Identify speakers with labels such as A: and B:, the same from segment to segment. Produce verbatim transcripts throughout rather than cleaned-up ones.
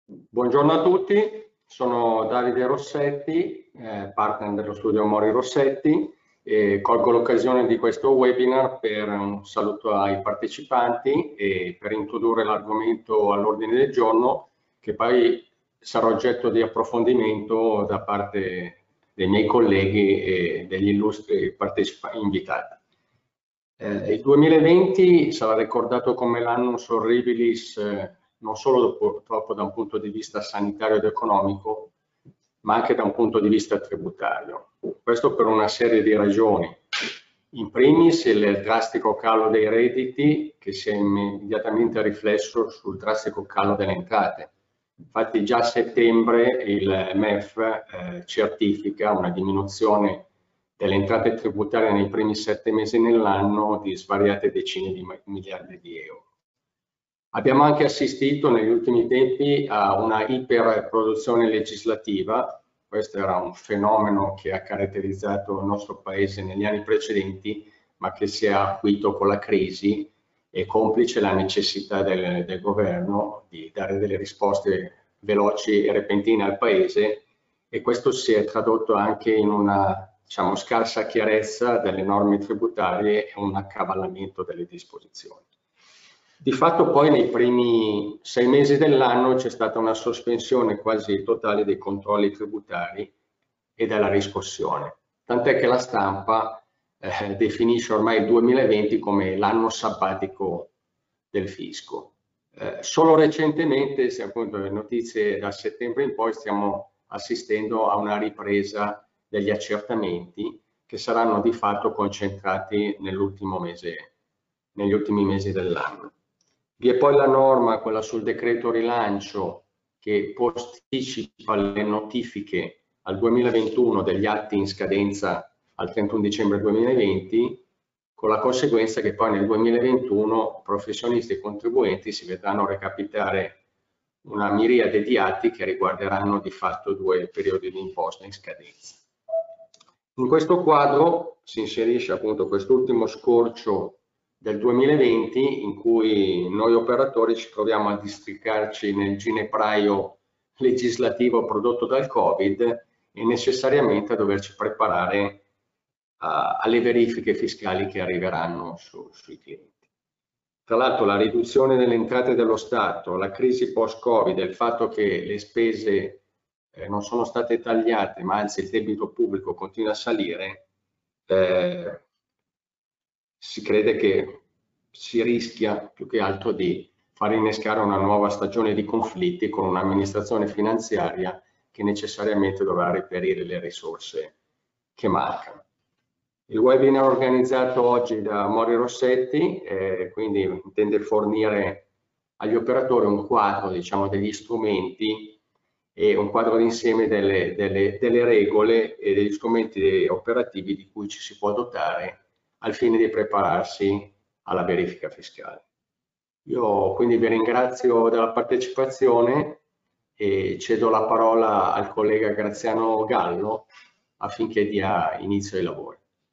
A: Buongiorno a tutti, sono Davide Rossetti, eh, partner dello studio Mori Rossetti, e colgo l'occasione di questo webinar per un saluto ai partecipanti e per introdurre l'argomento all'ordine del giorno, che poi sarà oggetto di approfondimento da parte dei miei colleghi e degli illustri partecipanti invitati. Eh, il duemilaventi sarà ricordato come l'annus horribilis eh, non solo purtroppo da un punto di vista sanitario ed economico, ma anche da un punto di vista tributario. Questo per una serie di ragioni. In primis il drastico calo dei redditi che si è immediatamente riflesso sul drastico calo delle entrate. Infatti già a settembre il M E F eh, certifica una diminuzione delle entrate tributarie nei primi sette mesi nell'anno di svariate decine di miliardi di euro. Abbiamo anche assistito negli ultimi tempi a una iperproduzione legislativa. Questo era un fenomeno che ha caratterizzato il nostro Paese negli anni precedenti, ma che si è acuito con la crisi e complice la necessità del, del governo di dare delle risposte veloci e repentine al Paese, e questo si è tradotto anche in una, diciamo, scarsa chiarezza delle norme tributarie e un accavallamento delle disposizioni. Di fatto poi nei primi sei mesi dell'anno c'è stata una sospensione quasi totale dei controlli tributari e della riscossione, tant'è che la stampa eh, definisce ormai il duemilaventi come l'anno sabbatico del fisco. Eh, solo recentemente, se appunto le notizie da settembre in poi, stiamo assistendo a una ripresa degli accertamenti che saranno di fatto concentrati nell'ultimo mese, negli ultimi mesi dell'anno. Vi è poi la norma, quella sul decreto rilancio, che posticipa le notifiche al duemilaventuno degli atti in scadenza al trentuno dicembre duemilaventi, con la conseguenza che poi nel duemilaventuno professionisti e contribuenti si vedranno recapitare una miriade di atti che riguarderanno di fatto due periodi di imposta in scadenza. In questo quadro si inserisce appunto quest'ultimo scorcio del duemilaventi, in cui noi operatori ci troviamo a districarci nel ginepraio legislativo prodotto dal Covid e necessariamente a doverci preparare a, alle verifiche fiscali che arriveranno su, sui clienti. Tra l'altro la riduzione delle entrate dello Stato, la crisi post-Covid, il fatto che le spese eh, non sono state tagliate, ma anzi il debito pubblico continua a salire, eh, si crede che si rischia più che altro di far innescare una nuova stagione di conflitti con un'amministrazione finanziaria che necessariamente dovrà reperire le risorse che mancano. Il webinar organizzato oggi da Mori Rossetti eh, quindi intende fornire agli operatori un quadro, diciamo, degli strumenti e un quadro d'insieme delle, delle, delle regole e degli strumenti operativi di cui ci si può dotare al fine di prepararsi alla verifica fiscale. Io quindi vi ringrazio della partecipazione e cedo la parola al collega Graziano Gallo affinché dia inizio ai lavori.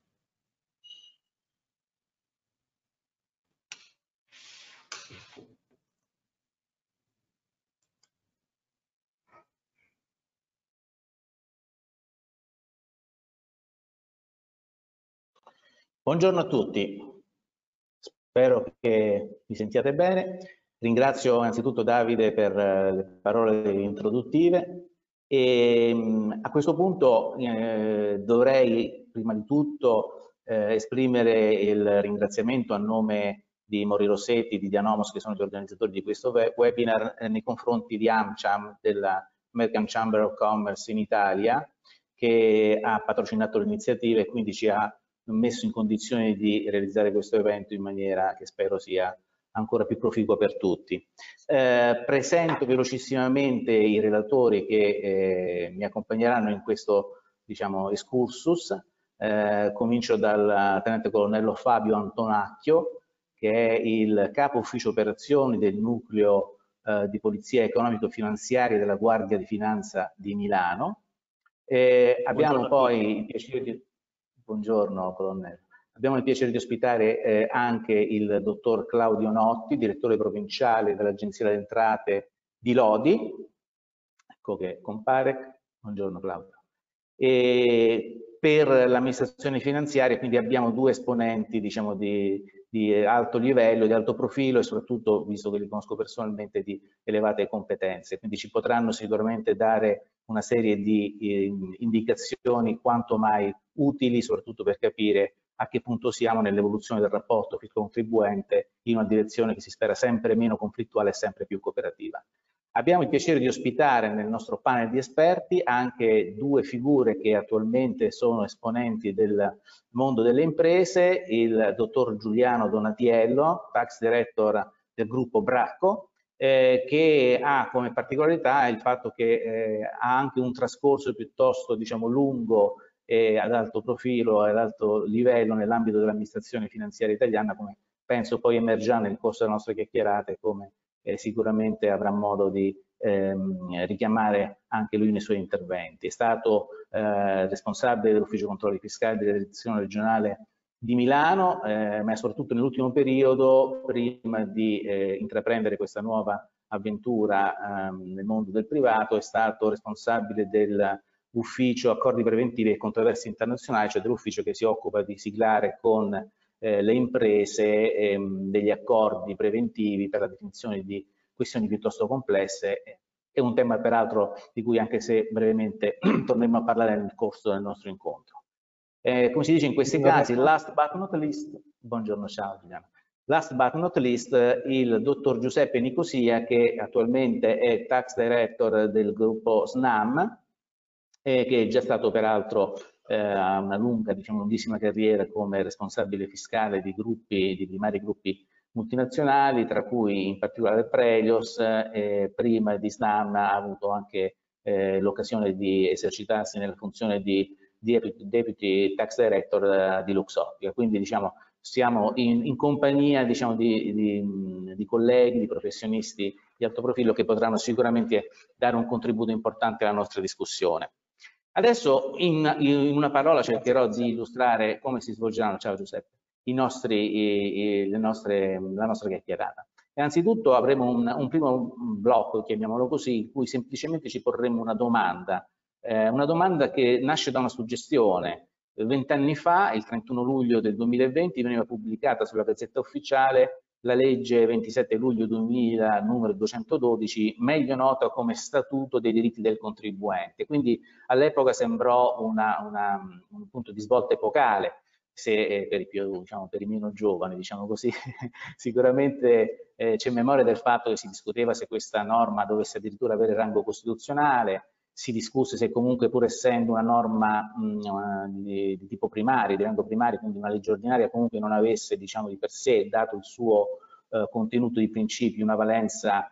B: Buongiorno a tutti, spero che mi sentiate bene. Ringrazio innanzitutto Davide per le parole introduttive e a questo punto eh, dovrei prima di tutto eh, esprimere il ringraziamento a nome di Mori Rossetti, di Dianomos, che sono gli organizzatori di questo webinar, eh, nei confronti di AmCham, della American Chamber of Commerce in Italia, che ha patrocinato l'iniziativa e quindi ci ha messo in condizione di realizzare questo evento in maniera che spero sia ancora più proficua per tutti. Eh, presento velocissimamente i relatori che eh, mi accompagneranno in questo, diciamo, excursus. Eh, comincio dal tenente colonnello Fabio Antonacchio, che è il capo ufficio operazioni del nucleo eh, di polizia economico-finanziaria della Guardia di Finanza di Milano. Eh, abbiamo poi il piacere di... Buongiorno colonnello. Abbiamo il piacere di ospitare eh, anche il dottor Claudio Notti, direttore provinciale dell'Agenzia delle Entrate di Lodi, ecco che compare, buongiorno Claudio. E per l'amministrazione finanziaria quindi abbiamo due esponenti diciamo di, di alto livello, di alto profilo e soprattutto, visto che li conosco personalmente, di elevate competenze, quindi ci potranno sicuramente dare una serie di eh, indicazioni quanto mai utili, soprattutto per capire a che punto siamo nell'evoluzione del rapporto fisco-contribuente in una direzione che si spera sempre meno conflittuale e sempre più cooperativa. Abbiamo il piacere di ospitare nel nostro panel di esperti anche due figure che attualmente sono esponenti del mondo delle imprese, il dottor Giuliano Donatiello, Tax Director del gruppo Bracco, eh, che ha come particolarità il fatto che eh, ha anche un trascorso piuttosto diciamo, lungo e ad alto profilo e ad alto livello nell'ambito dell'amministrazione finanziaria italiana, come penso poi emergerà nel corso delle nostre chiacchierate, come eh, sicuramente avrà modo di ehm, richiamare anche lui nei suoi interventi. È stato eh, responsabile dell'Ufficio Controlli Fiscali della Direzione Regionale di Milano, eh, ma soprattutto nell'ultimo periodo, prima di eh, intraprendere questa nuova avventura ehm, nel mondo del privato, è stato responsabile del ufficio accordi preventivi e controversie internazionali, cioè dell'ufficio che si occupa di siglare con eh, le imprese ehm, degli accordi preventivi per la definizione di questioni piuttosto complesse. È un tema peraltro di cui anche se brevemente torneremo a parlare nel corso del nostro incontro. Eh, come si dice in questi casi, last but not least, buongiorno, ciao Giuliano. Last but not least, il dottor Giuseppe Nicosia, che attualmente è Tax Director del gruppo SNAM, eh, che è già stato peraltro eh, ha una lunga, diciamo, lunghissima carriera come responsabile fiscale di gruppi, di primari gruppi multinazionali, tra cui in particolare Prelios, eh, prima di SNAM ha avuto anche eh, l'occasione di esercitarsi nella funzione di Deputy, Deputy Tax Director uh, di Luxottica, quindi diciamo siamo in, in compagnia diciamo, di, di, di colleghi, di professionisti di alto profilo che potranno sicuramente dare un contributo importante alla nostra discussione. Adesso in, in una parola cercherò di illustrare come si svolgeranno, ciao Giuseppe, i nostri, i, i, le nostre, la nostra chiacchierata. Innanzitutto avremo un, un primo blocco, chiamiamolo così, in cui semplicemente ci porremo una domanda, eh, una domanda che nasce da una suggestione. Vent'anni fa, il trentuno luglio del duemilaventi, veniva pubblicata sulla Gazzetta Ufficiale la legge ventisette luglio duemila numero duecentododici, meglio nota come Statuto dei diritti del contribuente. Quindi all'epoca sembrò una, una, un punto di svolta epocale, se eh, per, i più, diciamo, per i meno giovani, diciamo così, sicuramente eh, c'è memoria del fatto che si discuteva se questa norma dovesse addirittura avere rango costituzionale, si discusse se comunque pur essendo una norma mh, di, di tipo primario, di rango primario, quindi una legge ordinaria, comunque non avesse diciamo di per sé, dato il suo eh, contenuto di principi, una valenza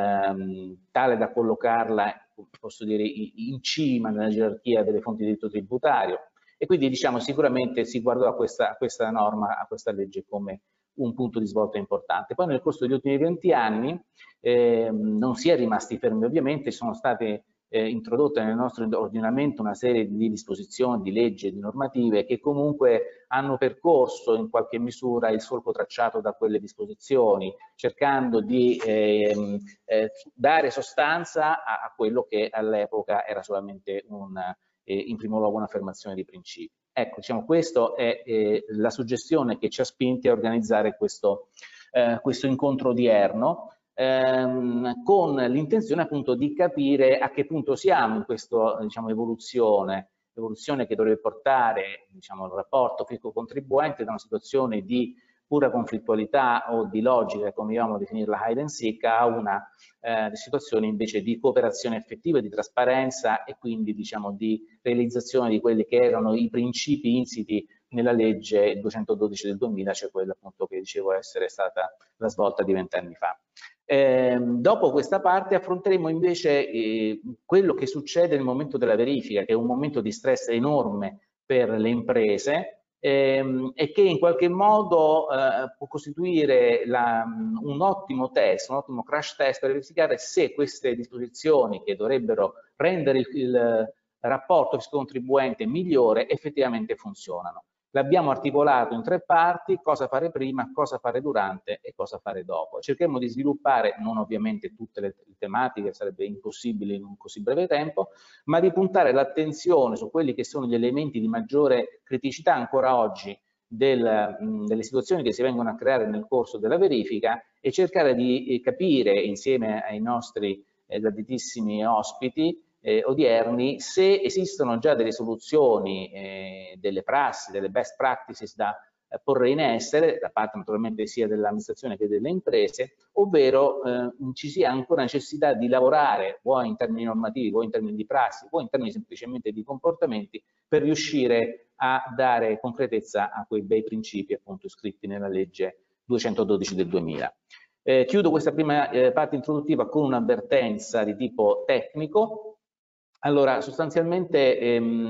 B: ehm, tale da collocarla, posso dire, in cima nella gerarchia delle fonti di diritto tributario. E quindi diciamo sicuramente si guardò a questa, a questa norma, a questa legge come un punto di svolta importante. Poi nel corso degli ultimi venti anni eh, non si è rimasti fermi, ovviamente sono state eh, introdotte nel nostro ordinamento una serie di disposizioni, di leggi e di normative che comunque hanno percorso in qualche misura il solco tracciato da quelle disposizioni, cercando di eh, eh, dare sostanza a, a quello che all'epoca era solamente un, eh, in primo luogo un'affermazione di principi. Ecco, diciamo, questa è eh, la suggestione che ci ha spinti a organizzare questo, eh, questo incontro odierno, ehm, con l'intenzione appunto di capire a che punto siamo in questa diciamo, evoluzione, evoluzione che dovrebbe portare diciamo, il rapporto fisco-contribuente da una situazione di pura conflittualità o di logica, come vogliamo definirla hide and seek, a una eh, situazione invece di cooperazione effettiva, di trasparenza e quindi diciamo di realizzazione di quelli che erano i principi insiti nella legge duecentododici del duemila, cioè quella appunto che dicevo essere stata la svolta di vent'anni fa. Eh, dopo questa parte affronteremo invece eh, quello che succede nel momento della verifica, che è un momento di stress enorme per le imprese, Ehm, e che in qualche modo eh, può costituire la, un ottimo test, un ottimo crash test per verificare se queste disposizioni che dovrebbero rendere il, il rapporto fisco-contribuente migliore effettivamente funzionano. L'abbiamo articolato in tre parti: cosa fare prima, cosa fare durante e cosa fare dopo. Cerchiamo di sviluppare, non ovviamente tutte le tematiche, sarebbe impossibile in un così breve tempo, ma di puntare l'attenzione su quelli che sono gli elementi di maggiore criticità ancora oggi del, mh, delle situazioni che si vengono a creare nel corso della verifica, e cercare di eh, capire insieme ai nostri eh, graditissimi ospiti Eh, odierni se esistono già delle soluzioni, eh, delle prassi, delle best practices da eh, porre in essere da parte naturalmente sia dell'amministrazione che delle imprese, ovvero eh, ci sia ancora necessità di lavorare vuoi in termini normativi, vuoi in termini di prassi, vuoi in termini semplicemente di comportamenti, per riuscire a dare concretezza a quei bei principi appunto scritti nella legge duecentododici del duemila. Eh, chiudo questa prima eh, parte introduttiva con un'avvertenza di tipo tecnico. Allora, sostanzialmente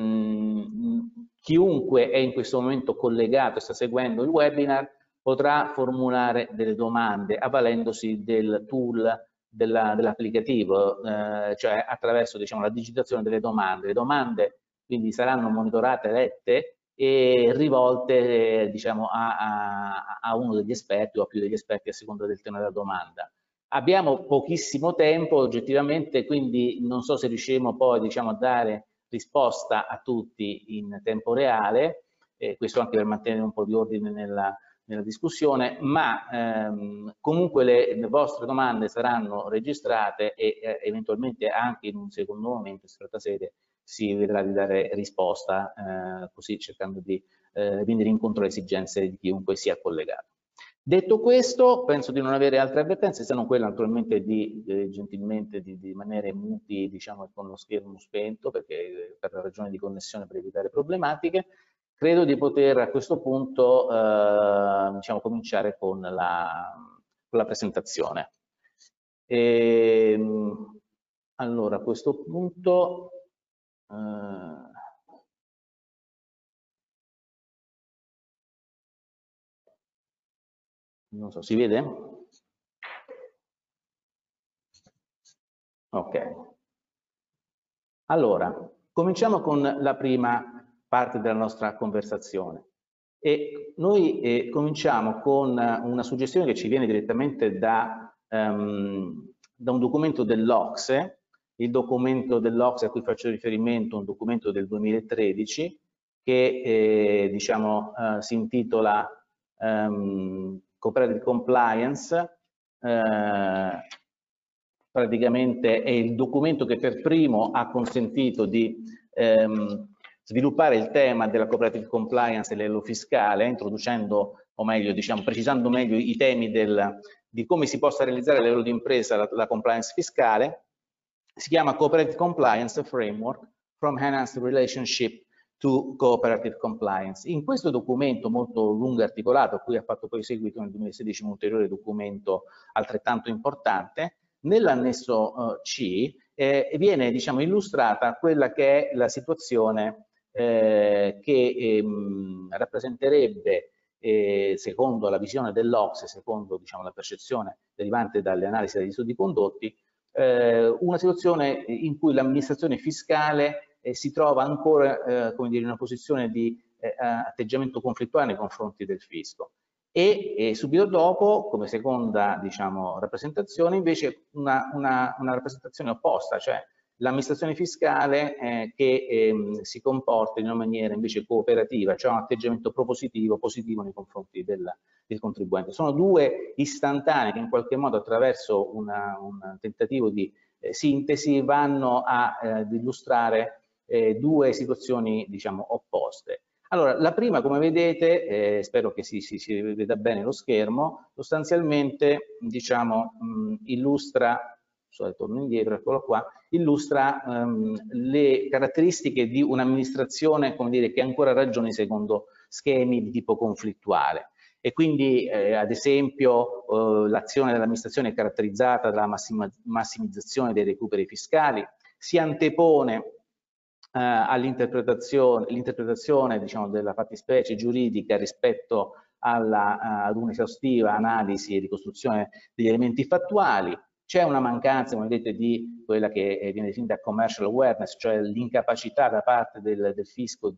B: ehm, chiunque è in questo momento collegato e sta seguendo il webinar potrà formulare delle domande avvalendosi del tool dell'applicativo, dell eh, cioè attraverso, diciamo, la digitazione delle domande. Le domande quindi saranno monitorate, lette e rivolte eh, diciamo, a, a, a uno degli esperti o a più degli esperti a seconda del tenore della domanda. Abbiamo pochissimo tempo oggettivamente, quindi non so se riusciremo poi, diciamo, a dare risposta a tutti in tempo reale, eh, questo anche per mantenere un po' di ordine nella, nella discussione, ma ehm, comunque le, le vostre domande saranno registrate e eh, eventualmente anche in un secondo momento, in stretta sede, si vedrà di dare risposta, eh, così cercando di eh, venire incontro alle esigenze di chiunque sia collegato. Detto questo, penso di non avere altre avvertenze, se non quella naturalmente di eh, gentilmente di, di rimanere muti, diciamo, con lo schermo spento, perché eh, per ragioni di connessione, per evitare problematiche. Credo di poter a questo punto eh, diciamo, cominciare con la, con la presentazione. E, allora, a questo punto eh, non so, si vede? Ok. Allora, cominciamo con la prima parte della nostra conversazione. E noi eh, cominciamo con una suggestione che ci viene direttamente da, um, da un documento dell'O C S E. Il documento dell'O C S E a cui faccio riferimento è un documento del duemilatredici che eh, diciamo, eh, si intitola um, Cooperative Compliance. Eh, praticamente è il documento che per primo ha consentito di ehm, sviluppare il tema della cooperative compliance e l'elo fiscale, introducendo, o meglio, diciamo, precisando meglio i temi del, di come si possa realizzare a livello di impresa la, la compliance fiscale. Si chiama Cooperative Compliance Framework from Enhanced Relationship to Cooperative Compliance. In questo documento molto lungo e articolato, a cui ha fatto poi seguito nel duemilasedici un ulteriore documento altrettanto importante, nell'annesso uh, C eh, viene, diciamo, illustrata quella che è la situazione eh, che ehm, rappresenterebbe, eh, secondo la visione dell'O C S E, secondo, diciamo, la percezione derivante dalle analisi degli studi condotti, eh, una situazione in cui l'amministrazione fiscale eh, si trova ancora eh, come dire, in una posizione di eh, atteggiamento conflittuale nei confronti del fisco. E, e subito dopo, come seconda, diciamo, rappresentazione, invece una, una, una rappresentazione opposta, cioè l'amministrazione fiscale eh, che ehm, si comporta in una maniera invece cooperativa, cioè un atteggiamento propositivo, positivo nei confronti del, del contribuente. Sono due istantanee che in qualche modo attraverso una, un tentativo di eh, sintesi vanno a eh, illustrare eh, due situazioni, diciamo, opposte. Allora, la prima, come vedete, eh, spero che si, si, si veda bene lo schermo, sostanzialmente, diciamo, mh, illustra, so, torno indietro, eccolo qua, illustra um, le caratteristiche di un'amministrazione, come dire, che ancora ragioni secondo schemi di tipo conflittuale. E quindi, eh, ad esempio, eh, l'azione dell'amministrazione è caratterizzata dalla massima, massimizzazione dei recuperi fiscali, si antepone Uh, all'interpretazione l'interpretazione, diciamo, della fattispecie giuridica rispetto alla, uh, ad un'esaustiva analisi e ricostruzione degli elementi fattuali. C'è una mancanza, come vedete, di quella che viene definita commercial awareness, cioè l'incapacità da parte del, del fisco di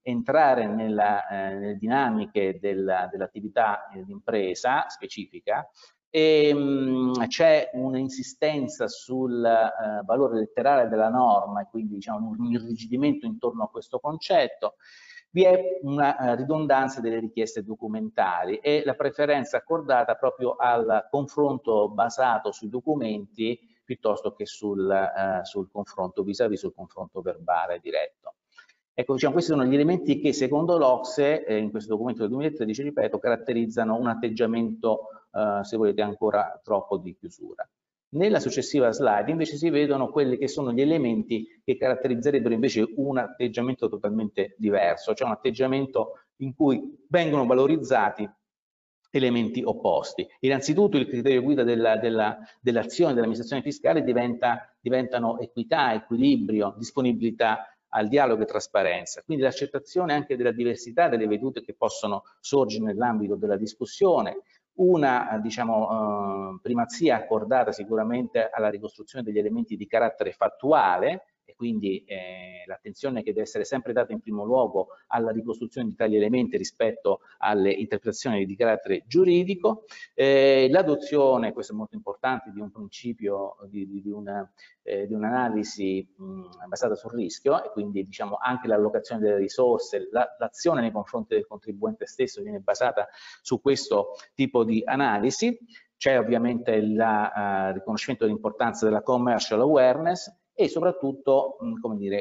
B: entrare nella, eh, nelle dinamiche dell'attività dell d'impresa specifica, e c'è un'insistenza sul eh, valore letterale della norma e quindi diciamo, un irrigidimento intorno a questo concetto. Vi è una uh, ridondanza delle richieste documentali e la preferenza accordata proprio al confronto basato sui documenti piuttosto che sul, uh, sul confronto vis-à-vis, sul confronto verbale diretto. Ecco, diciamo, questi sono gli elementi che secondo l'O C S E, eh, in questo documento del duemilatredici, ripeto, caratterizzano un atteggiamento, uh, se volete, ancora troppo di chiusura. Nella successiva slide invece si vedono quelli che sono gli elementi che caratterizzerebbero invece un atteggiamento totalmente diverso, cioè un atteggiamento in cui vengono valorizzati elementi opposti. Innanzitutto il criterio guida dell'azione della, dell dell'amministrazione fiscale diventa, diventano equità, equilibrio, disponibilità al dialogo e trasparenza, quindi l'accettazione anche della diversità delle vedute che possono sorgere nell'ambito della discussione, una diciamo, eh, primazia accordata sicuramente alla ricostruzione degli elementi di carattere fattuale e quindi eh, l'attenzione che deve essere sempre data in primo luogo alla ricostruzione di tali elementi rispetto alle interpretazioni di carattere giuridico, eh, l'adozione, questo è molto importante, di un principio di, di, di una eh, di un'analisi basata sul rischio e quindi diciamo anche l'allocazione delle risorse, l'azione nei confronti del contribuente stesso viene basata su questo tipo di analisi. C'è ovviamente il uh, riconoscimento dell'importanza della commercial awareness e soprattutto mh, come dire,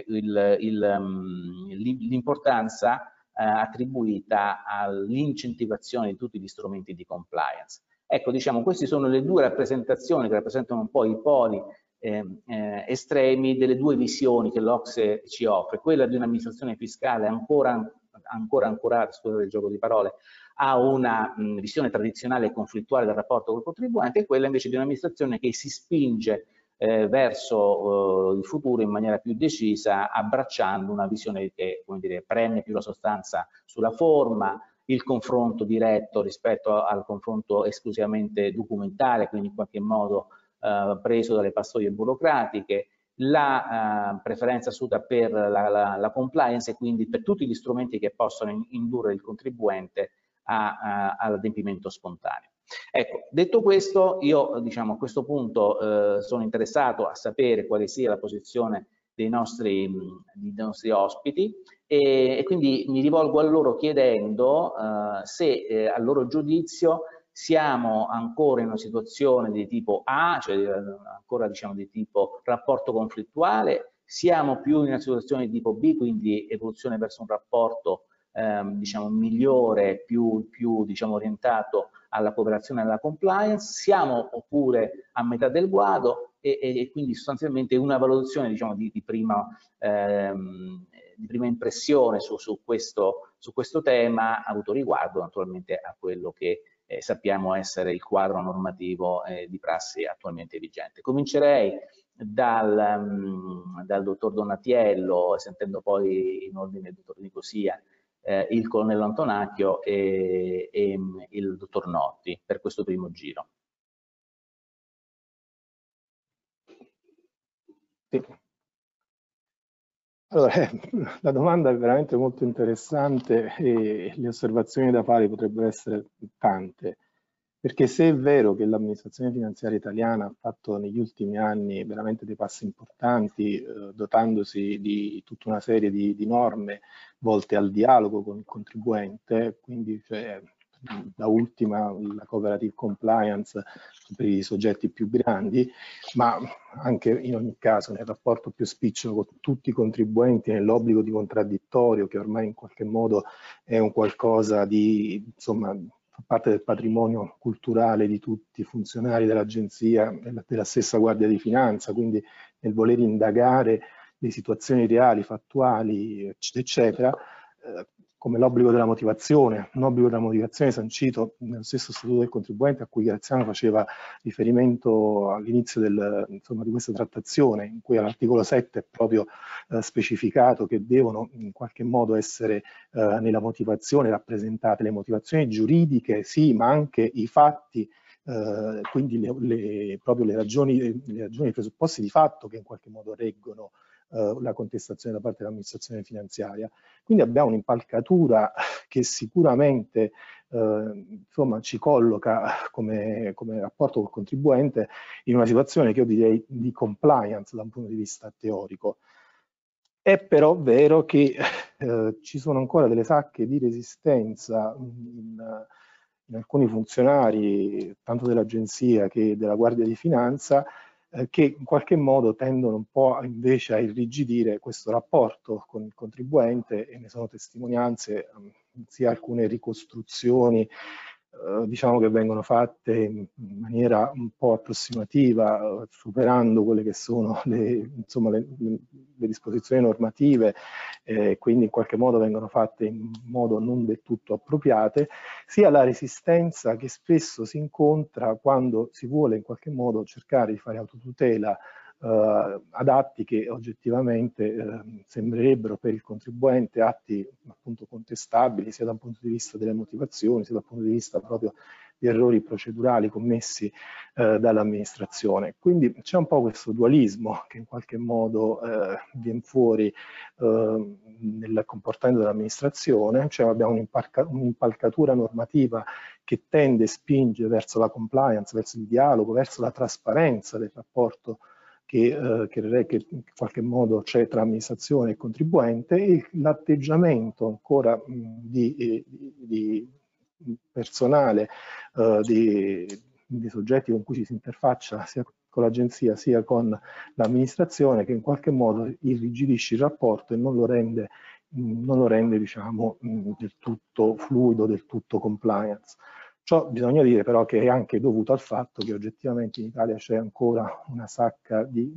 B: l'importanza uh, attribuita all'incentivazione di tutti gli strumenti di compliance. Ecco, diciamo, queste sono le due rappresentazioni che rappresentano un po' i poli Eh, eh, estremi delle due visioni che l'O C S E ci offre, quella di un'amministrazione fiscale ancora, ancora ancorata, scusate il gioco di parole, a una mh, visione tradizionale e conflittuale del rapporto col contribuente e quella invece di un'amministrazione che si spinge eh, verso eh, il futuro in maniera più decisa, abbracciando una visione che, come dire, preme più la sostanza sulla forma, il confronto diretto rispetto al confronto esclusivamente documentale, quindi in qualche modo Uh, preso dalle pastoie burocratiche, la uh, preferenza assoluta per la, la, la compliance e quindi per tutti gli strumenti che possono in, indurre il contribuente all'adempimento spontaneo. Ecco, detto questo, io diciamo, a questo punto uh, sono interessato a sapere quale sia la posizione dei nostri, dei nostri ospiti e, e quindi mi rivolgo a loro chiedendo uh, se eh, a loro giudizio siamo ancora in una situazione di tipo A, cioè ancora diciamo di tipo rapporto conflittuale, siamo più in una situazione di tipo B, quindi evoluzione verso un rapporto ehm, diciamo migliore, più, più diciamo orientato alla cooperazione e alla compliance, siamo oppure a metà del guado e, e quindi sostanzialmente una valutazione diciamo di, di, prima, ehm, di prima impressione su, su, questo, su questo tema ha avuto riguardo naturalmente a quello che Eh, sappiamo essere il quadro normativo eh, di prassi attualmente vigente. Comincerei dal, um, dal dottor Donatiello, sentendo poi in ordine il dottor Nicosia, eh, il colonnello Antonacchio e, e il dottor Notti per questo primo giro.
C: Sì. Allora, eh, la domanda è veramente molto interessante e le osservazioni da fare potrebbero essere tante, perché se è vero che l'amministrazione finanziaria italiana ha fatto negli ultimi anni veramente dei passi importanti, eh, dotandosi di tutta una serie di, di norme volte al dialogo con il contribuente, quindi cioè, da ultima la cooperative compliance per i soggetti più grandi, ma anche in ogni caso nel rapporto più spicciolo con tutti i contribuenti, nell'obbligo di contraddittorio che ormai in qualche modo è un qualcosa di, insomma, fa parte del patrimonio culturale di tutti i funzionari dell'agenzia e della stessa Guardia di Finanza, quindi nel voler indagare le situazioni reali, fattuali, eccetera, eh, come l'obbligo della motivazione, un obbligo della motivazione sancito nello stesso statuto del contribuente a cui Graziano faceva riferimento all'inizio di questa trattazione, in cui all'articolo sette è proprio eh, specificato che devono in qualche modo essere eh, nella motivazione rappresentate le motivazioni giuridiche, sì, ma anche i fatti, eh, quindi le, le, proprio le ragioni, le ragioni, i presupposti di fatto che in qualche modo reggono eh, la contestazione da parte dell'amministrazione finanziaria. Quindi abbiamo un'impalcatura che sicuramente eh, insomma, ci colloca come, come rapporto col contribuente in una situazione che io direi di compliance da un punto di vista teorico. È però vero che eh, ci sono ancora delle sacche di resistenza in, in alcuni funzionari, tanto dell'agenzia che della Guardia di Finanza, eh, che in qualche modo tendono un po' invece a irrigidire questo rapporto con il contribuente, e ne sono testimonianze sia alcune ricostruzioni eh, diciamo che vengono fatte in maniera un po' approssimativa, eh, superando quelle che sono le, insomma, le, le disposizioni normative, eh, quindi in qualche modo vengono fatte in modo non del tutto appropriate, sia la resistenza che spesso si incontra quando si vuole in qualche modo cercare di fare autotutela Uh, ad atti che oggettivamente uh, sembrerebbero per il contribuente atti appunto contestabili sia da un punto di vista delle motivazioni sia dal punto di vista proprio di errori procedurali commessi uh, dall'amministrazione. Quindi c'è un po' questo dualismo che in qualche modo uh, viene fuori uh, nel comportamento dell'amministrazione, cioè abbiamo un'impalcatura normativa che tende a spingere verso la compliance, verso il dialogo, verso la trasparenza del rapporto Che, eh, che, che in qualche modo c'è tra amministrazione e contribuente, e l'atteggiamento ancora mh, di, di, di personale, eh, di, di soggetti con cui ci si interfaccia sia con l'agenzia sia con l'amministrazione, che in qualche modo irrigidisce il rapporto e non lo rende, mh, non lo rende diciamo, mh, del tutto fluido, del tutto compliance. Ciò bisogna dire però che è anche dovuto al fatto che oggettivamente in Italia c'è ancora una sacca di,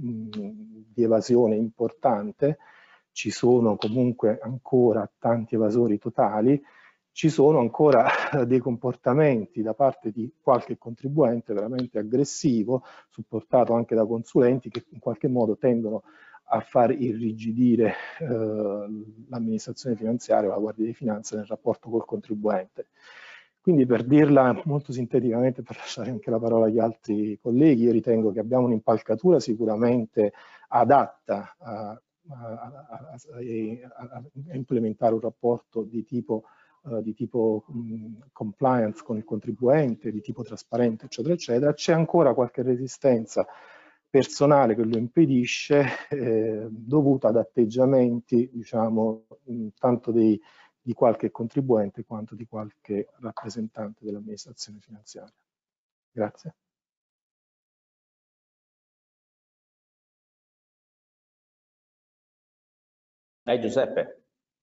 C: di evasione importante, ci sono comunque ancora tanti evasori totali, ci sono ancora dei comportamenti da parte di qualche contribuente veramente aggressivo, supportato anche da consulenti che in qualche modo tendono a far irrigidire eh, l'amministrazione finanziaria o la Guardia di Finanza nel rapporto col contribuente. Quindi per dirla molto sinteticamente, per lasciare anche la parola agli altri colleghi, io ritengo che abbiamo un'impalcatura sicuramente adatta a, a, a, a implementare un rapporto di tipo, uh, di tipo mh, compliance con il contribuente, di tipo trasparente, eccetera, eccetera. C'è ancora qualche resistenza personale che lo impedisce, eh, dovuta ad atteggiamenti, diciamo, mh, tanto dei di qualche contribuente quanto di qualche rappresentante dell'amministrazione finanziaria. Grazie.
B: Dai Giuseppe.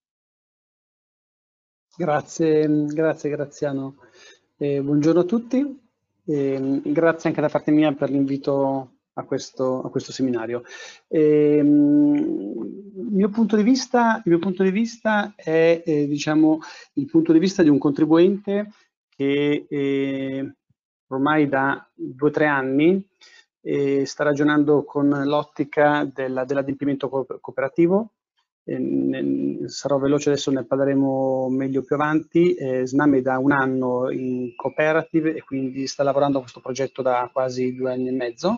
D: Grazie, grazie Graziano. Eh, buongiorno a tutti. Eh, grazie anche da parte mia per l'invito a questo, a questo seminario. Eh, il mio punto di vista, il mio punto di vista è eh, diciamo, il punto di vista di un contribuente che eh, ormai da due o tre anni eh, sta ragionando con l'ottica dell'adempimento cooperativo. Eh, sarò veloce, adesso ne parleremo meglio più avanti. Eh, Snam è da un anno in cooperative e quindi sta lavorando a questo progetto da quasi due anni e mezzo.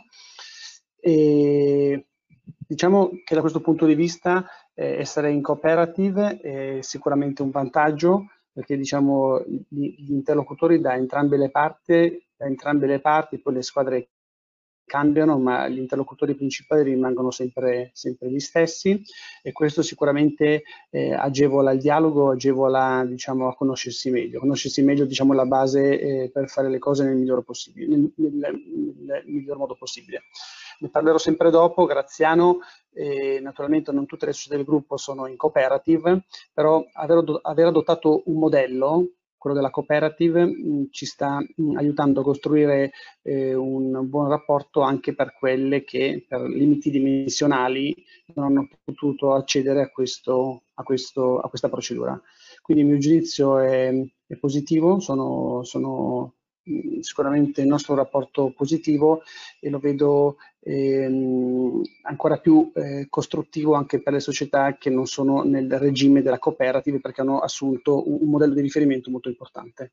D: E diciamo che da questo punto di vista eh, essere in cooperative è sicuramente un vantaggio, perché diciamo gli, gli interlocutori da entrambe le parti, da entrambe le parti, poi le squadre cambiano, ma gli interlocutori principali rimangono sempre, sempre gli stessi, e questo sicuramente eh, agevola il dialogo, agevola diciamo, a conoscersi meglio, conoscersi meglio diciamo, la base eh, per fare le cose nel miglior, possibile, nel, nel, nel miglior modo possibile. Ne parlerò sempre dopo. Graziano, eh, naturalmente non tutte le società del gruppo sono in cooperative, però aver, aver adottato un modello, quello della cooperative, mh, ci sta mh, aiutando a costruire eh, un buon rapporto anche per quelle che per limiti dimensionali non hanno potuto accedere a, questo, a, questo, a questa procedura. Quindi il mio giudizio è, è positivo, sono, sono mh, sicuramente il nostro rapporto positivo, e lo vedo ehm, ancora più eh, costruttivo anche per le società che non sono nel regime della cooperative, perché hanno assunto un, un modello di riferimento molto importante.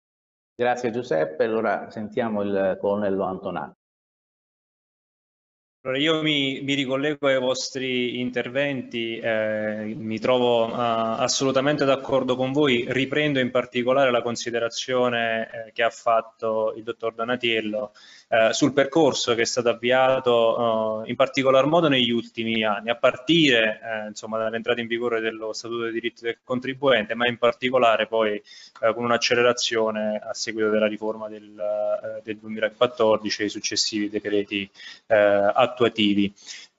B: Grazie Giuseppe, allora sentiamo il colonnello Antonacci.
E: Allora, io mi, mi ricollego ai vostri interventi, eh, mi trovo uh, assolutamente d'accordo con voi, riprendo in particolare la considerazione eh, che ha fatto il dottor Donatiello eh, sul percorso che è stato avviato uh, in particolar modo negli ultimi anni, a partire eh, insomma, dall'entrata in vigore dello Statuto dei diritti del contribuente, ma in particolare poi eh, con un'accelerazione a seguito della riforma del, eh, del duemilaquattordici e i successivi decreti eh, attuativi.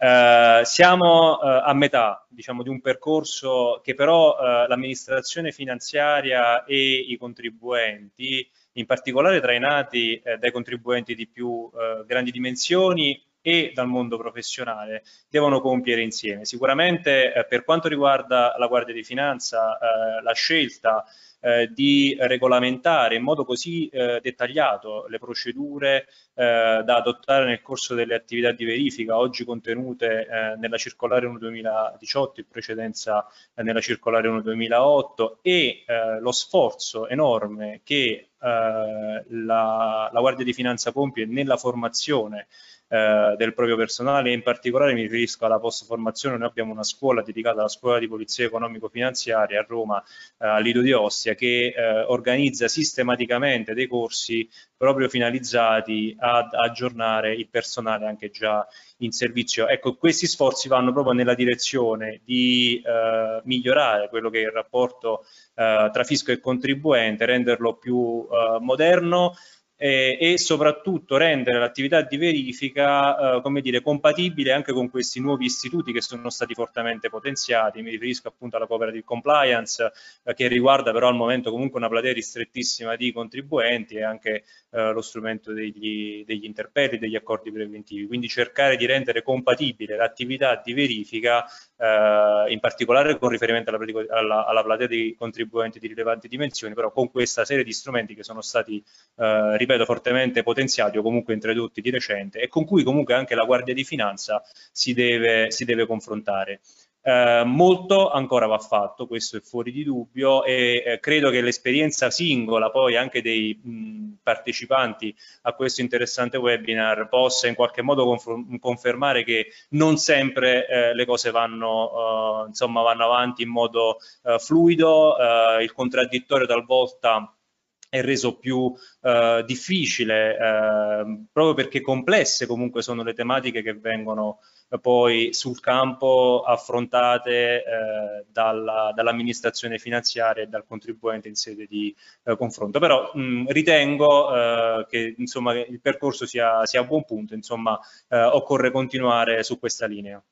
E: Eh, siamo eh, a metà, diciamo, di un percorso che però eh, l'amministrazione finanziaria e i contribuenti, in particolare trainati eh, dai contribuenti di più eh, grandi dimensioni e dal mondo professionale, devono compiere insieme. Sicuramente eh, per quanto riguarda la Guardia di Finanza, eh, la scelta eh, di regolamentare in modo così eh, dettagliato le procedure eh, da adottare nel corso delle attività di verifica oggi contenute eh, nella circolare uno duemiladiciotto, in precedenza eh, nella circolare uno duemilaotto, e eh, lo sforzo enorme che eh, la, la Guardia di Finanza compie nella formazione eh, del proprio personale, e in particolare mi riferisco alla post formazione. Noi abbiamo una scuola dedicata alla scuola di polizia economico-finanziaria a Roma, eh, a Lido di Ostia, che eh, organizza sistematicamente dei corsi proprio finalizzati ad aggiornare il personale anche già in servizio. Ecco, questi sforzi vanno proprio nella direzione di eh, migliorare quello che è il rapporto eh, tra fisco e contribuente, renderlo più eh, moderno, Eh, e soprattutto rendere l'attività di verifica eh, come dire, compatibile anche con questi nuovi istituti che sono stati fortemente potenziati. Mi riferisco appunto alla cooperative compliance, eh, che riguarda però al momento comunque una platea ristrettissima di contribuenti, e anche eh, lo strumento degli, degli interpelli, degli accordi preventivi. Quindi cercare di rendere compatibile l'attività di verifica, eh, in particolare con riferimento alla, alla, alla platea dei contribuenti di rilevanti dimensioni, però con questa serie di strumenti che sono stati eh, ripeto, fortemente potenziati o comunque introdotti di recente, e con cui comunque anche la Guardia di Finanza si deve, si deve confrontare. Eh, molto ancora va fatto, questo è fuori di dubbio, e eh, credo che l'esperienza singola poi anche dei mh, partecipanti a questo interessante webinar possa in qualche modo confermare che non sempre eh, le cose vanno, eh, insomma, vanno avanti in modo eh, fluido, eh, il contraddittorio talvolta è reso più eh, difficile, eh, proprio perché complesse comunque sono le tematiche che vengono eh, poi sul campo affrontate eh, dalla, dall'amministrazione finanziaria e dal contribuente in sede di eh, confronto. Però mh, ritengo eh, che insomma, il percorso sia, sia a buon punto, insomma eh, occorre continuare su questa linea.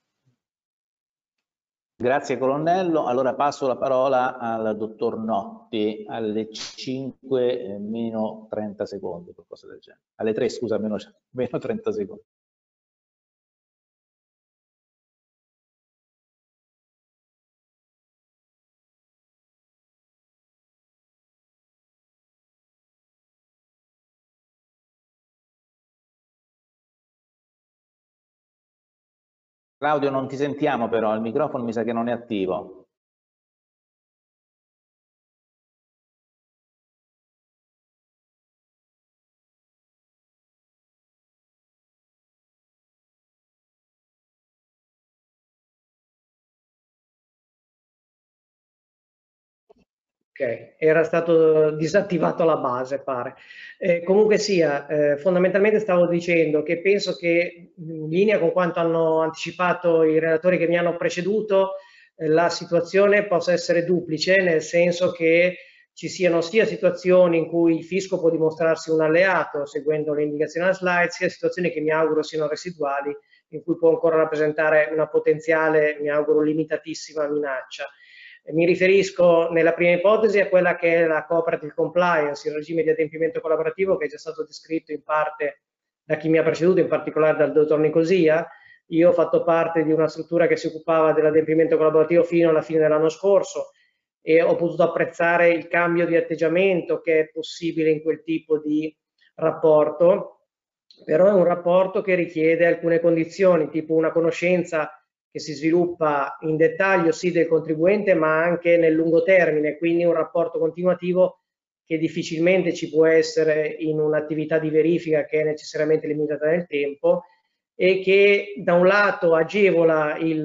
B: Grazie colonnello, allora passo la parola al dottor Notti alle cinque meno trenta secondi, qualcosa del genere. Alle tre, scusa, meno, meno trenta secondi. Claudio, non ti sentiamo però, il microfono mi sa che non è attivo.
F: Ok, era stato disattivato la base, pare. Eh, comunque sia, eh, fondamentalmente stavo dicendo che penso che in linea con quanto hanno anticipato i relatori che mi hanno preceduto, eh, la situazione possa essere duplice, nel senso che ci siano sia situazioni in cui il fisco può dimostrarsi un alleato, seguendo le indicazioni alla slide, sia situazioni che mi auguro siano residuali, in cui può ancora rappresentare una potenziale, mi auguro, limitatissima minaccia. Mi riferisco nella prima ipotesi a quella che è la cooperative compliance, il regime di adempimento collaborativo che è già stato descritto in parte da chi mi ha preceduto, in particolare dal dottor Nicosia. Io ho fatto parte di una struttura che si occupava dell'adempimento collaborativo fino alla fine dell'anno scorso e ho potuto apprezzare il cambio di atteggiamento che è possibile in quel tipo di rapporto, però è un rapporto che richiede alcune condizioni, tipo una conoscenza che si sviluppa in dettaglio sì del contribuente, ma anche nel lungo termine, quindi un rapporto continuativo che difficilmente ci può essere in un'attività di verifica che è necessariamente limitata nel tempo, e che da un lato agevola il,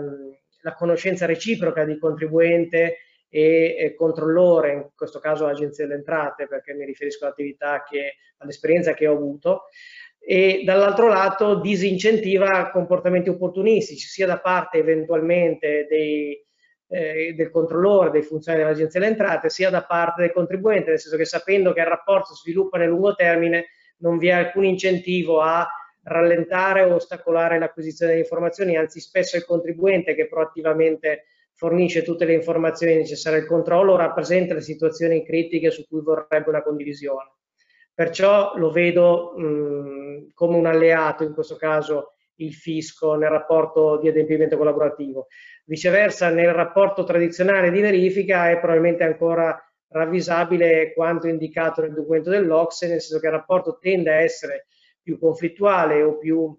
F: la conoscenza reciproca di contribuente e, e controllore, in questo caso Agenzia delle Entrate, perché mi riferisco all'attività che, all'esperienza che ho avuto, e dall'altro lato disincentiva comportamenti opportunistici, sia da parte eventualmente dei, eh, del controllore, dei funzionari dell'Agenzia delle Entrate, sia da parte del contribuente, nel senso che sapendo che il rapporto si sviluppa nel lungo termine non vi è alcun incentivo a rallentare o ostacolare l'acquisizione delle informazioni, anzi spesso è il contribuente che proattivamente fornisce tutte le informazioni necessarie al controllo, rappresenta le situazioni critiche su cui vorrebbe una condivisione. Perciò lo vedo mh, come un alleato, in questo caso il fisco, nel rapporto di adempimento collaborativo. Viceversa, nel rapporto tradizionale di verifica è probabilmente ancora ravvisabile quanto indicato nel documento dell'O C S E, nel senso che il rapporto tende a essere più conflittuale o più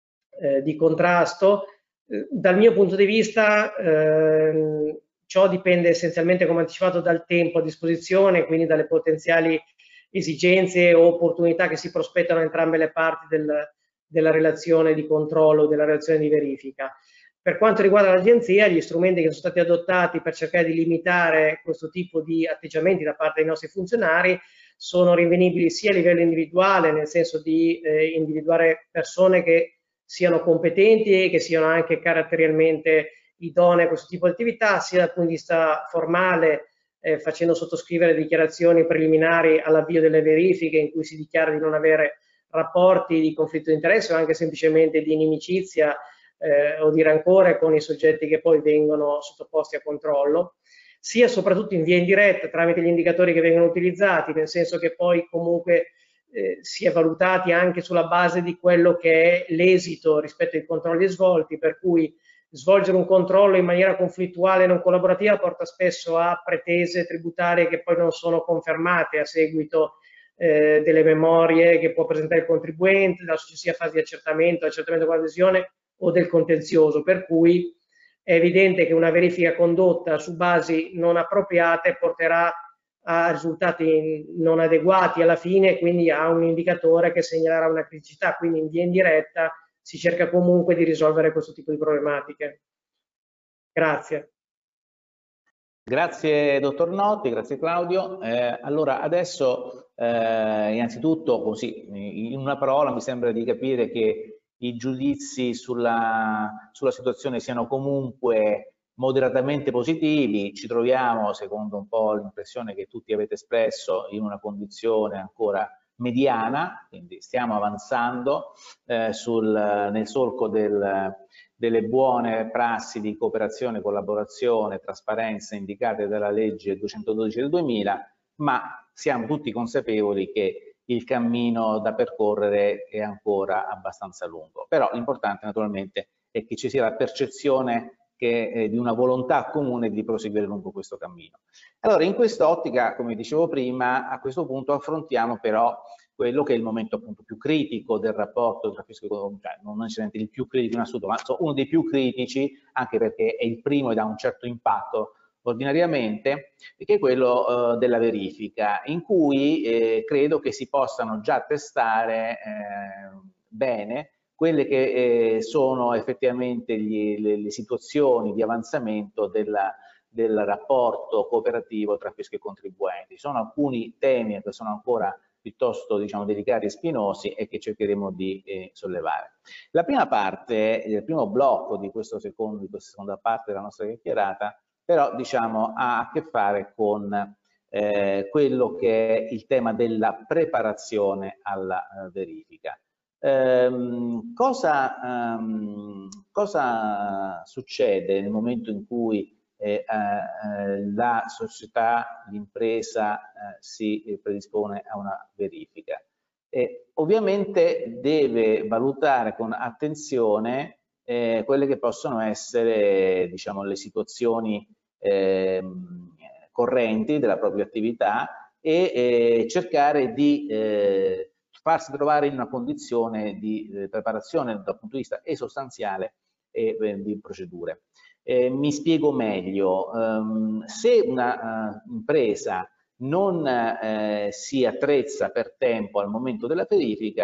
F: eh, di contrasto. Dal mio punto di vista ehm, ciò dipende essenzialmente, come anticipato, dal tempo a disposizione, quindi dalle potenziali esigenze o opportunità che si prospettano a entrambe le parti del, della relazione di controllo, della relazione di verifica. Per quanto riguarda l'agenzia, gli strumenti che sono stati adottati per cercare di limitare questo tipo di atteggiamenti da parte dei nostri funzionari sono rinvenibili sia a livello individuale, nel senso di eh, individuare persone che siano competenti e che siano anche caratterialmente idonee a questo tipo di attività, sia dal punto di vista formale, eh, facendo sottoscrivere dichiarazioni preliminari all'avvio delle verifiche in cui si dichiara di non avere rapporti di conflitto di interesse o anche semplicemente di inimicizia eh, o di rancore con i soggetti che poi vengono sottoposti a controllo, sia soprattutto in via indiretta tramite gli indicatori che vengono utilizzati, nel senso che poi comunque eh, si è valutati anche sulla base di quello che è l'esito rispetto ai controlli svolti, per cui svolgere un controllo in maniera conflittuale e non collaborativa porta spesso a pretese tributarie che poi non sono confermate a seguito eh, delle memorie che può presentare il contribuente, della successiva fase di accertamento, accertamento con adesione o del contenzioso, per cui è evidente che una verifica condotta su basi non appropriate porterà a risultati non adeguati alla fine, quindi a un indicatore che segnalerà una criticità, quindi in via indiretta si cerca comunque di risolvere questo tipo di problematiche. Grazie.
B: Grazie dottor Notti, grazie Claudio. Eh, allora adesso eh, innanzitutto così in una parola mi sembra di capire che i giudizi sulla, sulla situazione siano comunque moderatamente positivi. Ci troviamo, secondo un po' l'impressione che tutti avete espresso, in una condizione ancora mediana, quindi stiamo avanzando eh, sul, nel solco del, delle buone prassi di cooperazione, collaborazione, trasparenza indicate dalla legge duecentododici del duemila, ma siamo tutti consapevoli che il cammino da percorrere è ancora abbastanza lungo. Però l'importante naturalmente è che ci sia la percezione che, eh, di una volontà comune di proseguire lungo questo cammino. Allora, in quest'ottica, come dicevo prima, a questo punto affrontiamo però quello che è il momento appunto più critico del rapporto tra fisco e economia, cioè non necessariamente il più critico in assoluto, ma uno dei più critici, anche perché è il primo ed ha un certo impatto ordinariamente, che è quello eh, della verifica, in cui eh, credo che si possano già testare eh, bene quelle che eh, sono effettivamente gli, le, le situazioni di avanzamento della, del rapporto cooperativo tra fisco e contribuenti. Sono alcuni temi che sono ancora piuttosto diciamo delicati e spinosi e che cercheremo di eh, sollevare. La prima parte, il primo blocco di, questo secondo, di questa seconda parte della nostra chiacchierata, però diciamo ha a che fare con eh, quello che è il tema della preparazione alla uh, verifica. Ehm, cosa, um, cosa succede nel momento in cui eh, eh, la società, l'impresa eh, si predispone a una verifica? E ovviamente deve valutare con attenzione eh, quelle che possono essere diciamo, le situazioni eh, correnti della propria attività e eh, cercare di eh, farsi trovare in una condizione di eh, preparazione dal punto di vista e sostanziale e eh, di procedure. Eh, mi spiego meglio. Um, se una uh, impresa non eh, si attrezza per tempo al momento della verifica,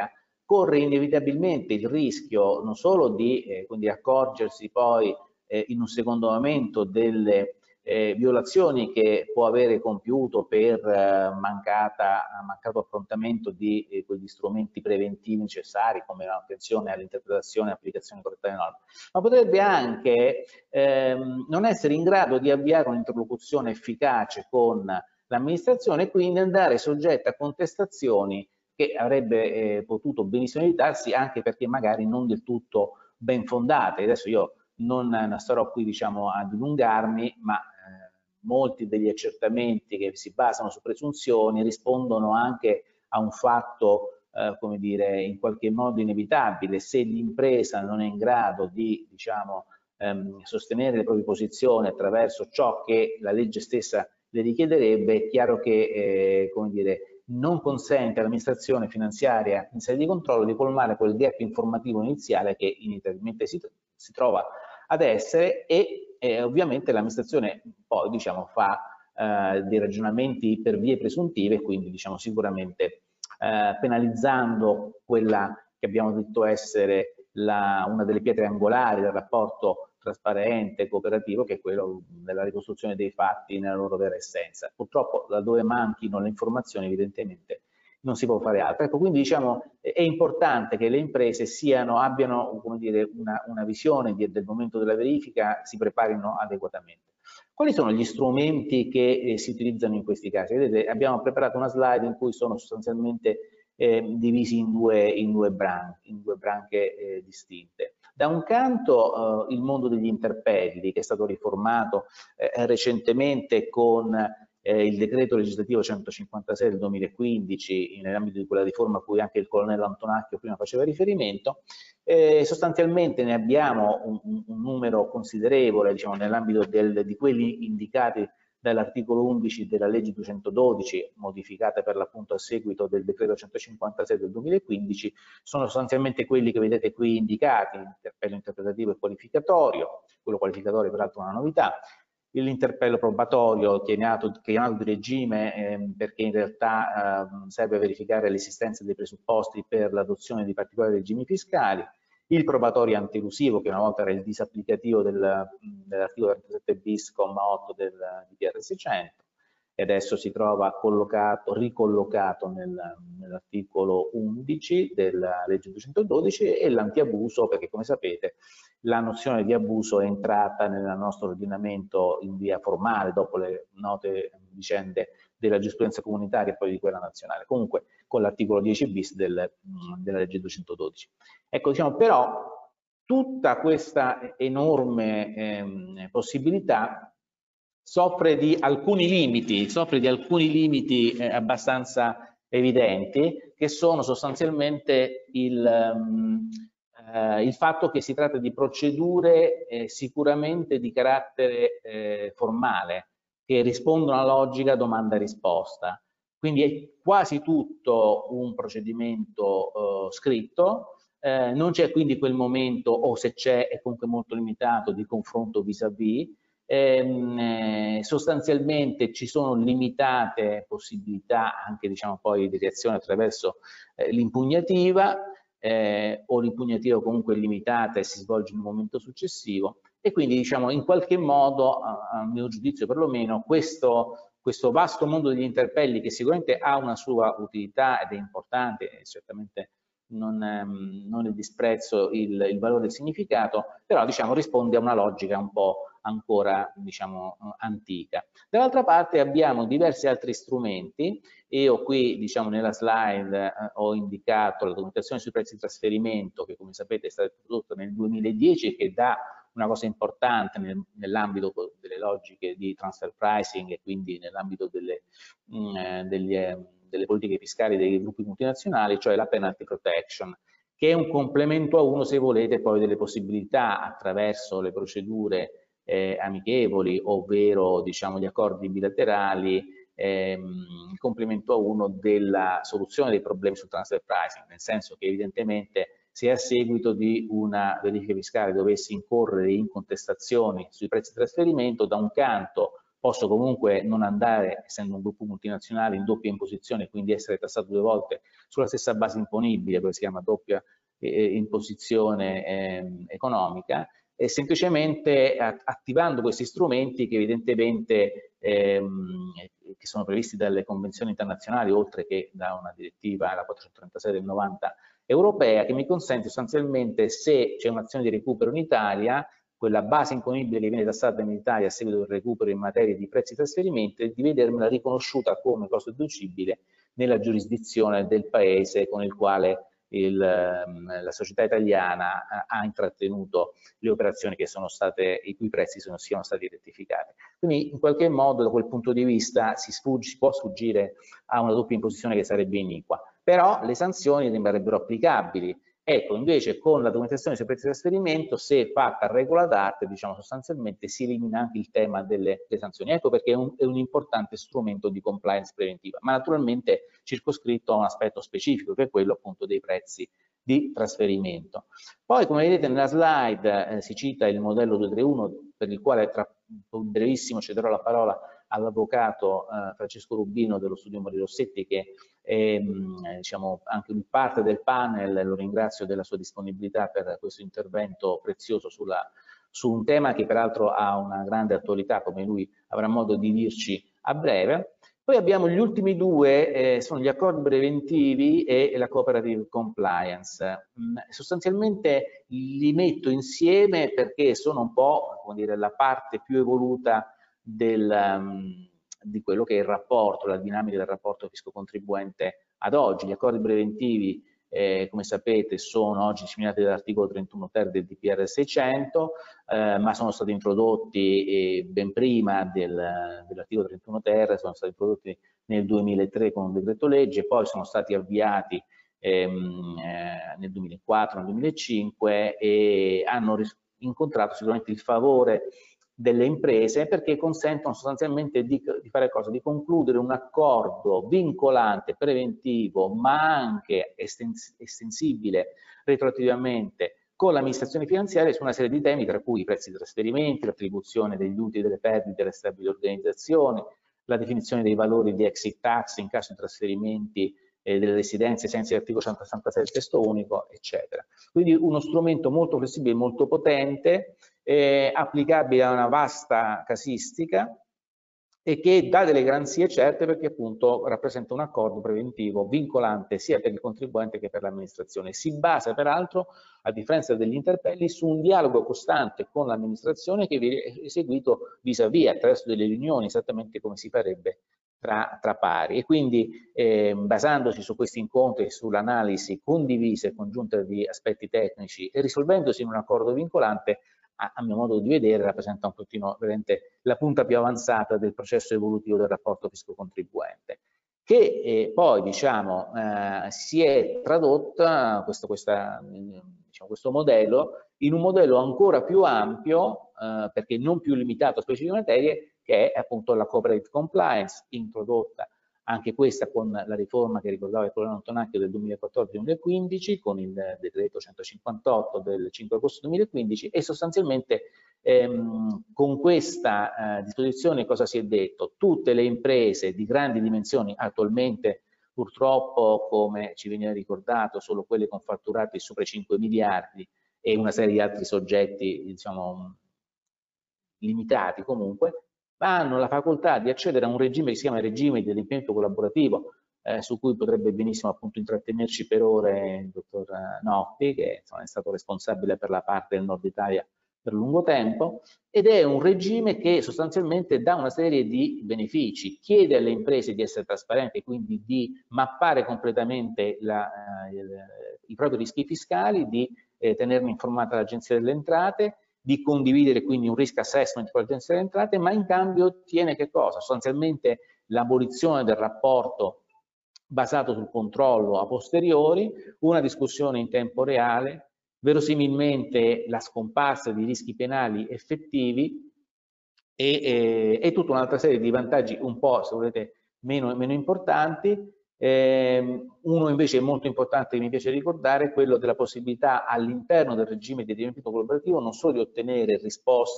B: corre inevitabilmente il rischio non solo di eh, quindi accorgersi poi eh, in un secondo momento delle eh, violazioni che può avere compiuto per eh, mancata, mancato affrontamento di eh, quegli strumenti preventivi necessari come l'attenzione all'interpretazione e applicazione corretta delle norme, ma potrebbe anche ehm, non essere in grado di avviare un'interlocuzione efficace con l'amministrazione e quindi andare soggetta a contestazioni che avrebbe eh, potuto benissimo evitarsi, anche perché magari non del tutto ben fondate. Adesso io non, non starò qui diciamo a dilungarmi, ma eh, molti degli accertamenti che si basano su presunzioni rispondono anche a un fatto eh, come dire in qualche modo inevitabile. Se l'impresa non è in grado di diciamo ehm, sostenere le proprie posizioni attraverso ciò che la legge stessa le richiederebbe, è chiaro che eh, come dire, non consente all'amministrazione finanziaria in sede di controllo di colmare quel gap informativo iniziale che inizialmente si, si trova ad essere e eh, ovviamente l'amministrazione poi diciamo fa eh, dei ragionamenti per vie presuntive, quindi diciamo sicuramente eh, penalizzando quella che abbiamo detto essere la, una delle pietre angolari del rapporto trasparente, cooperativo, che è quello della ricostruzione dei fatti nella loro vera essenza. Purtroppo laddove manchino le informazioni evidentemente non si può fare altro. Ecco, quindi diciamo è importante che le imprese siano, abbiano come dire, una, una visione di, del momento della verifica, si preparino adeguatamente. Quali sono gli strumenti che eh, si utilizzano in questi casi? Vedete, abbiamo preparato una slide in cui sono sostanzialmente eh, divisi in due, in due branche, in due branche eh, distinte. Da un canto eh, il mondo degli interpelli, che è stato riformato eh, recentemente con eh, il decreto legislativo centocinquantasei del duemilaquindici, nell'ambito di quella riforma a cui anche il colonnello Antonacchio prima faceva riferimento. Eh, sostanzialmente ne abbiamo un, un numero considerevole, diciamo, nell'ambito di quelli indicati dall'articolo undici della legge duecentododici, modificata per l'appunto a seguito del decreto centocinquantasei del duemilaquindici, sono sostanzialmente quelli che vedete qui indicati: l'interpello interpretativo e qualificatorio, quello qualificatorio peraltro è una novità, l'interpello probatorio chiamato, chiamato di regime eh, perché in realtà eh, serve a verificare l'esistenza dei presupposti per l'adozione di particolari regimi fiscali, il probatorio antielusivo, che una volta era il disapplicativo del, dell'articolo trentasette bis, comma otto del D P R seicento, e adesso si trova collocato, ricollocato nel, nell'articolo undici della legge duecentododici, e l'antiabuso, perché come sapete la nozione di abuso è entrata nel nostro ordinamento in via formale dopo le note vicende della giurisprudenza comunitaria e poi di quella nazionale, comunque con l'articolo dieci bis del, della legge duecentododici. Ecco, diciamo, però tutta questa enorme eh, possibilità soffre di alcuni limiti, soffre di alcuni limiti eh, abbastanza evidenti, che sono sostanzialmente il, um, eh, il fatto che si tratta di procedure eh, sicuramente di carattere eh, formale, che rispondono alla logica domanda-risposta. Quindi è quasi tutto un procedimento eh, scritto, eh, non c'è quindi quel momento, o se c'è è comunque molto limitato, di confronto vis-à-vis. Eh, sostanzialmente ci sono limitate possibilità anche diciamo poi di reazione attraverso eh, l'impugnativa eh, o l'impugnativa comunque limitata e si svolge in un momento successivo, e quindi diciamo in qualche modo a, a mio giudizio perlomeno questo, questo vasto mondo degli interpelli, che sicuramente ha una sua utilità ed è importante e certamente non, ehm, non ne disprezzo il, il valore e il significato, però diciamo risponde a una logica un po' ancora diciamo antica. Dall'altra parte abbiamo diversi altri strumenti. Io qui diciamo nella slide eh, ho indicato la documentazione sui prezzi di trasferimento, che come sapete è stata prodotta nel duemiladieci e che dà una cosa importante nel, nell'ambito delle logiche di transfer pricing e quindi nell'ambito delle, mh, delle, delle politiche fiscali dei gruppi multinazionali, cioè la penalty protection, che è un complemento a uno, se volete, poi delle possibilità attraverso le procedure Eh, amichevoli, ovvero diciamo gli accordi bilaterali, ehm, il complemento a uno della soluzione dei problemi sul transfer pricing, nel senso che evidentemente se a seguito di una verifica fiscale dovessi incorrere in contestazioni sui prezzi di trasferimento, da un canto posso comunque non andare, essendo un gruppo multinazionale, in doppia imposizione, quindi essere tassato due volte sulla stessa base imponibile, che si chiama doppia eh, imposizione eh, economica, e semplicemente attivando questi strumenti che evidentemente ehm, che sono previsti dalle convenzioni internazionali, oltre che da una direttiva, la quattrocentotrentasei del novanta europea, che mi consente sostanzialmente, se c'è un'azione di recupero in Italia, quella base imponibile che viene tassata in Italia a seguito del recupero in materia di prezzi di trasferimento, di vedermela riconosciuta come costo deducibile nella giurisdizione del paese con il quale il, la società italiana ha intrattenuto le operazioni che sono state, i cui prezzi sono, siano stati rettificati. Quindi in qualche modo da quel punto di vista si, sfugge, si può sfuggire a una doppia imposizione che sarebbe iniqua, però le sanzioni rimarrebbero applicabili. Ecco, invece con la documentazione sui prezzi di trasferimento, se fatta a regola d'arte, diciamo sostanzialmente si elimina anche il tema delle, delle sanzioni. Ecco perché è un, è un importante strumento di compliance preventiva, ma naturalmente circoscritto a un aspetto specifico, che è quello appunto dei prezzi di trasferimento. Poi, come vedete nella slide, eh, si cita il modello due tre uno, per il quale tra brevissimo cederò la parola all'avvocato eh, Francesco Rubino dello studio Mori Rossetti, che è diciamo, anche parte del panel. Lo ringrazio della sua disponibilità per questo intervento prezioso sulla, su un tema che peraltro ha una grande attualità, come lui avrà modo di dirci a breve. Poi abbiamo gli ultimi due, eh, sono gli accordi preventivi e la cooperative compliance. Mm, sostanzialmente li metto insieme perché sono un po', come dire, la parte più evoluta del, um, di quello che è il rapporto, la dinamica del rapporto fisco-contribuente ad oggi. Gli accordi preventivi, eh, come sapete, sono oggi disciplinati dall'articolo trentuno ter del D P R seicento, eh, ma sono stati introdotti eh, ben prima del, dell'articolo trentuno ter, sono stati introdotti nel duemilatré con un decreto legge, poi sono stati avviati ehm, eh, nel duemilaquattro, nel duemilacinque e hanno incontrato sicuramente il favore delle imprese, perché consentono sostanzialmente di, di fare cosa? Di concludere un accordo vincolante, preventivo, ma anche estens estensibile retroattivamente con l'amministrazione finanziaria su una serie di temi, tra cui i prezzi di trasferimenti, l'attribuzione degli utili e delle perdite alle stabili organizzazioni, la definizione dei valori di exit tax in caso di trasferimenti eh, delle residenze ai sensi dell'articolo centosessantasei del testo unico, eccetera. Quindi uno strumento molto flessibile, molto potente, eh, applicabile a una vasta casistica e che dà delle garanzie certe, perché appunto rappresenta un accordo preventivo vincolante sia per il contribuente che per l'amministrazione. Si basa peraltro, a differenza degli interpelli, su un dialogo costante con l'amministrazione che viene eseguito vis-à-vis, attraverso delle riunioni, esattamente come si farebbe tra, tra pari. E quindi eh, basandosi su questi incontri e sull'analisi condivisa e congiunta di aspetti tecnici e risolvendosi in un accordo vincolante, a, a mio modo di vedere rappresenta un pochino veramente la punta più avanzata del processo evolutivo del rapporto fisco-contribuente, che eh, poi diciamo eh, si è tradotta questo, questa, diciamo, questo modello in un modello ancora più ampio, eh, perché non più limitato a specifiche materie, che è appunto la cooperative compliance, introdotta anche questa con la riforma che ricordava il collega Antonacchio del duemilaquattordici duemilaquindici, con il decreto centocinquantotto del cinque agosto duemilaquindici, e sostanzialmente ehm, con questa eh, disposizione cosa si è detto? Tutte le imprese di grandi dimensioni, attualmente purtroppo come ci veniva ricordato solo quelle con fatturati sopra i cinque miliardi e una serie di altri soggetti diciamo limitati comunque, hanno la facoltà di accedere a un regime che si chiama regime di adempimento collaborativo, eh, su cui potrebbe benissimo appunto intrattenerci per ore il dottor Notti, che insomma, è stato responsabile per la parte del nord Italia per lungo tempo, ed è un regime che sostanzialmente dà una serie di benefici, chiede alle imprese di essere trasparenti, quindi di mappare completamente la, eh, il, i propri rischi fiscali, di eh, tenerne informata l'Agenzia delle Entrate, di condividere quindi un risk assessment con l'Agenzia delle Entrate, ma in cambio ottiene che cosa? Sostanzialmente l'abolizione del rapporto basato sul controllo a posteriori, una discussione in tempo reale, verosimilmente la scomparsa di rischi penali effettivi e, e, e tutta un'altra serie di vantaggi un po', se volete, meno, meno importanti. Eh, uno invece molto importante che mi piace ricordare è quello della possibilità all'interno del regime di adempimento collaborativo non solo di ottenere risposte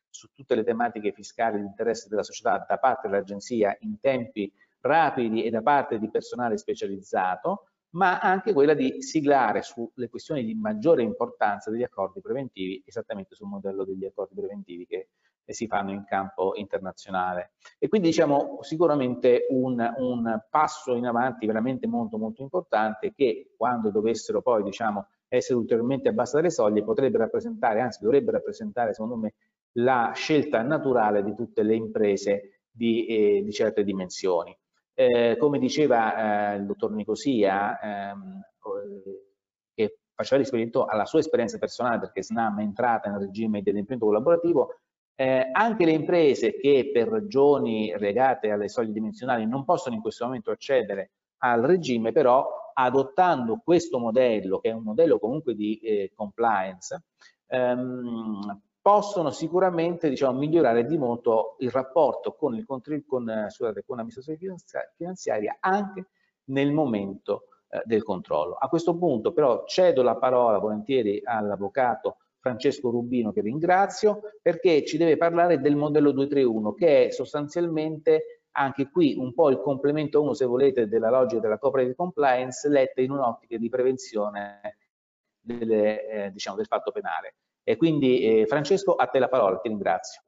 B: su tutte le tematiche fiscali di interesse della società da parte dell'Agenzia in tempi rapidi e da parte di personale specializzato, ma anche quella di siglare sulle questioni di maggiore importanza degli accordi preventivi, esattamente sul modello degli accordi preventivi che si fanno in campo internazionale. E quindi diciamo sicuramente un, un passo in avanti veramente molto molto importante, che quando dovessero poi diciamo essere ulteriormente abbassate le soglie potrebbe rappresentare, anzi dovrebbe rappresentare secondo me la scelta naturale di tutte le imprese di, eh, di certe dimensioni. Eh, come diceva eh, il dottor Nicosia, ehm, che faceva riferimento alla sua esperienza personale, perché Snam è entrata nel regime di adempimento collaborativo, eh, anche le imprese che per ragioni legate alle soglie dimensionali non possono in questo momento accedere al regime, però adottando questo modello, che è un modello comunque di eh, compliance, ehm, possono sicuramente diciamo, migliorare di molto il rapporto con il con, scusate, con l'amministrazione finanziaria anche nel momento eh, del controllo. A questo punto però cedo la parola volentieri all'avvocato Francesco Rubino, che ringrazio, perché ci deve parlare del modello due tre uno, che è sostanzialmente anche qui un po' il complemento uno, se volete, della logica della cooperative compliance letta in un'ottica di prevenzione delle, eh, diciamo, del fatto penale. E quindi eh, Francesco, a te la parola, ti ringrazio.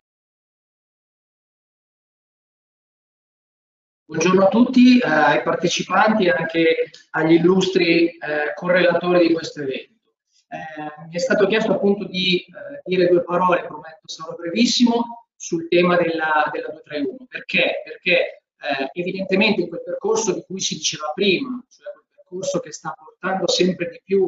G: Buongiorno a tutti, eh, ai partecipanti e anche agli illustri eh, correlatori di questo evento. Eh, mi è stato chiesto appunto di eh, dire due parole, prometto sarò brevissimo, sul tema della, della due tre uno. Perché? Perché eh, evidentemente in quel percorso di cui si diceva prima, cioè quel percorso che sta portando sempre di più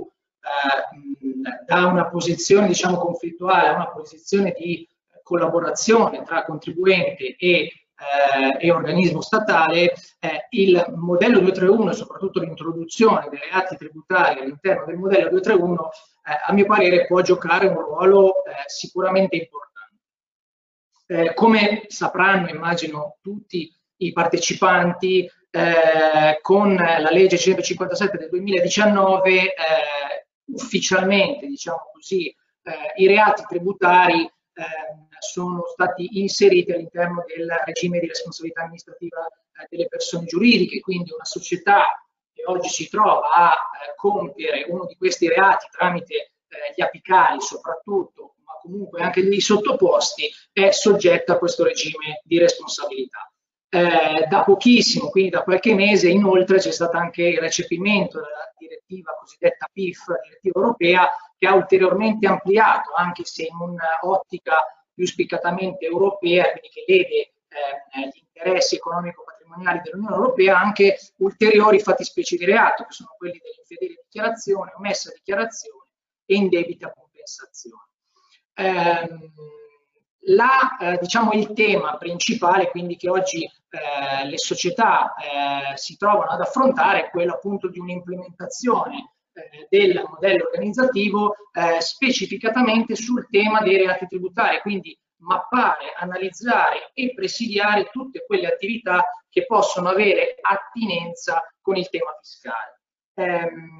G: eh, da una posizione diciamo conflittuale a una posizione di collaborazione tra contribuente e Eh, e organismo statale, eh, il modello due tre uno e soprattutto l'introduzione dei reati tributari all'interno del modello due tre uno eh, a mio parere può giocare un ruolo eh, sicuramente importante. Eh, come sapranno immagino tutti i partecipanti, eh, con la legge centocinquantasette del duemiladiciannove eh, ufficialmente diciamo così eh, i reati tributari Eh, sono stati inseriti all'interno del regime di responsabilità amministrativa eh, delle persone giuridiche, quindi una società che oggi si trova a eh, compiere uno di questi reati tramite eh, gli apicali soprattutto, ma comunque anche gli sottoposti, è soggetta a questo regime di responsabilità. Eh, da pochissimo, quindi da qualche mese, inoltre c'è stato anche il recepimento della direttiva cosiddetta P I F, direttiva europea, che ha ulteriormente ampliato, anche se in un'ottica più spiccatamente europea, quindi che vede eh, gli interessi economico-patrimoniali dell'Unione Europea, anche ulteriori fattispecie di reato, che sono quelli dell'infedele dichiarazione, omessa dichiarazione e indebita compensazione. Eh, La, eh, diciamo il tema principale quindi che oggi eh, le società eh, si trovano ad affrontare è quello appunto di un'implementazione eh, del modello organizzativo eh, specificatamente sul tema dei reati tributari, quindi mappare, analizzare e presidiare tutte quelle attività che possono avere attinenza con il tema fiscale. Ehm,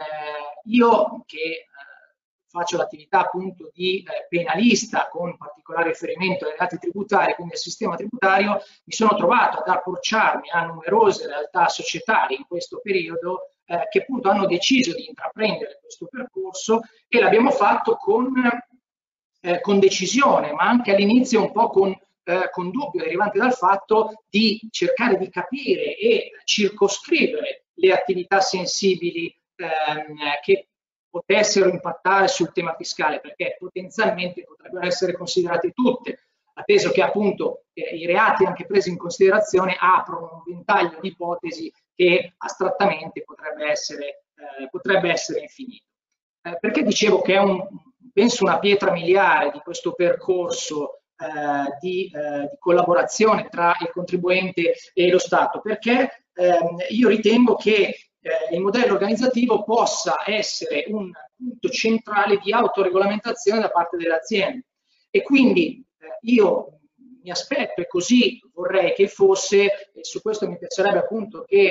G: io che faccio l'attività appunto di eh, penalista con particolare riferimento ai reati tributari, quindi al sistema tributario, mi sono trovato ad approcciarmi a numerose realtà societarie in questo periodo eh, che appunto hanno deciso di intraprendere questo percorso e l'abbiamo fatto con, eh, con decisione, ma anche all'inizio un po' con, eh, con dubbio derivante dal fatto di cercare di capire e circoscrivere le attività sensibili ehm, che potessero impattare sul tema fiscale, perché potenzialmente potrebbero essere considerate tutte, atteso che appunto eh, i reati anche presi in considerazione aprono un ventaglio di ipotesi che astrattamente potrebbe essere, eh, potrebbe essere infinito. Eh, perché dicevo che è un, penso una pietra miliare di questo percorso eh, di, eh, di collaborazione tra il contribuente e lo Stato? Perché ehm, io ritengo che Eh, il modello organizzativo possa essere un punto centrale di autoregolamentazione da parte delle aziende e quindi eh, io mi aspetto e così vorrei che fosse, e su questo mi piacerebbe appunto che,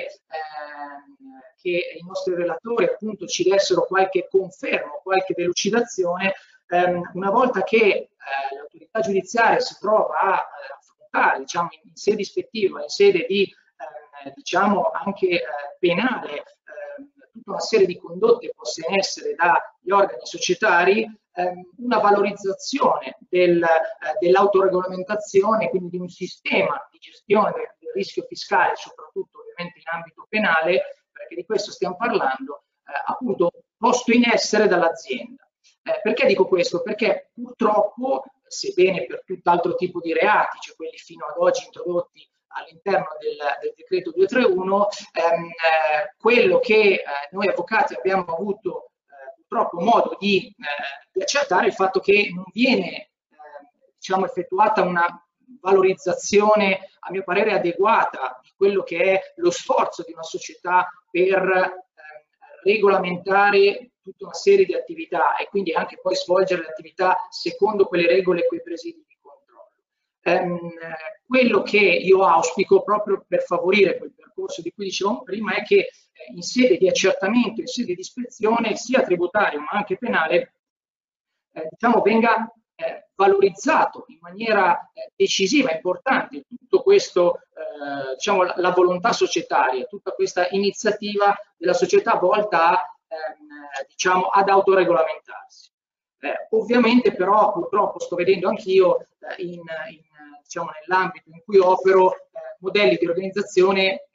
G: eh, che i nostri relatori appunto ci dessero qualche conferma, qualche delucidazione, ehm, una volta che eh, l'autorità giudiziaria si trova a eh, affrontare, diciamo, in, in sede ispettiva, in sede di, eh, diciamo, anche eh, penale, eh, tutta una serie di condotte poste in essere dagli organi societari, ehm, una valorizzazione del, eh, dell'autoregolamentazione, quindi di un sistema di gestione del, del rischio fiscale, soprattutto ovviamente in ambito penale, perché di questo stiamo parlando, eh, appunto posto in essere dall'azienda. Eh, perché dico questo? Perché purtroppo, sebbene per tutt'altro tipo di reati, cioè quelli fino ad oggi introdotti all'interno del, del decreto duecentotrentuno, ehm, eh, quello che eh, noi avvocati abbiamo avuto eh, purtroppo modo di, eh, di accertare è il fatto che non viene eh, diciamo, effettuata una valorizzazione, a mio parere, adeguata di quello che è lo sforzo di una società per eh, regolamentare tutta una serie di attività e quindi anche poi svolgere le attività secondo quelle regole e quei presidi di controllo. Ehm, quello che io auspico proprio per favorire quel percorso di cui dicevamo prima è che eh, in sede di accertamento, in sede di ispezione, sia tributario ma anche penale, eh, diciamo, venga eh, valorizzato in maniera eh, decisiva, importante, tutto questo, eh, diciamo, la, la volontà societaria, tutta questa iniziativa della società volta a, ehm, diciamo, ad autoregolamentarsi. Eh, ovviamente però purtroppo sto vedendo anch'io eh, in, in, diciamo, nell'ambito in cui opero eh, modelli di organizzazione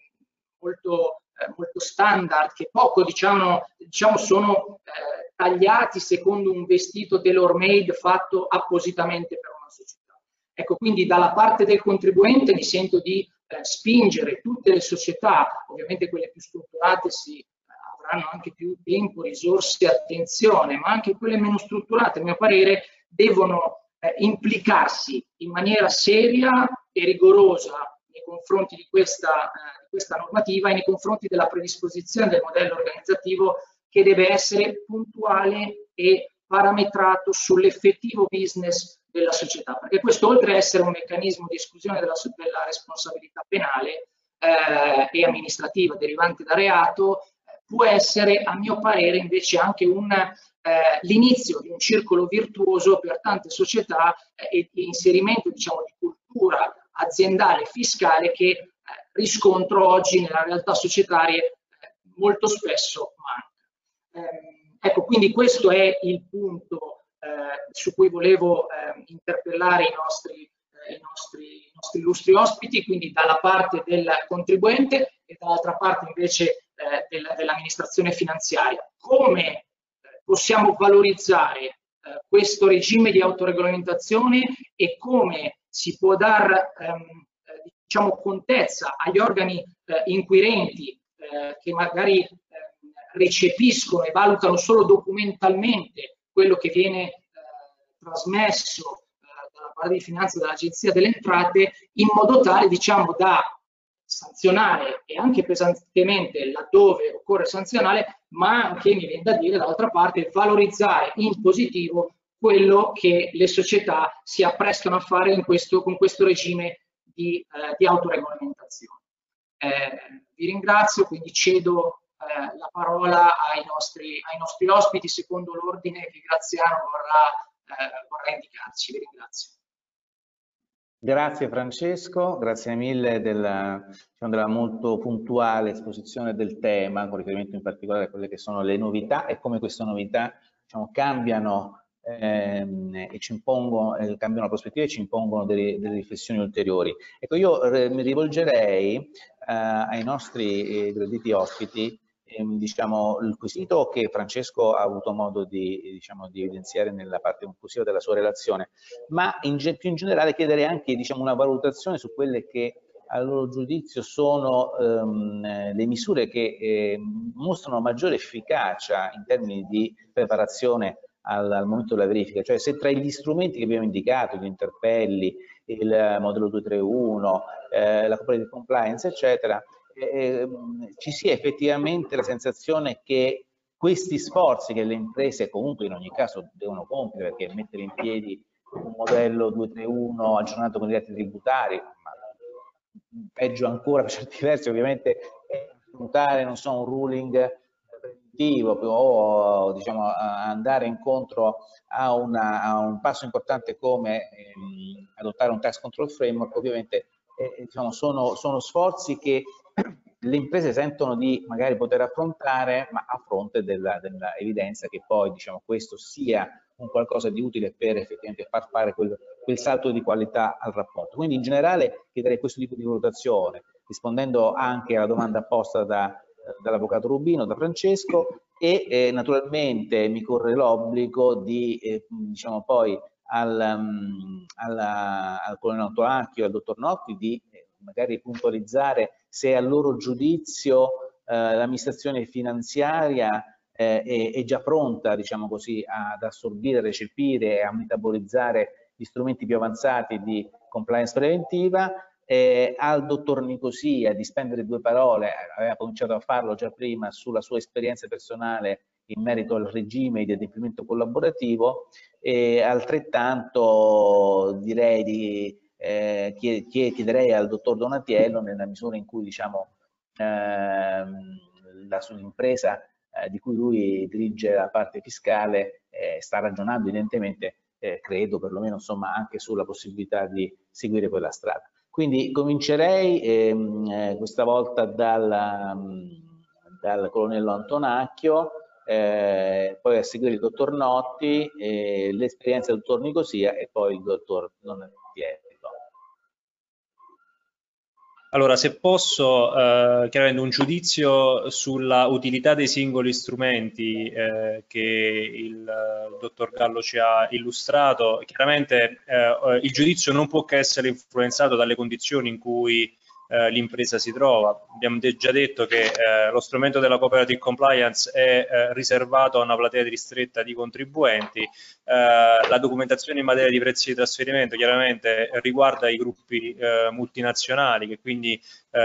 G: molto, eh, molto standard, che poco diciamo, diciamo sono eh, tagliati secondo un vestito tailor-made fatto appositamente per una società. Ecco, quindi dalla parte del contribuente mi sento di eh, spingere tutte le società, ovviamente quelle più strutturate si avranno anche più tempo, risorse e attenzione, ma anche quelle meno strutturate, a mio parere, devono eh, implicarsi in maniera seria e rigorosa nei confronti di questa, eh, di questa normativa e nei confronti della predisposizione del modello organizzativo, che deve essere puntuale e parametrato sull'effettivo business della società, perché questo, oltre a essere un meccanismo di esclusione della, della responsabilità penale eh, e amministrativa derivante da reato, può essere, a mio parere, invece anche un, eh, l'inizio di un circolo virtuoso per tante società eh, e di inserimento, diciamo, di cultura aziendale e fiscale che eh, riscontro oggi nella realtà societaria eh, molto spesso manca. Eh, ecco, quindi questo è il punto eh, su cui volevo eh, interpellare i nostri, eh, i, nostri, i nostri illustri ospiti, quindi dalla parte del contribuente e dall'altra parte invece dell'amministrazione finanziaria. Come possiamo valorizzare eh, questo regime di autoregolamentazione e come si può dar ehm, diciamo, contezza agli organi eh, inquirenti eh, che magari eh, recepiscono e valutano solo documentalmente quello che viene eh, trasmesso eh, dalla parte di finanza dall'Agenzia delle Entrate, in modo tale, diciamo, da sanzionare e anche pesantemente laddove occorre sanzionare, ma anche, mi viene da dire, dall'altra parte, valorizzare in positivo quello che le società si apprestano a fare in questo, con questo regime di, eh, di autoregolamentazione. Eh, vi ringrazio, quindi cedo eh, la parola ai nostri, ai nostri ospiti secondo l'ordine che Graziano vorrà, eh, vorrà indicarci. Vi ringrazio.
B: Grazie Francesco, grazie mille della, diciamo, della molto puntuale esposizione del tema, con riferimento in particolare a quelle che sono le novità e come queste novità, diciamo, cambiano ehm, e ci impongono, eh, cambiano la prospettiva e ci impongono delle, delle riflessioni ulteriori. Ecco, io eh, mi rivolgerei eh, ai nostri eh, graditi ospiti, ehm, diciamo, il quesito che Francesco ha avuto modo di, diciamo, di evidenziare nella parte conclusiva della sua relazione, ma in, più in generale chiedere anche, diciamo, una valutazione su quelle che a loro giudizio sono ehm, le misure che eh, mostrano maggiore efficacia in termini di preparazione al, al momento della verifica, cioè se tra gli strumenti che abbiamo indicato, gli interpelli, il modello duecentotrentuno, eh, la corporate compliance, eccetera, eh, ci sia effettivamente la sensazione che questi sforzi che le imprese comunque in ogni caso devono compiere, perché mettere in piedi un modello duecentotrentuno aggiornato con i dati tributari, ma peggio ancora per certi versi ovviamente è affrontare, non so, un ruling prescrittivo o diciamo, andare incontro a, una, a un passo importante come ehm, adottare un tax control framework, ovviamente eh, diciamo, sono, sono sforzi che le imprese sentono di magari poter affrontare, ma a fronte della, della evidenza che poi diciamo, questo sia un qualcosa di utile per effettivamente far fare quel, quel salto di qualità al rapporto. Quindi in generale chiederei questo tipo di valutazione, rispondendo anche alla domanda posta da, dall'avvocato Rubino, da Francesco, e eh, naturalmente mi corre l'obbligo di eh, diciamo poi al, um, alla, al colonnello Antonacchio e al dottor Notti di eh, magari puntualizzare se a loro giudizio eh, l'amministrazione finanziaria eh, è, è già pronta, diciamo così, ad assorbire, recepire e a metabolizzare gli strumenti più avanzati di compliance preventiva. Eh, al dottor Nicosia di spendere due parole, aveva cominciato a farlo già prima, sulla sua esperienza personale in merito al regime di adempimento collaborativo, e altrettanto direi di eh, chiederei al dottor Donatiello, nella misura in cui diciamo ehm, la sua impresa eh, di cui lui dirige la parte fiscale eh, sta ragionando evidentemente, eh, credo perlomeno insomma, anche sulla possibilità di seguire quella strada. Quindi comincerei ehm, eh, questa volta dal, dal colonnello Antonacchio, eh, poi a seguire il dottor Notti, eh, l'esperienza del dottor Nicosia e poi il dottor Donatiello.
E: Allora, se posso, eh, chiaramente un giudizio sulla utilità dei singoli strumenti eh, che il eh, dottor Gallo ci ha illustrato, chiaramente eh, il giudizio non può che essere influenzato dalle condizioni in cui eh, l'impresa si trova. Abbiamo de già detto che eh, lo strumento della cooperative compliance è eh, riservato a una platea ristretta di contribuenti. Eh, la documentazione in materia di prezzi di trasferimento chiaramente riguarda i gruppi eh, multinazionali che quindi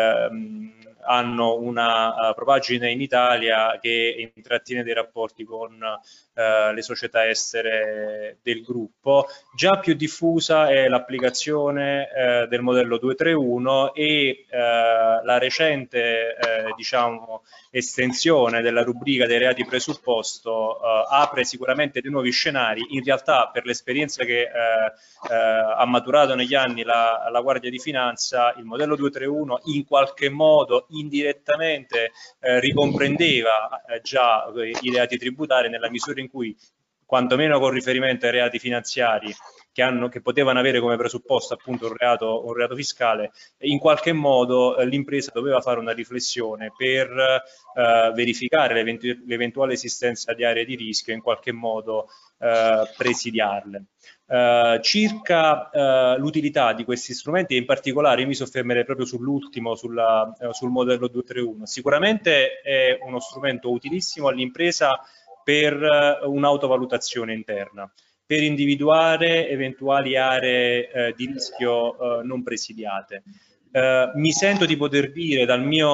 E: ehm, hanno una uh, propagine in Italia che intrattiene dei rapporti con uh, le società estere del gruppo. Già più diffusa è l'applicazione uh, del modello duecentotrentuno e uh, la recente uh, diciamo, estensione della rubrica dei reati presupposto uh, apre sicuramente dei nuovi scenari. In realtà, per l'esperienza che uh, uh, ha maturato negli anni la, la Guardia di Finanza, il modello duecentotrentuno in qualche modo indirettamente eh, ricomprendeva eh, già eh, i reati tributari, nella misura in cui, quantomeno con riferimento ai reati finanziari che, hanno, che potevano avere come presupposto appunto un reato, un reato fiscale, in qualche modo eh, l'impresa doveva fare una riflessione per eh, verificare l'eventuale esistenza di aree di rischio e in qualche modo eh, presidiarle. Uh, circa uh, l'utilità di questi strumenti, e in particolare io mi soffermerei proprio sull'ultimo, sulla, uh, sul modello duecentotrentuno. Sicuramente è uno strumento utilissimo all'impresa per uh, un'autovalutazione interna, per individuare eventuali aree uh, di rischio uh, non presidiate. Uh, mi sento di poter dire dal mio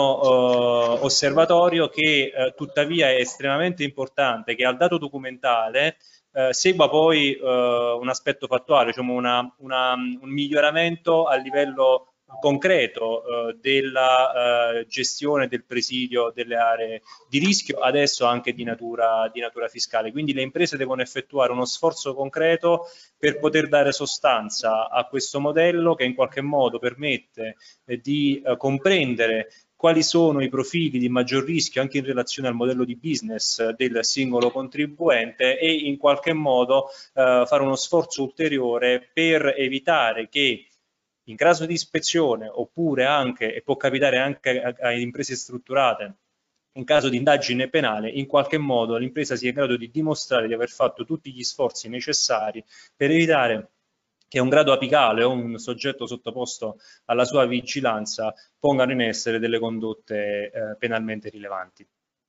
E: uh, osservatorio che uh, tuttavia è estremamente importante che al dato documentale Uh, segua poi uh, un aspetto fattuale, diciamo una, una, un miglioramento a livello concreto uh, della uh, gestione del presidio delle aree di rischio, adesso anche di natura, di natura fiscale. Quindi le imprese devono effettuare uno sforzo concreto per poter dare sostanza a questo modello che in qualche modo permette eh, di uh, comprendere quali sono i profili di maggior rischio anche in relazione al modello di business del singolo contribuente e in qualche modo eh, fare uno sforzo ulteriore per evitare che in caso di ispezione, oppure anche, e può capitare anche a, a imprese strutturate, in caso di indagine penale, in qualche modo l'impresa sia in grado di dimostrare di aver fatto tutti gli sforzi necessari per evitare che un grado apicale o un soggetto sottoposto alla sua vigilanza pongano in essere delle condotte eh, penalmente rilevanti.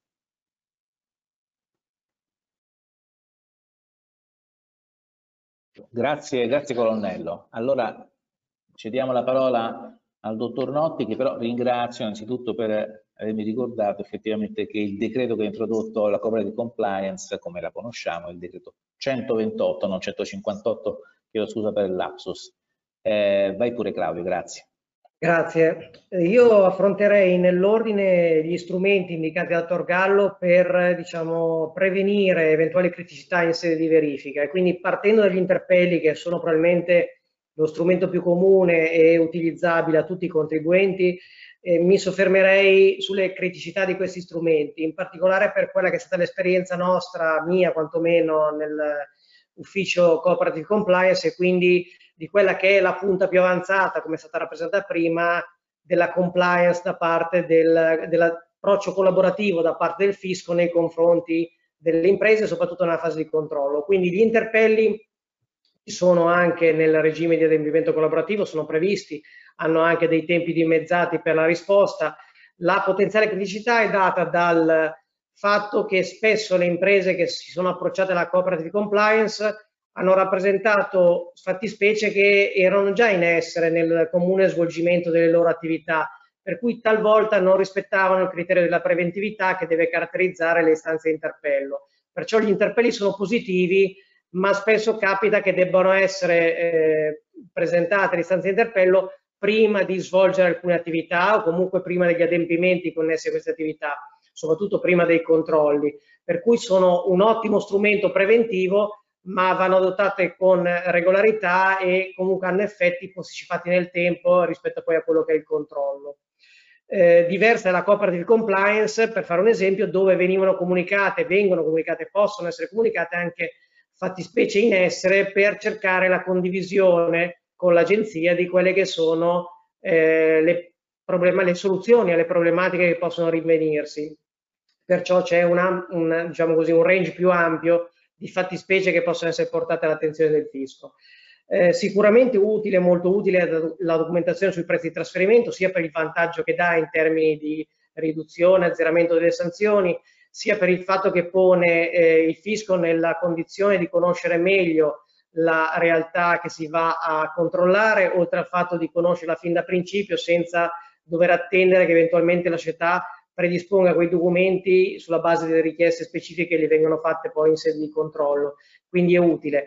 B: Grazie, grazie colonnello. Allora cediamo la parola al dottor Notti, che però ringrazio innanzitutto per avermi ricordato effettivamente che il decreto che ha introdotto la cooperative compliance, come la conosciamo, è il decreto centoventotto, non centocinquantotto, chiedo scusa per il lapsus. Eh, vai pure Claudio, grazie.
F: Grazie. Io affronterei nell'ordine gli strumenti indicati dal dottor Gallo per, diciamo, prevenire eventuali criticità in sede di verifica, e quindi partendo dagli interpelli, che sono probabilmente lo strumento più comune e utilizzabile a tutti i contribuenti, eh, mi soffermerei sulle criticità di questi strumenti, in particolare per quella che è stata l'esperienza nostra, mia quantomeno, nell'ufficio Cooperative Compliance, e quindi di quella che è la punta più avanzata, come è stata rappresentata prima, della compliance da parte del, dell'approccio collaborativo da parte del fisco nei confronti delle imprese, soprattutto nella fase di controllo. Quindi gli interpelli ci sono anche nel regime di adempimento collaborativo, sono previsti, hanno anche dei tempi dimezzati per la risposta. La potenziale criticità è data dal fatto che spesso le imprese che si sono approcciate alla cooperative compliance hanno rappresentato fattispecie che erano già in essere nel comune svolgimento delle loro attività, per cui talvolta non rispettavano il criterio della preventività che deve caratterizzare le istanze di interpello. Perciò gli interpelli sono positivi, ma spesso capita che debbano essere eh, presentate le istanze di interpello prima di svolgere alcune attività, o comunque prima degli adempimenti connessi a queste attività, soprattutto prima dei controlli, per cui sono un ottimo strumento preventivo, ma vanno adottate con regolarità e comunque hanno effetti posticipati nel tempo rispetto poi a quello che è il controllo. Eh, diversa è la cooperative compliance, per fare un esempio, dove venivano comunicate, vengono comunicate, possono essere comunicate anche fattispecie in essere per cercare la condivisione con l'agenzia di quelle che sono eh, le, problema, le soluzioni alle problematiche che possono rinvenirsi. Perciò c'è una, una, diciamo così, un range più ampio di fattispecie che possono essere portate all'attenzione del fisco. Eh, sicuramente utile, molto utile la documentazione sui prezzi di trasferimento, sia per il vantaggio che dà in termini di riduzione, azzeramento delle sanzioni, sia per il fatto che pone eh, il fisco nella condizione di conoscere meglio la realtà che si va a controllare, oltre al fatto di conoscerla fin da principio senza dover attendere che eventualmente la società predisponga quei documenti sulla base delle richieste specifiche che gli vengono fatte poi in sede di controllo. Quindi è utile.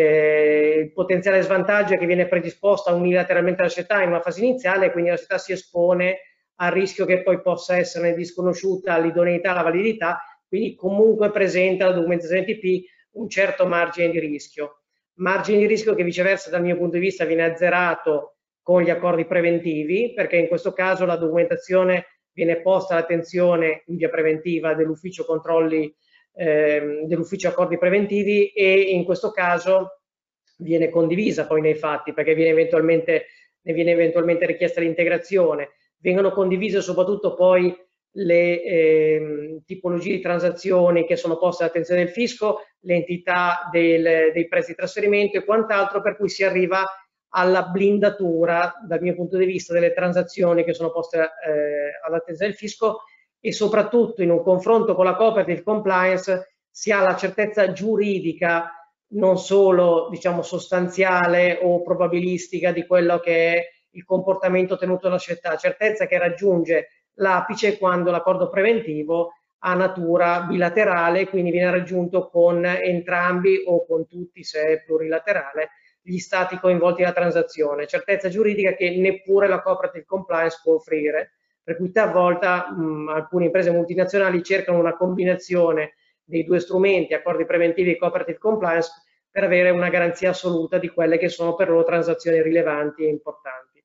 F: Eh, il potenziale svantaggio è che viene predisposta unilateralmente la società in una fase iniziale, quindi la società si espone al rischio che poi possa essere disconosciuta l'idoneità, la validità, quindi comunque presenta la documentazione T P un certo margine di rischio. Margine di rischio che viceversa dal mio punto di vista viene azzerato con gli accordi preventivi, perché in questo caso la documentazione viene posta all'attenzione in via preventiva dell'ufficio controlli, eh, dell'ufficio accordi preventivi, e in questo caso viene condivisa poi nei fatti, perché viene eventualmente, ne viene eventualmente richiesta l'integrazione. Vengono condivise soprattutto poi le eh, tipologie di transazioni che sono poste all'attenzione del fisco, l'entità del, dei prezzi di trasferimento e quant'altro, per cui si arriva alla blindatura, dal mio punto di vista, delle transazioni che sono poste eh, all'attenzione del fisco, e soprattutto in un confronto con la cooperative compliance si ha la certezza giuridica, non solo diciamo sostanziale o probabilistica, di quello che è il comportamento tenuto dalla società, certezza che raggiunge l'apice quando l'accordo preventivo ha natura bilaterale, quindi viene raggiunto con entrambi o con tutti, se è plurilaterale, gli stati coinvolti nella transazione. Certezza giuridica che neppure la cooperative compliance può offrire, per cui talvolta mh, alcune imprese multinazionali cercano una combinazione dei due strumenti, accordi preventivi e cooperative compliance, per avere una garanzia assoluta di quelle che sono per loro transazioni rilevanti e importanti.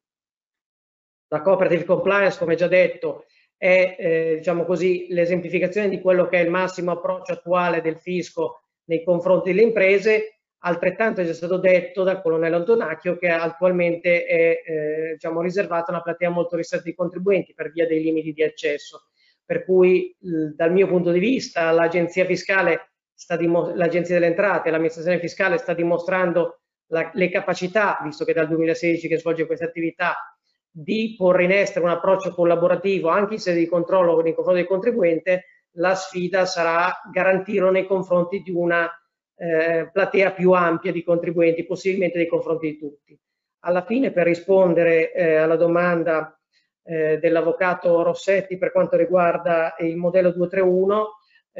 F: La cooperative compliance, come già detto, è eh, diciamo così, l'esemplificazione di quello che è il massimo approccio attuale del fisco nei confronti delle imprese. Altrettanto è già stato detto dal colonnello Antonacchio che attualmente è eh, diciamo, riservata una platea molto ristretta di contribuenti per via dei limiti di accesso, per cui dal mio punto di vista l'agenzia fiscale, l'agenzia delle entrate e l'amministrazione fiscale sta dimostrando la, le capacità, visto che è dal duemilasedici che svolge queste attività, di porre in essere un approccio collaborativo anche in sede di controllo nei confronti del contribuente. La sfida sarà garantirlo nei confronti di una eh, platea più ampia di contribuenti, possibilmente nei confronti di tutti. Alla fine, per rispondere eh, alla domanda eh, dell'avvocato Rossetti per quanto riguarda il modello duecentotrentuno,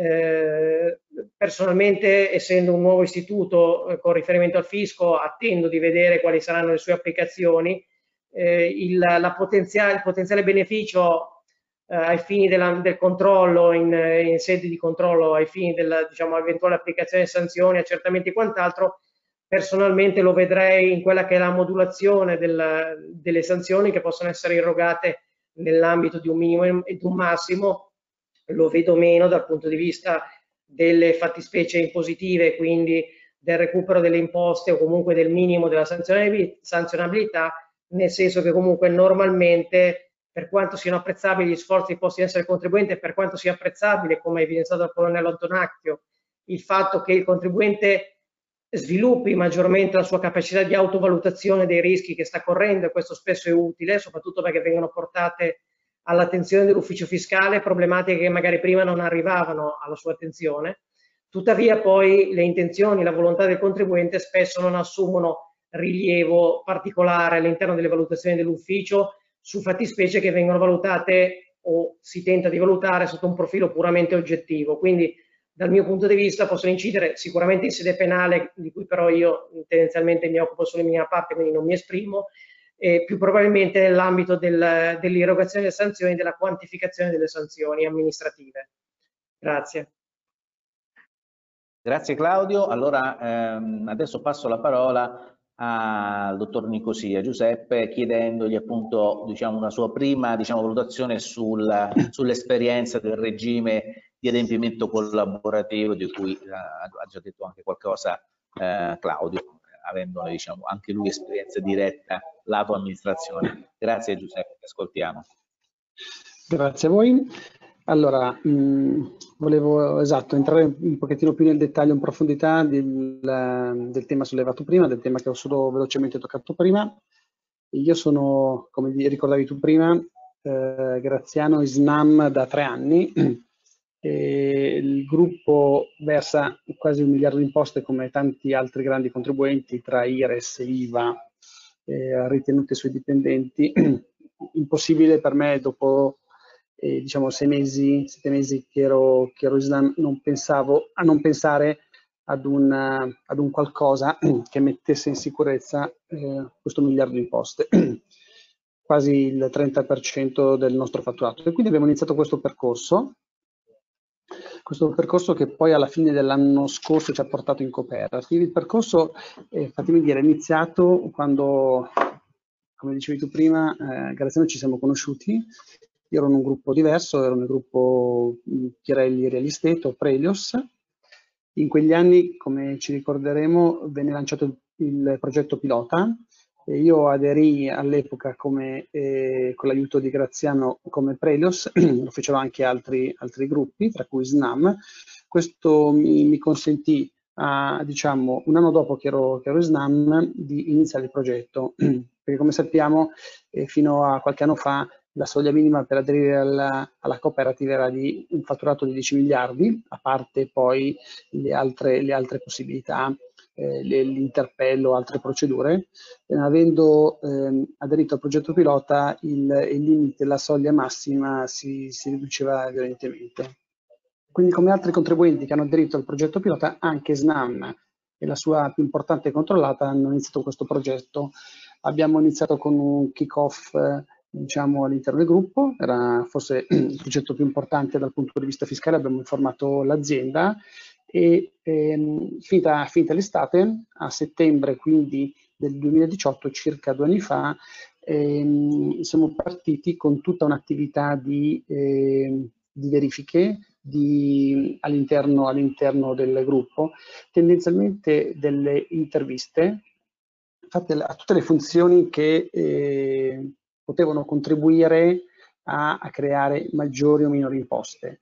F: eh, personalmente, essendo un nuovo istituto eh, con riferimento al fisco, attendo di vedere quali saranno le sue applicazioni. eh, il, la potenziale, il potenziale beneficio eh, ai fini della, del controllo, in, in sede di controllo, ai fini della, diciamo, eventuale applicazione di sanzioni, accertamenti e quant'altro, personalmente lo vedrei in quella che è la modulazione del, delle sanzioni che possono essere irrogate nell'ambito di un minimo e di un massimo. Lo vedo meno dal punto di vista delle fattispecie impositive, quindi del recupero delle imposte o comunque del minimo della sanzionabilità, nel senso che comunque normalmente, per quanto siano apprezzabili gli sforzi posti in essere dal contribuente, per quanto sia apprezzabile, come evidenziato dal colonnello Antonacchio, il fatto che il contribuente sviluppi maggiormente la sua capacità di autovalutazione dei rischi che sta correndo, e questo spesso è utile, soprattutto perché vengono portate all'attenzione dell'ufficio fiscale problematiche che magari prima non arrivavano alla sua attenzione. Tuttavia poi le intenzioni, la volontà del contribuente spesso non assumono rilievo particolare all'interno delle valutazioni dell'ufficio su fattispecie che vengono valutate o si tenta di valutare sotto un profilo puramente oggettivo. Quindi dal mio punto di vista possono incidere sicuramente in sede penale, di cui però io tendenzialmente mi occupo solo in mia parte, quindi non mi esprimo, e più probabilmente nell'ambito del, dell'irrogazione delle sanzioni e della quantificazione delle sanzioni amministrative. Grazie.
B: Grazie Claudio. Allora ehm, adesso passo la parola al dottor Nicosia Giuseppe, chiedendogli appunto diciamo, una sua prima diciamo, valutazione sul, sull'esperienza del regime di adempimento collaborativo di cui eh, ha già detto anche qualcosa eh, Claudio, avendo diciamo, anche lui esperienza diretta lato amministrazione. Grazie Giuseppe, ti ascoltiamo.
D: Grazie a voi. Allora, mh, volevo esatto, entrare un pochettino più nel dettaglio, in profondità del, del tema sollevato prima, del tema che ho solo velocemente toccato prima. Io sono, come ricordavi tu prima, eh, Graziano Isnam da tre anni. E il gruppo versa quasi un miliardo di imposte come tanti altri grandi contribuenti tra I R E S, I V A, eh, ritenute sui dipendenti. Impossibile per me dopo eh, diciamo sei mesi, sette mesi che ero, che ero Islam, non pensavo a non pensare ad un, ad un qualcosa che mettesse in sicurezza eh, questo miliardo di imposte, quasi il trenta per cento del nostro fatturato. E quindi abbiamo iniziato questo percorso. Questo percorso che poi alla fine dell'anno scorso ci ha portato in cooperative. Il percorso, eh, fatemi dire, è iniziato quando, come dicevi tu prima, eh, Graziano, ci siamo conosciuti. Io ero in un gruppo diverso, ero nel gruppo Pirelli Real Estate o Prelios. In quegli anni, come ci ricorderemo, venne lanciato il progetto pilota. E io aderì all'epoca come eh, con l'aiuto di Graziano come Prelios, lo fecero anche altri, altri gruppi, tra cui SNAM. Questo mi, mi consentì, a, diciamo, un anno dopo che ero, che ero SNAM, di iniziare il progetto, perché come sappiamo eh, fino a qualche anno fa la soglia minima per aderire alla, alla cooperative era di un fatturato di dieci miliardi, a parte poi le altre, le altre possibilità, eh, l'interpello, altre procedure. Eh, avendo eh, aderito al progetto pilota, il, il limite, la soglia massima si, si riduceva violentemente. Quindi, come altri contribuenti che hanno aderito al progetto pilota, anche SNAM e la sua più importante controllata hanno iniziato questo progetto. Abbiamo iniziato con un kick-off eh, diciamo all'interno del gruppo, era forse il progetto più importante dal punto di vista fiscale. Abbiamo informato l'azienda e ehm, finita, finita l'estate, a settembre quindi del duemiladiciotto, circa due anni fa, ehm, siamo partiti con tutta un'attività di, eh, di verifiche all'interno all'interno del gruppo, tendenzialmente delle interviste fatte a tutte le funzioni che eh, potevano contribuire a, a creare maggiori o minori imposte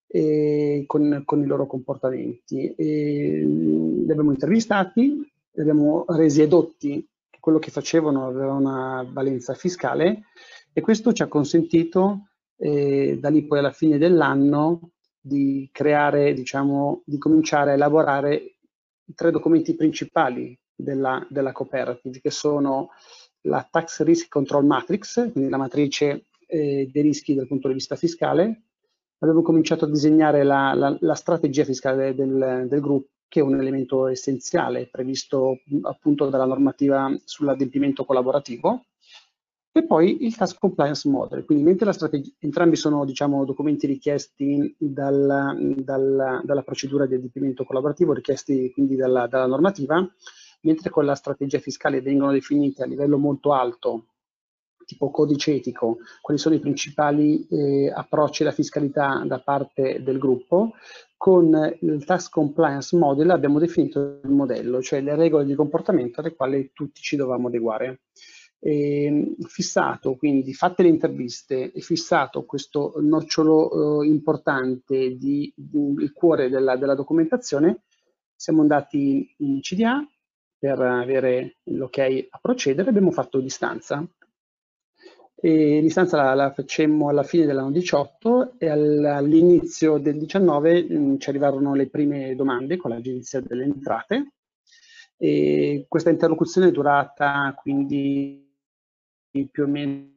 D: e con, con i loro comportamenti. E li abbiamo intervistati, li abbiamo resi edotti che quello che facevano aveva una valenza fiscale, e questo ci ha consentito eh, da lì poi alla fine dell'anno di creare, diciamo, di cominciare a elaborare i tre documenti principali della, della cooperative, che sono la Tax Risk Control Matrix, quindi la matrice eh, dei rischi dal punto di vista fiscale. Abbiamo cominciato a disegnare la, la, la strategia fiscale del, del gruppo, che è un elemento essenziale previsto appunto dalla normativa sull'adempimento collaborativo. E poi il Task Compliance Model, quindi mentre la strategia, entrambi sono diciamo, documenti richiesti dal, dal, dalla procedura di adempimento collaborativo, richiesti quindi dalla, dalla normativa, mentre con la strategia fiscale vengono definite a livello molto alto, tipo codice etico, quali sono i principali eh, approcci alla fiscalità da parte del gruppo. Con il Tax Compliance Model abbiamo definito il modello, cioè le regole di comportamento alle quali tutti ci dovevamo adeguare. E, fissato, quindi fatte le interviste e fissato questo nocciolo eh, importante di, di, il cuore della, della documentazione, siamo andati in C D A per avere l'ok a procedere, abbiamo fatto l'istanza. E l'istanza la, la facemmo alla fine dell'anno diciotto e all'inizio del diciannove mh, ci arrivarono le prime domande con l'Agenzia delle Entrate. E questa interlocuzione è durata quindi più o meno,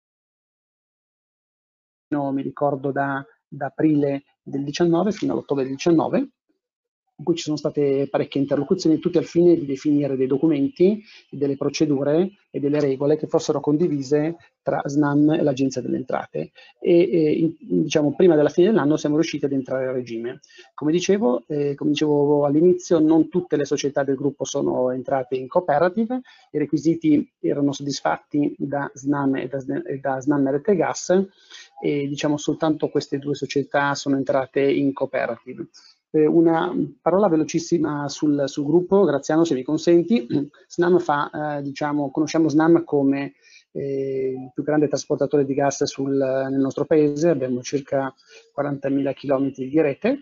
D: mi ricordo, da, da aprile del diciannove fino all'ottobre del diciannove, in cui ci sono state parecchie interlocuzioni, tutte al fine di definire dei documenti, delle procedure e delle regole che fossero condivise tra SNAM e l'Agenzia delle Entrate. E, e diciamo, prima della fine dell'anno siamo riusciti ad entrare a regime. Come dicevo, eh, come dicevo all'inizio, non tutte le società del gruppo sono entrate in cooperative, i requisiti erano soddisfatti da SNAM e da, e da SNAM R T Gas, e diciamo soltanto queste due società sono entrate in cooperative. Una parola velocissima sul, sul gruppo, Graziano, se mi consenti. SNAM fa, eh, diciamo, conosciamo SNAM come eh, il più grande trasportatore di gas sul, nel nostro paese, abbiamo circa quarantamila chilometri di rete.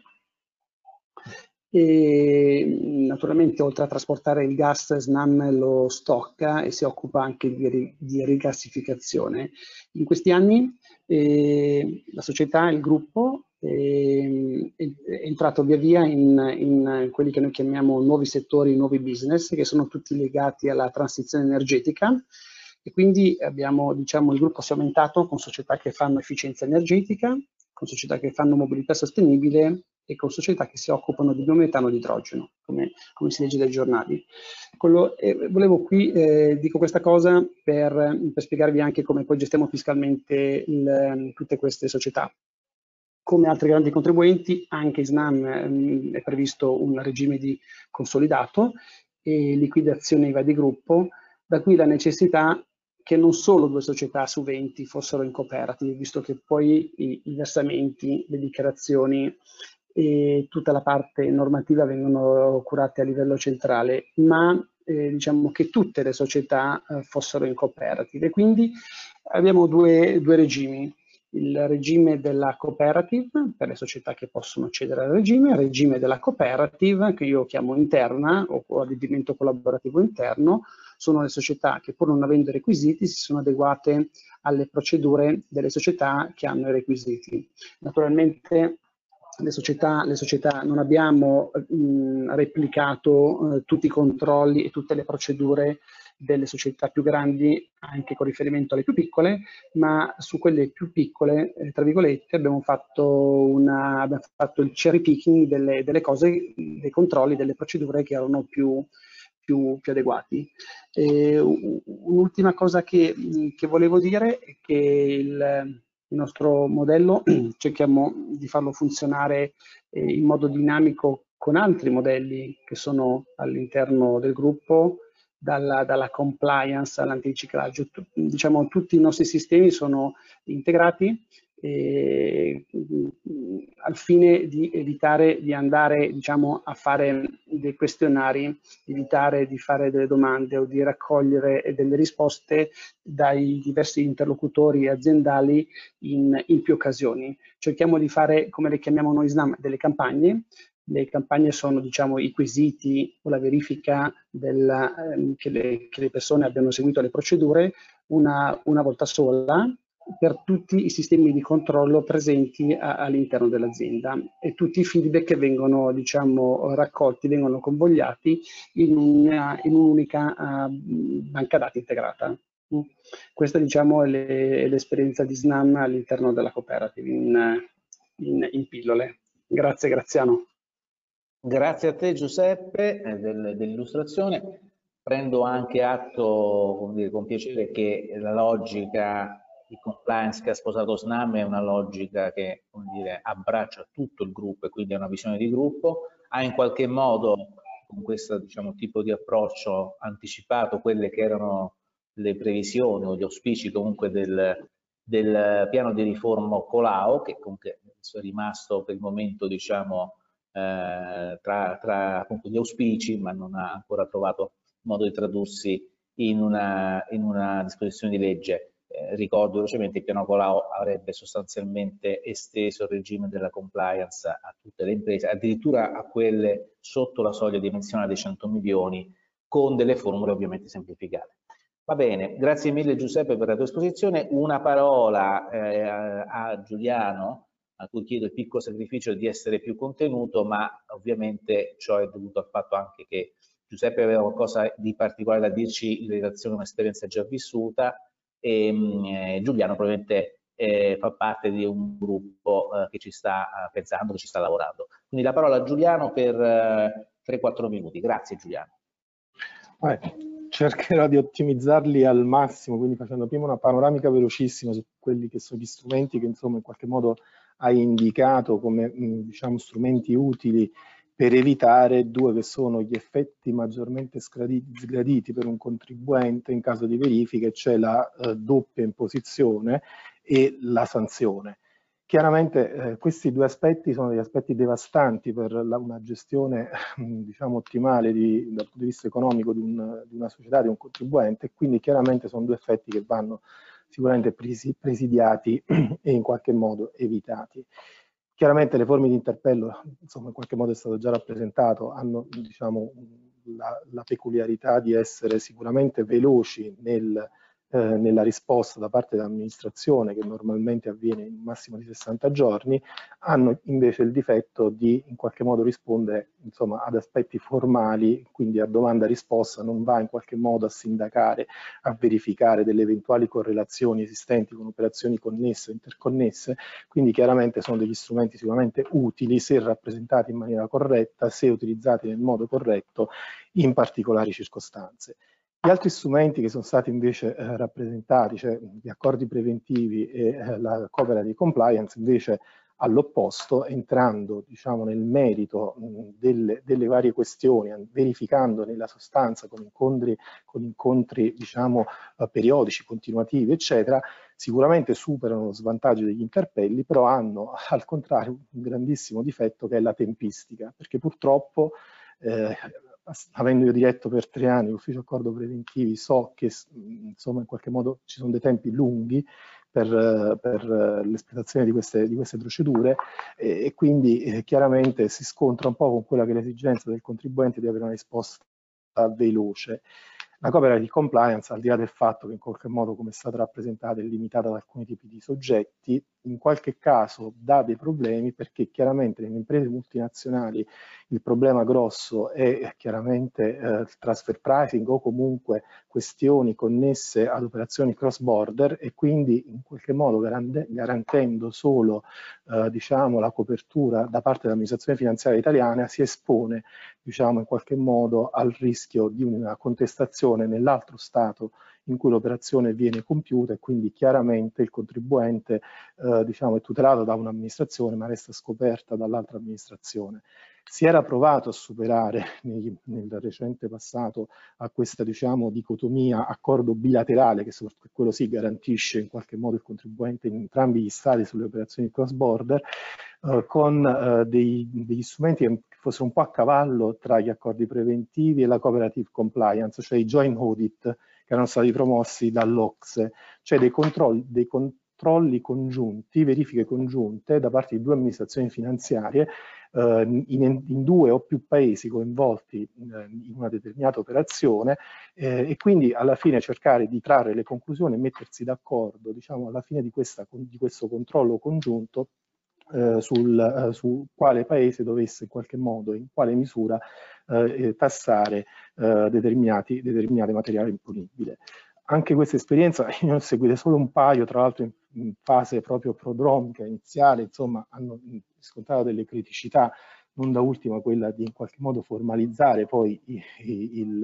D: E naturalmente oltre a trasportare il gas, SNAM lo stocca e si occupa anche di, di rigassificazione. In questi anni eh, la società, il gruppo, è entrato via via in, in quelli che noi chiamiamo nuovi settori, nuovi business, che sono tutti legati alla transizione energetica, e quindi abbiamo, diciamo, il gruppo si è aumentato con società che fanno efficienza energetica, con società che fanno mobilità sostenibile e con società che si occupano di biometano e di idrogeno, come, come si legge dai giornali. Quello, eh, volevo qui, eh, dico questa cosa per, per spiegarvi anche come poi gestiamo fiscalmente il, tutte queste società. Come altri grandi contribuenti, anche in SNAM ehm, è previsto un regime di consolidato e liquidazione I V A di gruppo, da qui la necessità che non solo due società su venti fossero in cooperative, visto che poi i, i versamenti, le dichiarazioni e tutta la parte normativa vengono curate a livello centrale, ma eh, diciamo che tutte le società eh, fossero in cooperative. Quindi abbiamo due, due regimi. Il regime della cooperative per le società che possono accedere al regime, il regime della cooperative che io chiamo interna o adempimento collaborativo interno, sono le società che pur non avendo i requisiti si sono adeguate alle procedure delle società che hanno i requisiti. Naturalmente le società, le società non abbiamo mh, replicato eh, tutti i controlli e tutte le procedure delle società più grandi, anche con riferimento alle più piccole, ma su quelle più piccole, eh, tra virgolette, abbiamo fatto, una, abbiamo fatto il cherry picking delle, delle cose, dei controlli, delle procedure che erano più, più, più adeguati. Un'ultima cosa che, che volevo dire è che il, il nostro modello cerchiamo di farlo funzionare eh, in modo dinamico con altri modelli che sono all'interno del gruppo, Dalla, dalla compliance all'antiriciclaggio. Diciamo, tutti i nostri sistemi sono integrati eh, al fine di evitare di andare, diciamo, a fare dei questionari, evitare di fare delle domande o di raccogliere delle risposte dai diversi interlocutori aziendali in, in più occasioni. Cerchiamo di fare, come le chiamiamo noi SNAM, delle campagne. Le campagne sono, diciamo, i quesiti o la verifica della, ehm, che, le, che le persone abbiano seguito le procedure una, una volta sola per tutti i sistemi di controllo presenti all'interno dell'azienda, e tutti i feedback che vengono, diciamo, raccolti, vengono convogliati in, una, in un'unica uh, banca dati integrata. Questa, diciamo, è l'esperienza di SNAM all'interno della cooperative in, in, in pillole. Grazie Graziano.
B: Grazie a te Giuseppe eh, del, dell'illustrazione. prendo anche atto, come dire, con piacere che la logica di compliance che ha sposato Snam è una logica che, come dire, abbraccia tutto il gruppo e quindi è una visione di gruppo, ha in qualche modo con questo, diciamo, tipo di approccio anticipato quelle che erano le previsioni o gli auspici comunque del, del piano di riforma Colau, che comunque è rimasto per il momento, diciamo, eh, tra, tra appunto gli auspici, ma non ha ancora trovato modo di tradursi in una, in una disposizione di legge. Eh, ricordo velocemente che il piano Colau avrebbe sostanzialmente esteso il regime della compliance a tutte le imprese, addirittura a quelle sotto la soglia dimensionale dei cento milioni, con delle formule ovviamente semplificate. Va bene, grazie mille Giuseppe per la tua esposizione. Una parola eh, a Giuliano, a cui chiedo il piccolo sacrificio di essere più contenuto, ma ovviamente ciò è dovuto al fatto anche che Giuseppe aveva qualcosa di particolare da dirci in relazione a un'esperienza già vissuta e eh, Giuliano probabilmente eh, fa parte di un gruppo eh, che ci sta eh, pensando, che ci sta lavorando. Quindi la parola a Giuliano per eh, tre quattro minuti. Grazie Giuliano.
C: Eh, cercherò di ottimizzarli al massimo, quindi facendo prima una panoramica velocissima su quelli che sono gli strumenti che insomma in qualche modo hai indicato come mh, diciamo strumenti utili per evitare due che sono gli effetti maggiormente sgraditi per un contribuente in caso di verifiche, cioè la eh, doppia imposizione e la sanzione. Chiaramente eh, questi due aspetti sono degli aspetti devastanti per la, una gestione diciamo ottimale di, dal punto di vista economico di, un, di una società, di un contribuente, e quindi chiaramente sono due effetti che vanno sicuramente presidiati e in qualche modo evitati. Chiaramente le forme di interpello, insomma, in qualche modo è stato già rappresentato, hanno diciamo, la, la peculiarità di essere sicuramente veloci nel, eh, nella risposta da parte dell'amministrazione, che normalmente avviene in un massimo di sessanta giorni, hanno invece il difetto di in qualche modo rispondere insomma, ad aspetti formali, quindi a domanda-risposta, non va in qualche modo a sindacare, a verificare delle eventuali correlazioni esistenti con operazioni connesse o interconnesse, quindi chiaramente sono degli strumenti sicuramente utili se rappresentati in maniera corretta, se utilizzati nel modo corretto in particolari circostanze. Gli altri strumenti che sono stati invece eh, rappresentati, cioè gli accordi preventivi e eh, la cooperative compliance, invece all'opposto, entrando diciamo, nel merito mh, delle, delle varie questioni, verificando nella sostanza con incontri, con incontri diciamo, eh, periodici, continuativi, eccetera, sicuramente superano lo svantaggio degli interpelli, però hanno al contrario un grandissimo difetto che è la tempistica, perché purtroppo eh, avendo io diretto per tre anni l'ufficio accordo preventivi, so che insomma in qualche modo ci sono dei tempi lunghi per, per l'espletazione di queste, di queste procedure e, e quindi eh, chiaramente si scontra un po' con quella che è l'esigenza del contribuente di avere una risposta veloce. La cooperative compliance, al di là del fatto che in qualche modo, come è stata rappresentata, è limitata ad alcuni tipi di soggetti, in qualche caso dà dei problemi perché chiaramente nelle imprese multinazionali il problema grosso è chiaramente eh, il transfer pricing o comunque questioni connesse ad operazioni cross border e quindi in qualche modo garantendo solo eh, diciamo, la copertura da parte dell'amministrazione finanziaria italiana si espone diciamo, in qualche modo al rischio di una contestazione nell'altro Stato in cui l'operazione viene compiuta e quindi chiaramente il contribuente eh, diciamo, è tutelato da un'amministrazione ma resta scoperta dall'altra amministrazione. Si era provato a superare nel, nel recente passato a questa diciamo, dicotomia accordo bilaterale che quello sì garantisce in qualche modo il contribuente in entrambi gli stati sulle operazioni cross border eh, con eh, dei, degli strumenti che fossero un po' a cavallo tra gli accordi preventivi e la cooperative compliance, cioè i joint audit che erano stati promossi dall'O C S E, cioè dei controlli, dei controlli congiunti, verifiche congiunte da parte di due amministrazioni finanziarie eh, in, in due o più paesi coinvolti eh, in una determinata operazione eh, e quindi alla fine cercare di trarre le conclusioni e mettersi d'accordo, diciamo, alla fine di, questa, di questo controllo congiunto Eh, sul, eh, su quale paese dovesse in qualche modo, in quale misura eh, tassare eh, determinati, determinate materiali imponibili. Anche questa esperienza, io ne ho seguite solo un paio, tra l'altro in, in fase proprio prodromica iniziale, insomma hanno riscontrato delle criticità, non da ultima quella di in qualche modo formalizzare poi i, i, il,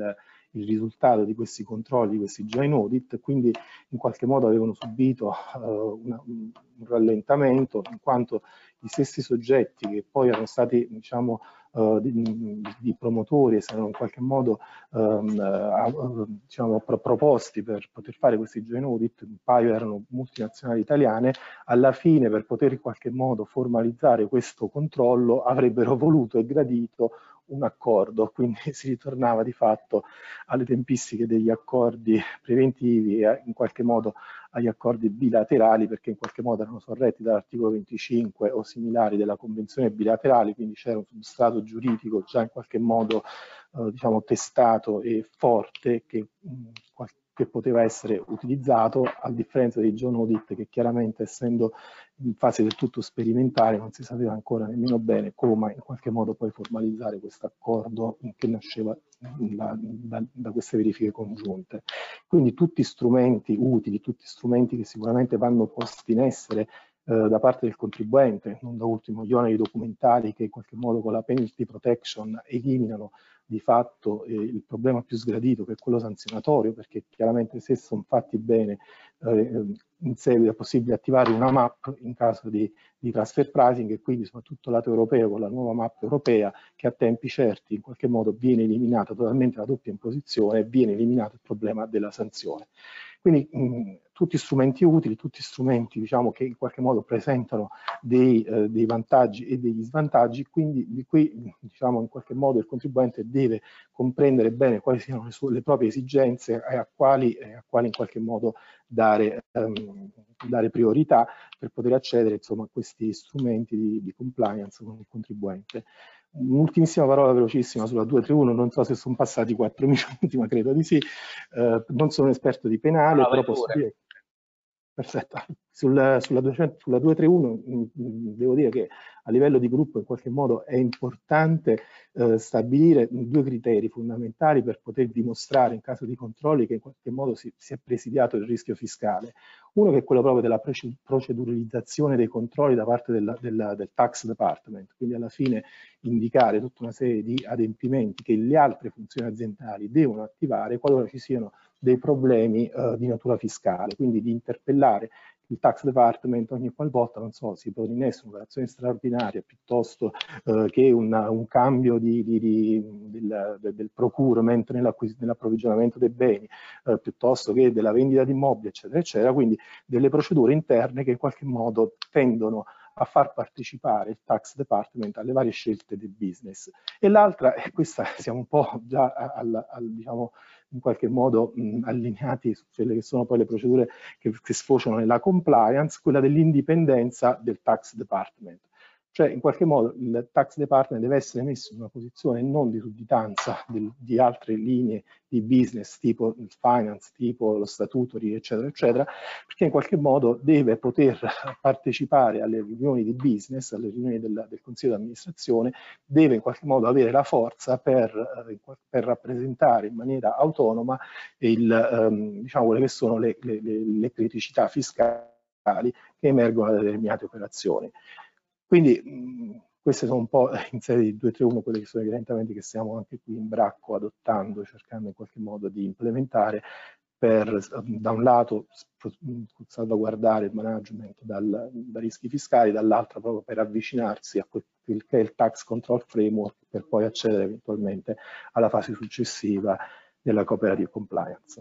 C: il risultato di questi controlli, di questi joint audit, quindi in qualche modo avevano subito uh, una, un rallentamento, in quanto gli stessi soggetti che poi erano stati, diciamo, uh, di, di promotori e erano in qualche modo um, uh, diciamo, pro proposti per poter fare questi joint audit, un paio erano multinazionali italiane, alla fine per poter in qualche modo formalizzare questo controllo avrebbero voluto e gradito un accordo, quindi si ritornava di fatto alle tempistiche degli accordi preventivi e in qualche modo agli accordi bilaterali, perché in qualche modo erano sorretti dall'articolo venticinque o similari della convenzione bilaterali, quindi c'era un substrato giuridico già in qualche modo eh, diciamo testato e forte che mh, che poteva essere utilizzato, a differenza dei joint audit che chiaramente, essendo in fase del tutto sperimentale, non si sapeva ancora nemmeno bene come in qualche modo poi formalizzare questo accordo che nasceva da, da, da queste verifiche congiunte. Quindi tutti strumenti utili, tutti strumenti che sicuramente vanno posti in essere eh, da parte del contribuente, non da ultimo gli oneri documentali che in qualche modo con la penalty protection eliminano di fatto eh, il problema più sgradito, che è quello sanzionatorio, perché chiaramente se sono fatti bene eh, in seguito è possibile attivare una map in caso di, di transfer pricing, e quindi soprattutto lato europeo con la nuova map europea che a tempi certi in qualche modo viene eliminata totalmente la doppia imposizione e viene eliminato il problema della sanzione. Quindi mh, tutti strumenti utili, tutti strumenti diciamo, che in qualche modo presentano dei, eh, dei vantaggi e degli svantaggi, quindi di qui diciamo, in qualche modo il contribuente deve comprendere bene quali siano le, sue, le proprie esigenze e a quali, eh, a quali in qualche modo dare, ehm, dare priorità per poter accedere insomma, a questi strumenti di, di compliance con il contribuente. Un'ultimissima parola velocissima sulla duecentotrentuno, non so se sono passati quattro minuti, ma credo di sì. Eh, non sono un esperto di penale, no, però posso dire... Perfetto. Sul, sulla, duecento, sulla duecentotrentuno mh, mh, devo dire che a livello di gruppo in qualche modo è importante eh, stabilire due criteri fondamentali per poter dimostrare in caso di controlli che in qualche modo si, si è presidiato il rischio fiscale. Uno che è quello proprio della proceduralizzazione dei controlli da parte della, della, del tax department, quindi alla fine indicare tutta una serie di adempimenti che le altre funzioni aziendali devono attivare qualora ci siano dei problemi uh, di natura fiscale, quindi di interpellare il tax department ogni qualvolta, non so, si pone in essere un'operazione straordinaria piuttosto uh, che una, un cambio di, di, di, del, del procurement nell'approvvigionamento dei beni, uh, piuttosto che della vendita di immobili, eccetera, eccetera, quindi delle procedure interne che in qualche modo tendono a far partecipare il tax department alle varie scelte del business. E l'altra, e questa siamo un po' già al, al diciamo, in qualche modo mh, allineati su quelle che sono poi le procedure che, che sfociano nella compliance, quella dell'indipendenza del tax department. Cioè in qualche modo il tax department deve essere messo in una posizione non di sudditanza del, di altre linee di business tipo il finance, tipo lo statutory, eccetera, eccetera, perché in qualche modo deve poter partecipare alle riunioni di business, alle riunioni del, del consiglio di amministrazione, deve in qualche modo avere la forza per, eh, per rappresentare in maniera autonoma il, ehm, diciamo, quelle che sono le, le, le criticità fiscali che emergono da determinate operazioni. Quindi mh, queste sono un po' in serie di duecentotrentuno quelle che sono gli orientamenti che stiamo anche qui in Bracco adottando, cercando in qualche modo di implementare per, da un lato, salvaguardare il management dal, da rischi fiscali, dall'altro proprio per avvicinarsi a quel che è il tax control framework per poi accedere eventualmente alla fase successiva della cooperative compliance.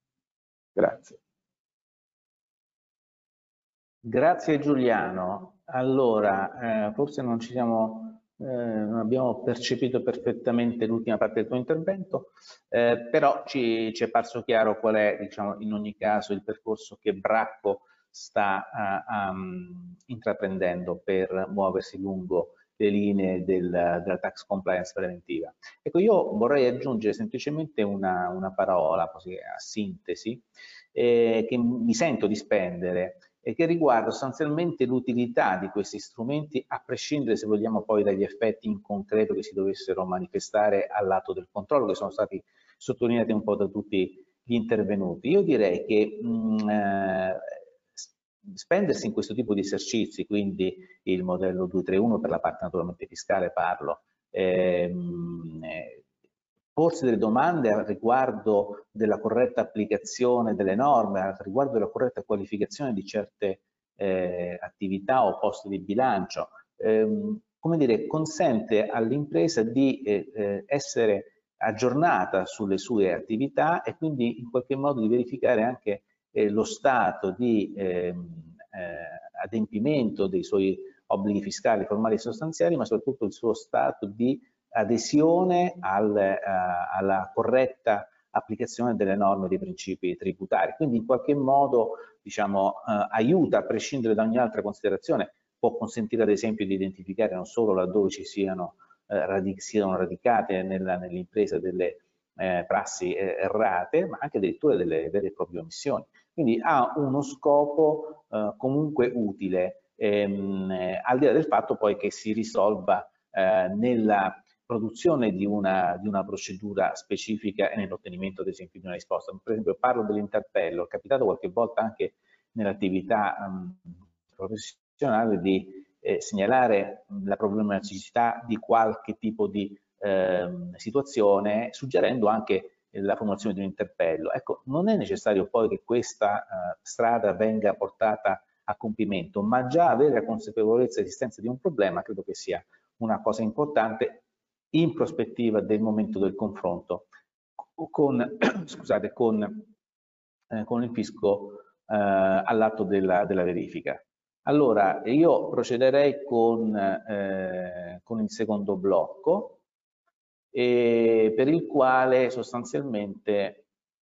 C: Grazie.
B: Grazie Giuliano. Allora, eh, forse non ci siamo, eh, non abbiamo percepito perfettamente l'ultima parte del tuo intervento, eh, però ci, ci è parso chiaro qual è, diciamo, in ogni caso il percorso che Bracco sta uh, um, intraprendendo per muoversi lungo le linee del, della tax compliance preventiva. Ecco, io vorrei aggiungere semplicemente una, una parola così a sintesi eh, che mi sento di spendere e che riguarda sostanzialmente l'utilità di questi strumenti, a prescindere, se vogliamo, poi dagli effetti in concreto che si dovessero manifestare al lato del controllo, che sono stati sottolineati un po' da tutti gli intervenuti. Io direi che mh, eh, spendersi in questo tipo di esercizi, quindi il modello duecentotrentuno per la parte naturalmente fiscale parlo, ehm, eh, porsi delle domande al riguardo della corretta applicazione delle norme, al riguardo della corretta qualificazione di certe eh, attività o posti di bilancio, ehm, come dire, consente all'impresa di eh, eh, essere aggiornata sulle sue attività e quindi in qualche modo di verificare anche eh, lo stato di eh, eh, adempimento dei suoi obblighi fiscali, formali e sostanziali, ma soprattutto il suo stato di adesione al, eh, alla corretta applicazione delle norme e dei principi tributari. Quindi in qualche modo, diciamo, eh, aiuta, a prescindere da ogni altra considerazione, può consentire ad esempio di identificare non solo laddove ci siano, eh, radic siano radicate nell'impresa delle eh, prassi eh, errate, ma anche addirittura delle vere e proprie omissioni. Quindi ha uno scopo eh, comunque utile, ehm, eh, al di là del fatto poi che si risolva eh, nella produzione di una, di una procedura specifica e nell'ottenimento ad esempio di una risposta. Per esempio parlo dell'interpello, è capitato qualche volta anche nell'attività um, professionale di eh, segnalare la problematicità di qualche tipo di eh, situazione, suggerendo anche la formulazione di un interpello. Ecco, non è necessario poi che questa uh, strada venga portata a compimento, ma già avere la consapevolezza dell'esistenza di un problema credo che sia una cosa importante in prospettiva del momento del confronto con, scusate, con, eh, con il fisco eh, all'atto della, della verifica. Allora, io procederei con, eh, con il secondo blocco, e per il quale sostanzialmente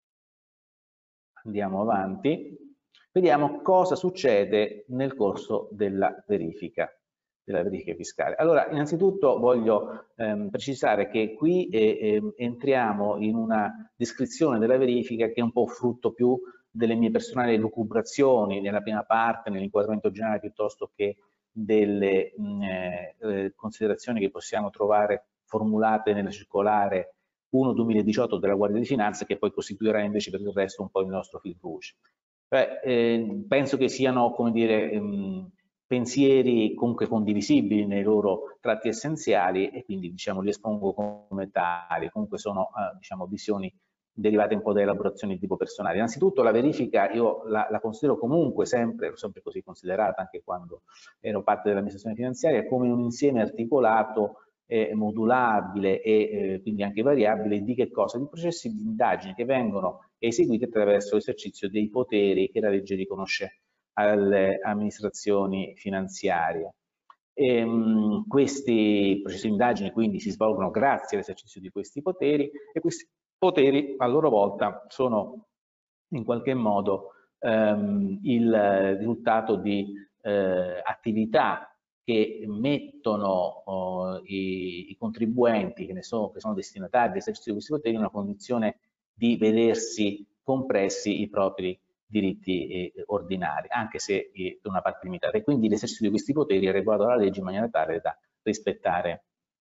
B: andiamo avanti, vediamo cosa succede nel corso della verifica. della verifica fiscale. Allora, innanzitutto voglio ehm, precisare che qui eh, eh, entriamo in una descrizione della verifica che è un po' frutto più delle mie personali elucubrazioni nella prima parte, nell'inquadramento generale, piuttosto che delle mh, eh, considerazioni che possiamo trovare formulate nella circolare uno duemiladiciotto della Guardia di Finanza, che poi costituirà invece per il resto un po' il nostro fil rouge. Beh, eh, penso che siano, come dire, ehm, pensieri comunque condivisibili nei loro tratti essenziali e quindi diciamo li espongo come tali, comunque sono eh, diciamo visioni derivate un po' da elaborazioni di tipo personale. Innanzitutto la verifica io la, la considero comunque sempre, l'ho sempre così considerata anche quando ero parte dell'amministrazione finanziaria, come un insieme articolato, eh, modulabile e eh, quindi anche variabile di che cosa? Di processi di indagine che vengono eseguiti attraverso l'esercizio dei poteri che la legge riconosce alle amministrazioni finanziarie. E, mh, questi processi di indagine quindi si svolgono grazie all'esercizio di questi poteri e questi poteri a loro volta sono in qualche modo ehm, il risultato di eh, attività che mettono oh, i, i contribuenti che, ne sono, che sono destinatari dell'esercizio di questi poteri in una condizione di vedersi compressi i propri diritti eh, ordinari, anche se eh, da una parte limitata. E quindi l'esercizio di questi poteri è regolato dalla legge in maniera tale da rispettare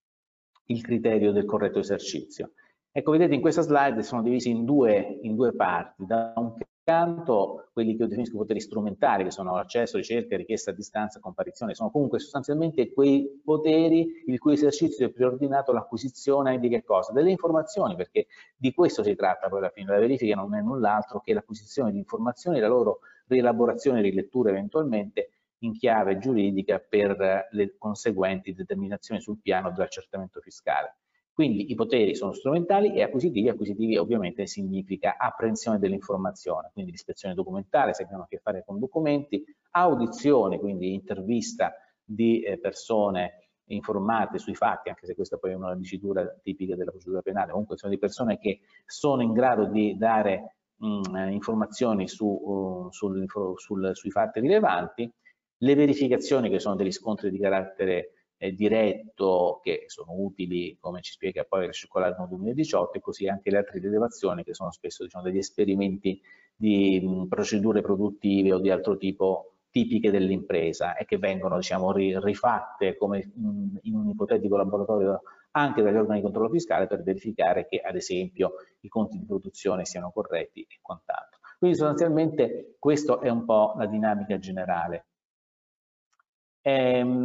B: il criterio del corretto esercizio. Ecco, vedete in questa slide sono divisi in due, in due parti. Da un canto quelli che io definisco poteri strumentali, che sono accesso, ricerca, richiesta a distanza, comparizione, sono comunque sostanzialmente quei poteri il cui esercizio è preordinato all'acquisizione di che cosa? Delle informazioni, perché di questo si tratta poi alla fine. La verifica non è null'altro che l'acquisizione di informazioni, la loro rielaborazione e rilettura eventualmente in chiave giuridica per le conseguenti determinazioni sul piano dell'accertamento fiscale. Quindi i poteri sono strumentali e acquisitivi. Acquisitivi ovviamente significa apprensione dell'informazione, quindi l'ispezione documentale se abbiamo a che fare con documenti, audizione, quindi intervista di eh, persone informate sui fatti, anche se questa poi è una dicitura tipica della procedura penale, comunque sono di persone che sono in grado di dare mh, informazioni su, uh, sul, sul, sui fatti rilevanti, le verificazioni che sono degli scontri di carattere eh, diretto che sono utili, come ci spiega poi la circolare uno duemiladiciotto, e così anche le altre rilevazioni che sono spesso diciamo, degli esperimenti di mh, procedure produttive o di altro tipo tipiche dell'impresa e che vengono diciamo, ri, rifatte come mh, in un ipotetico laboratorio anche dagli organi di controllo fiscale per verificare che ad esempio i conti di produzione siano corretti e quant'altro. Quindi sostanzialmente questa è un po' la dinamica generale.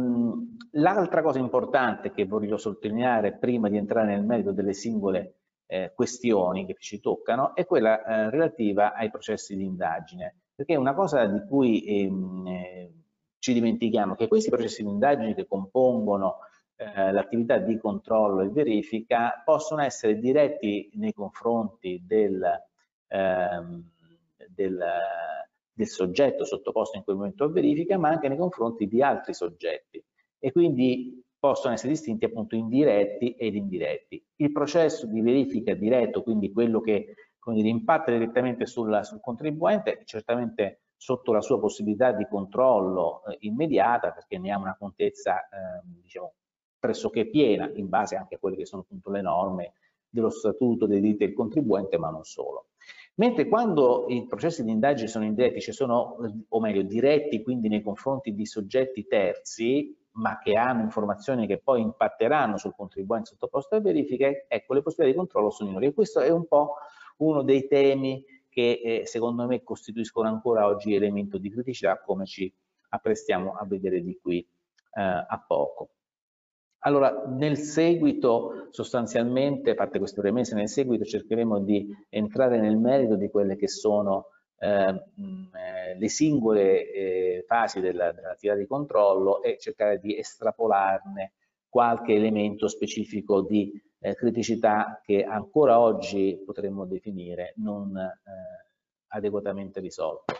B: L'altra cosa importante che voglio sottolineare prima di entrare nel merito delle singole eh, questioni che ci toccano è quella eh, relativa ai processi di indagine, perché una cosa di cui ehm, eh, ci dimentichiamo è che questi processi di indagine che compongono eh, l'attività di controllo e verifica possono essere diretti nei confronti del, ehm, del, del soggetto sottoposto in quel momento a verifica, ma anche nei confronti di altri soggetti, e quindi possono essere distinti appunto in diretti ed indiretti. Il processo di verifica diretto, quindi quello che, come dire, impatta direttamente sul, sul contribuente, certamente sotto la sua possibilità di controllo eh, immediata, perché ne ha una contezza eh, diciamo, pressoché piena, in base anche a quelle che sono appunto le norme dello statuto dei diritti del contribuente, ma non solo. Mentre quando i processi di indagine sono indiretti, cioè sono, o meglio, diretti quindi nei confronti di soggetti terzi, ma che hanno informazioni che poi impatteranno sul contribuente sottoposto a verifiche, ecco, le possibilità di controllo sono minori. E questo è un po' uno dei temi che eh, secondo me costituiscono ancora oggi elemento di criticità, come ci apprestiamo a vedere di qui eh, a poco. Allora, nel seguito, sostanzialmente, a parte queste premesse, nel seguito cercheremo di entrare nel merito di quelle che sono eh, le singole eh, fasi dell'attività di controllo e cercare di estrapolarne qualche elemento specifico di eh, criticità che ancora oggi potremmo definire non eh, adeguatamente risolto.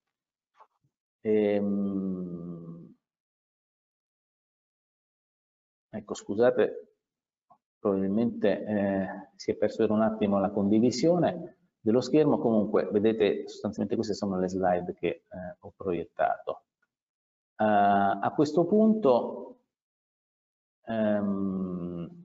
B: Ehm, Ecco, scusate, probabilmente eh, si è perso per un attimo la condivisione dello schermo. Comunque, vedete, sostanzialmente queste sono le slide che eh, ho proiettato. Uh, a questo punto ehm,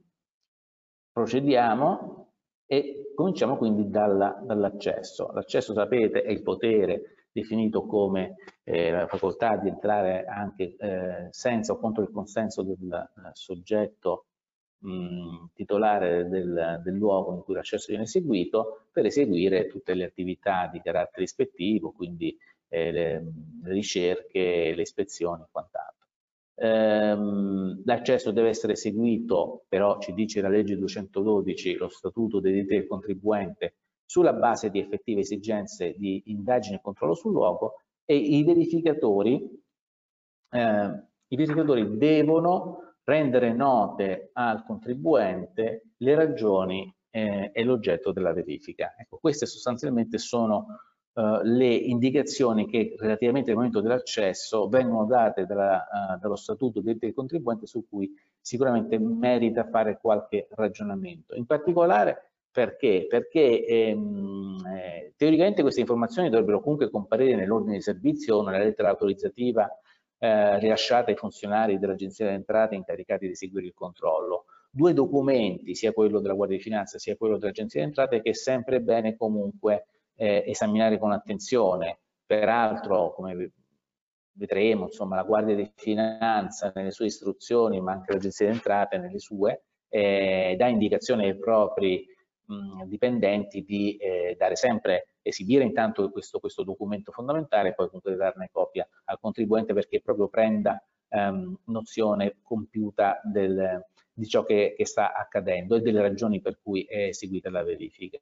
B: procediamo e cominciamo quindi dall'accesso. Dall L'accesso, sapete, è il potere definito come eh, la facoltà di entrare anche eh, senza o contro il consenso del eh, soggetto mh, titolare del, del luogo in cui l'accesso viene eseguito, per eseguire tutte le attività di carattere ispettivo, quindi eh, le, le ricerche, le ispezioni e quant'altro. Ehm, L'accesso deve essere eseguito, però ci dice la legge duecentododici, lo statuto dei diritti del contribuente, sulla base di effettive esigenze di indagine e controllo sul luogo, e i verificatori, eh, i verificatori devono rendere note al contribuente le ragioni eh, e l'oggetto della verifica. Ecco, queste sostanzialmente sono Uh, le indicazioni che relativamente al momento dell'accesso vengono date dalla, uh, dallo statuto del, del contribuente, su cui sicuramente merita fare qualche ragionamento. In particolare perché? Perché ehm, eh, teoricamente queste informazioni dovrebbero comunque comparire nell'ordine di servizio o nella lettera autorizzativa eh, rilasciata ai funzionari dell'Agenzia delle Entrate incaricati di eseguire il controllo. Due documenti, sia quello della Guardia di Finanza sia quello dell'Agenzia delle Entrate, che è sempre bene comunque Eh, esaminare con attenzione. Peraltro, come vedremo, insomma, la Guardia di Finanza nelle sue istruzioni, ma anche l'Agenzia delle Entrate nelle sue, eh, dà indicazione ai propri mh, dipendenti di eh, dare sempre, esibire intanto questo, questo documento fondamentale e poi comunque darne copia al contribuente, perché proprio prenda ehm, nozione compiuta del, di ciò che, che sta accadendo e delle ragioni per cui è eseguita la verifica.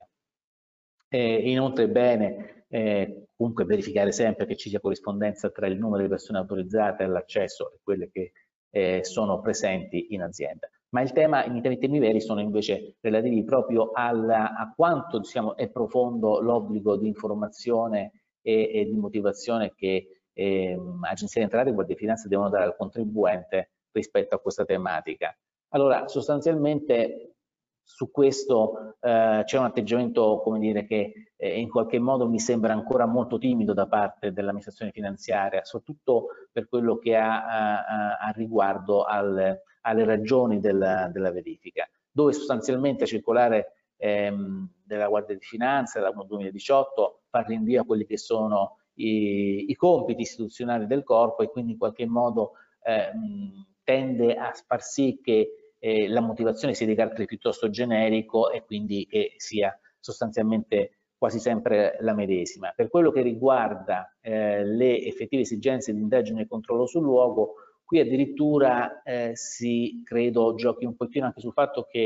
B: Eh, inoltre è bene eh, comunque verificare sempre che ci sia corrispondenza tra il numero di persone autorizzate all'accesso e quelle che eh, sono presenti in azienda. Ma il tema, i temi veri sono invece relativi proprio alla, a quanto diciamo, è profondo l'obbligo di informazione e, e di motivazione che eh, Agenzia delle Entrate e Guardia di Finanza devono dare al contribuente rispetto a questa tematica. Allora, sostanzialmente su questo eh, c'è un atteggiamento, come dire, che eh, in qualche modo mi sembra ancora molto timido da parte dell'amministrazione finanziaria, soprattutto per quello che ha a, a, a riguardo al, alle ragioni della, della verifica, dove sostanzialmente circolare ehm, della Guardia di Finanza dal duemiladiciotto fa rinvio a quelli che sono i, i compiti istituzionali del corpo, e quindi in qualche modo ehm, tende a far sì che Eh, la motivazione sia di carattere piuttosto generico e quindi che sia sostanzialmente quasi sempre la medesima. Per quello che riguarda eh, le effettive esigenze di indagine e controllo sul luogo, qui addirittura eh, si credo giochi un pochino anche sul fatto che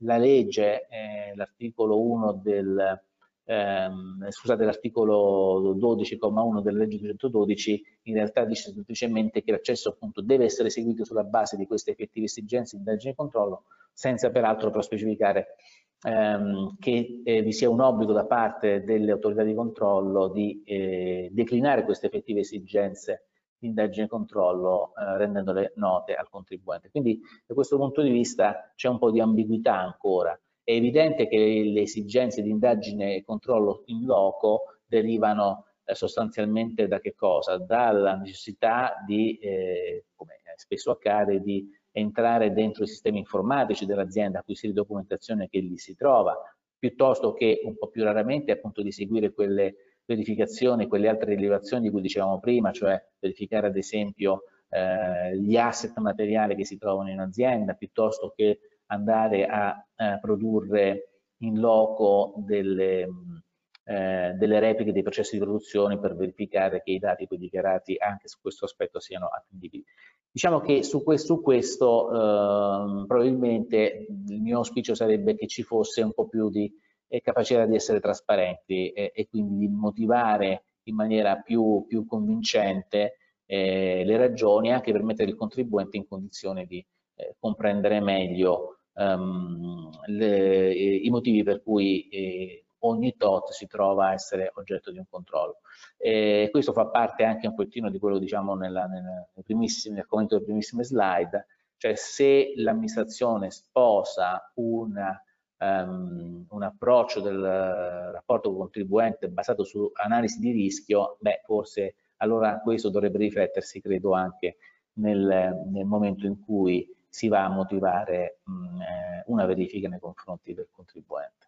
B: la legge, eh, l'articolo uno del ehm, scusate, l'articolo dodici comma uno della legge duecentododici in realtà dice semplicemente che l'accesso appunto deve essere eseguito sulla base di queste effettive esigenze di indagine e controllo, senza peraltro però specificare ehm, che eh, vi sia un obbligo da parte delle autorità di controllo di eh, declinare queste effettive esigenze di indagine e controllo eh, rendendole note al contribuente. Quindi da questo punto di vista c'è un po' di ambiguità ancora. È evidente che le esigenze di indagine e controllo in loco derivano eh, sostanzialmente da che cosa? Dalla necessità di, eh, come spesso accade, di entrare dentro i sistemi informatici dell'azienda, acquisire documentazione che lì si trova, piuttosto che un po' più raramente appunto di seguire quelle verificazioni, quelle altre rilevazioni di cui dicevamo prima, cioè verificare ad esempio eh, gli asset materiali che si trovano in azienda, piuttosto che andare a eh, produrre in loco delle, eh, delle repliche dei processi di produzione per verificare che i dati poi dichiarati anche su questo aspetto siano attendibili. Diciamo che su questo, su questo eh, probabilmente il mio auspicio sarebbe che ci fosse un po' più di eh, capacità di essere trasparenti eh, e quindi di motivare in maniera più, più convincente eh, le ragioni, anche per mettere il contribuente in condizione di eh, comprendere meglio um, le, i motivi per cui eh, ogni tot si trova a essere oggetto di un controllo. E questo fa parte anche un pochettino di quello diciamo nella, nella, nel, primissimo, nel commento delle primissime slide, cioè se l'amministrazione sposa una, um, un approccio del rapporto con il contribuente basato su analisi di rischio, beh forse allora questo dovrebbe riflettersi credo anche nel, nel momento in cui si va a motivare mh, una verifica nei confronti del contribuente.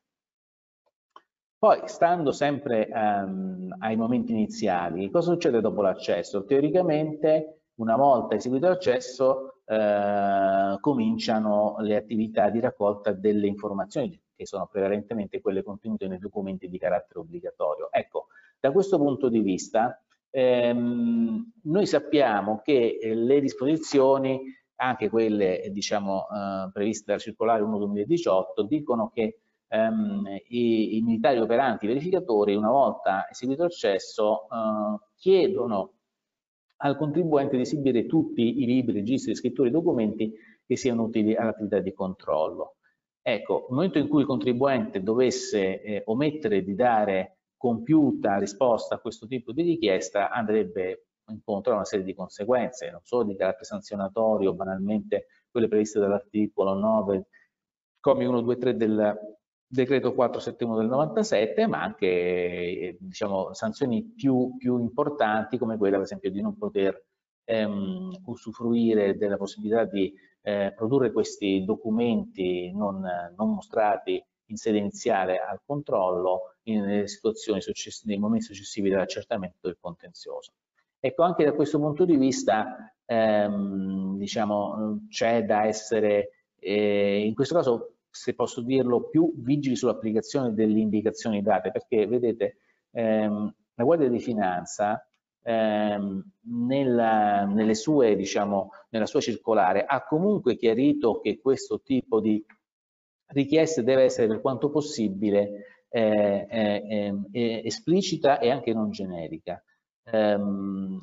B: Poi, stando sempre um, ai momenti iniziali, cosa succede dopo l'accesso? Teoricamente, una volta eseguito l'accesso, eh, cominciano le attività di raccolta delle informazioni, che sono prevalentemente quelle contenute nei documenti di carattere obbligatorio. Ecco, da questo punto di vista, ehm, noi sappiamo che eh, le disposizioni, anche quelle diciamo, eh, previste dalla circolare uno duemiladiciotto, dicono che Um, i, i militari operanti verificatori, una volta eseguito l'accesso, uh, chiedono al contribuente di esibire tutti i libri, registri, scritture e documenti che siano utili all'attività di controllo. Ecco, nel momento in cui il contribuente dovesse eh, omettere di dare compiuta risposta a questo tipo di richiesta, andrebbe incontro a una serie di conseguenze, non solo di carattere sanzionatorio, banalmente quelle previste dall'articolo nove, commi uno, due, tre del decreto quattrocentosettantuno del novantasette, ma anche diciamo, sanzioni più, più importanti come quella, per esempio, di non poter ehm, usufruire della possibilità di eh, produrre questi documenti non, non mostrati in sede iniziale al controllo in situazioni successive, nei momenti successivi dell'accertamento del contenzioso. Ecco, anche da questo punto di vista ehm, diciamo, c'è da essere, eh, in questo caso, se posso dirlo, più vigili sull'applicazione delle indicazioni date, perché vedete ehm, la Guardia di Finanza ehm, nella, nelle sue, diciamo, nella sua circolare ha comunque chiarito che questo tipo di richieste deve essere per quanto possibile eh, eh, eh, esplicita e anche non generica. Um,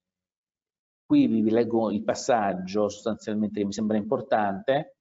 B: qui vi leggo il passaggio sostanzialmente che mi sembra importante.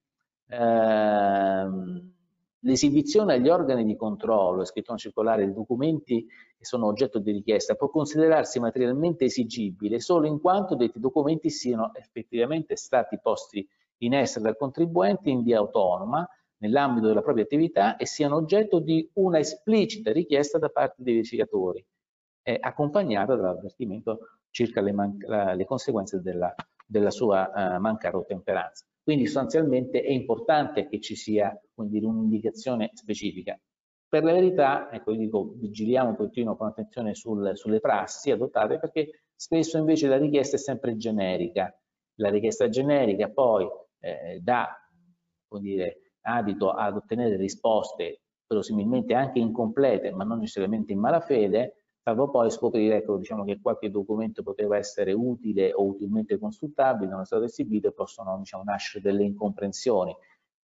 B: Uh, L'esibizione agli organi di controllo, è scritto in circolare, di documenti che sono oggetto di richiesta può considerarsi materialmente esigibile solo in quanto detti documenti siano effettivamente stati posti in essere dal contribuente in via autonoma nell'ambito della propria attività e siano oggetto di una esplicita richiesta da parte dei verificatori, eh, accompagnata dall'avvertimento circa le, la, le conseguenze della, della sua uh, mancata ottemperanza. Quindi sostanzialmente è importante che ci sia un'indicazione specifica. Per la verità, ecco, io dico, vigiliamo un pochettino con attenzione sul, sulle prassi adottate, perché spesso invece la richiesta è sempre generica. La richiesta generica poi eh, dà, come dire, adito ad ottenere risposte verosimilmente anche incomplete, ma non necessariamente in malafede, salvo poi scoprire, ecco, diciamo, che qualche documento poteva essere utile o utilmente consultabile, non è stato esibito e possono, diciamo, nascere delle incomprensioni.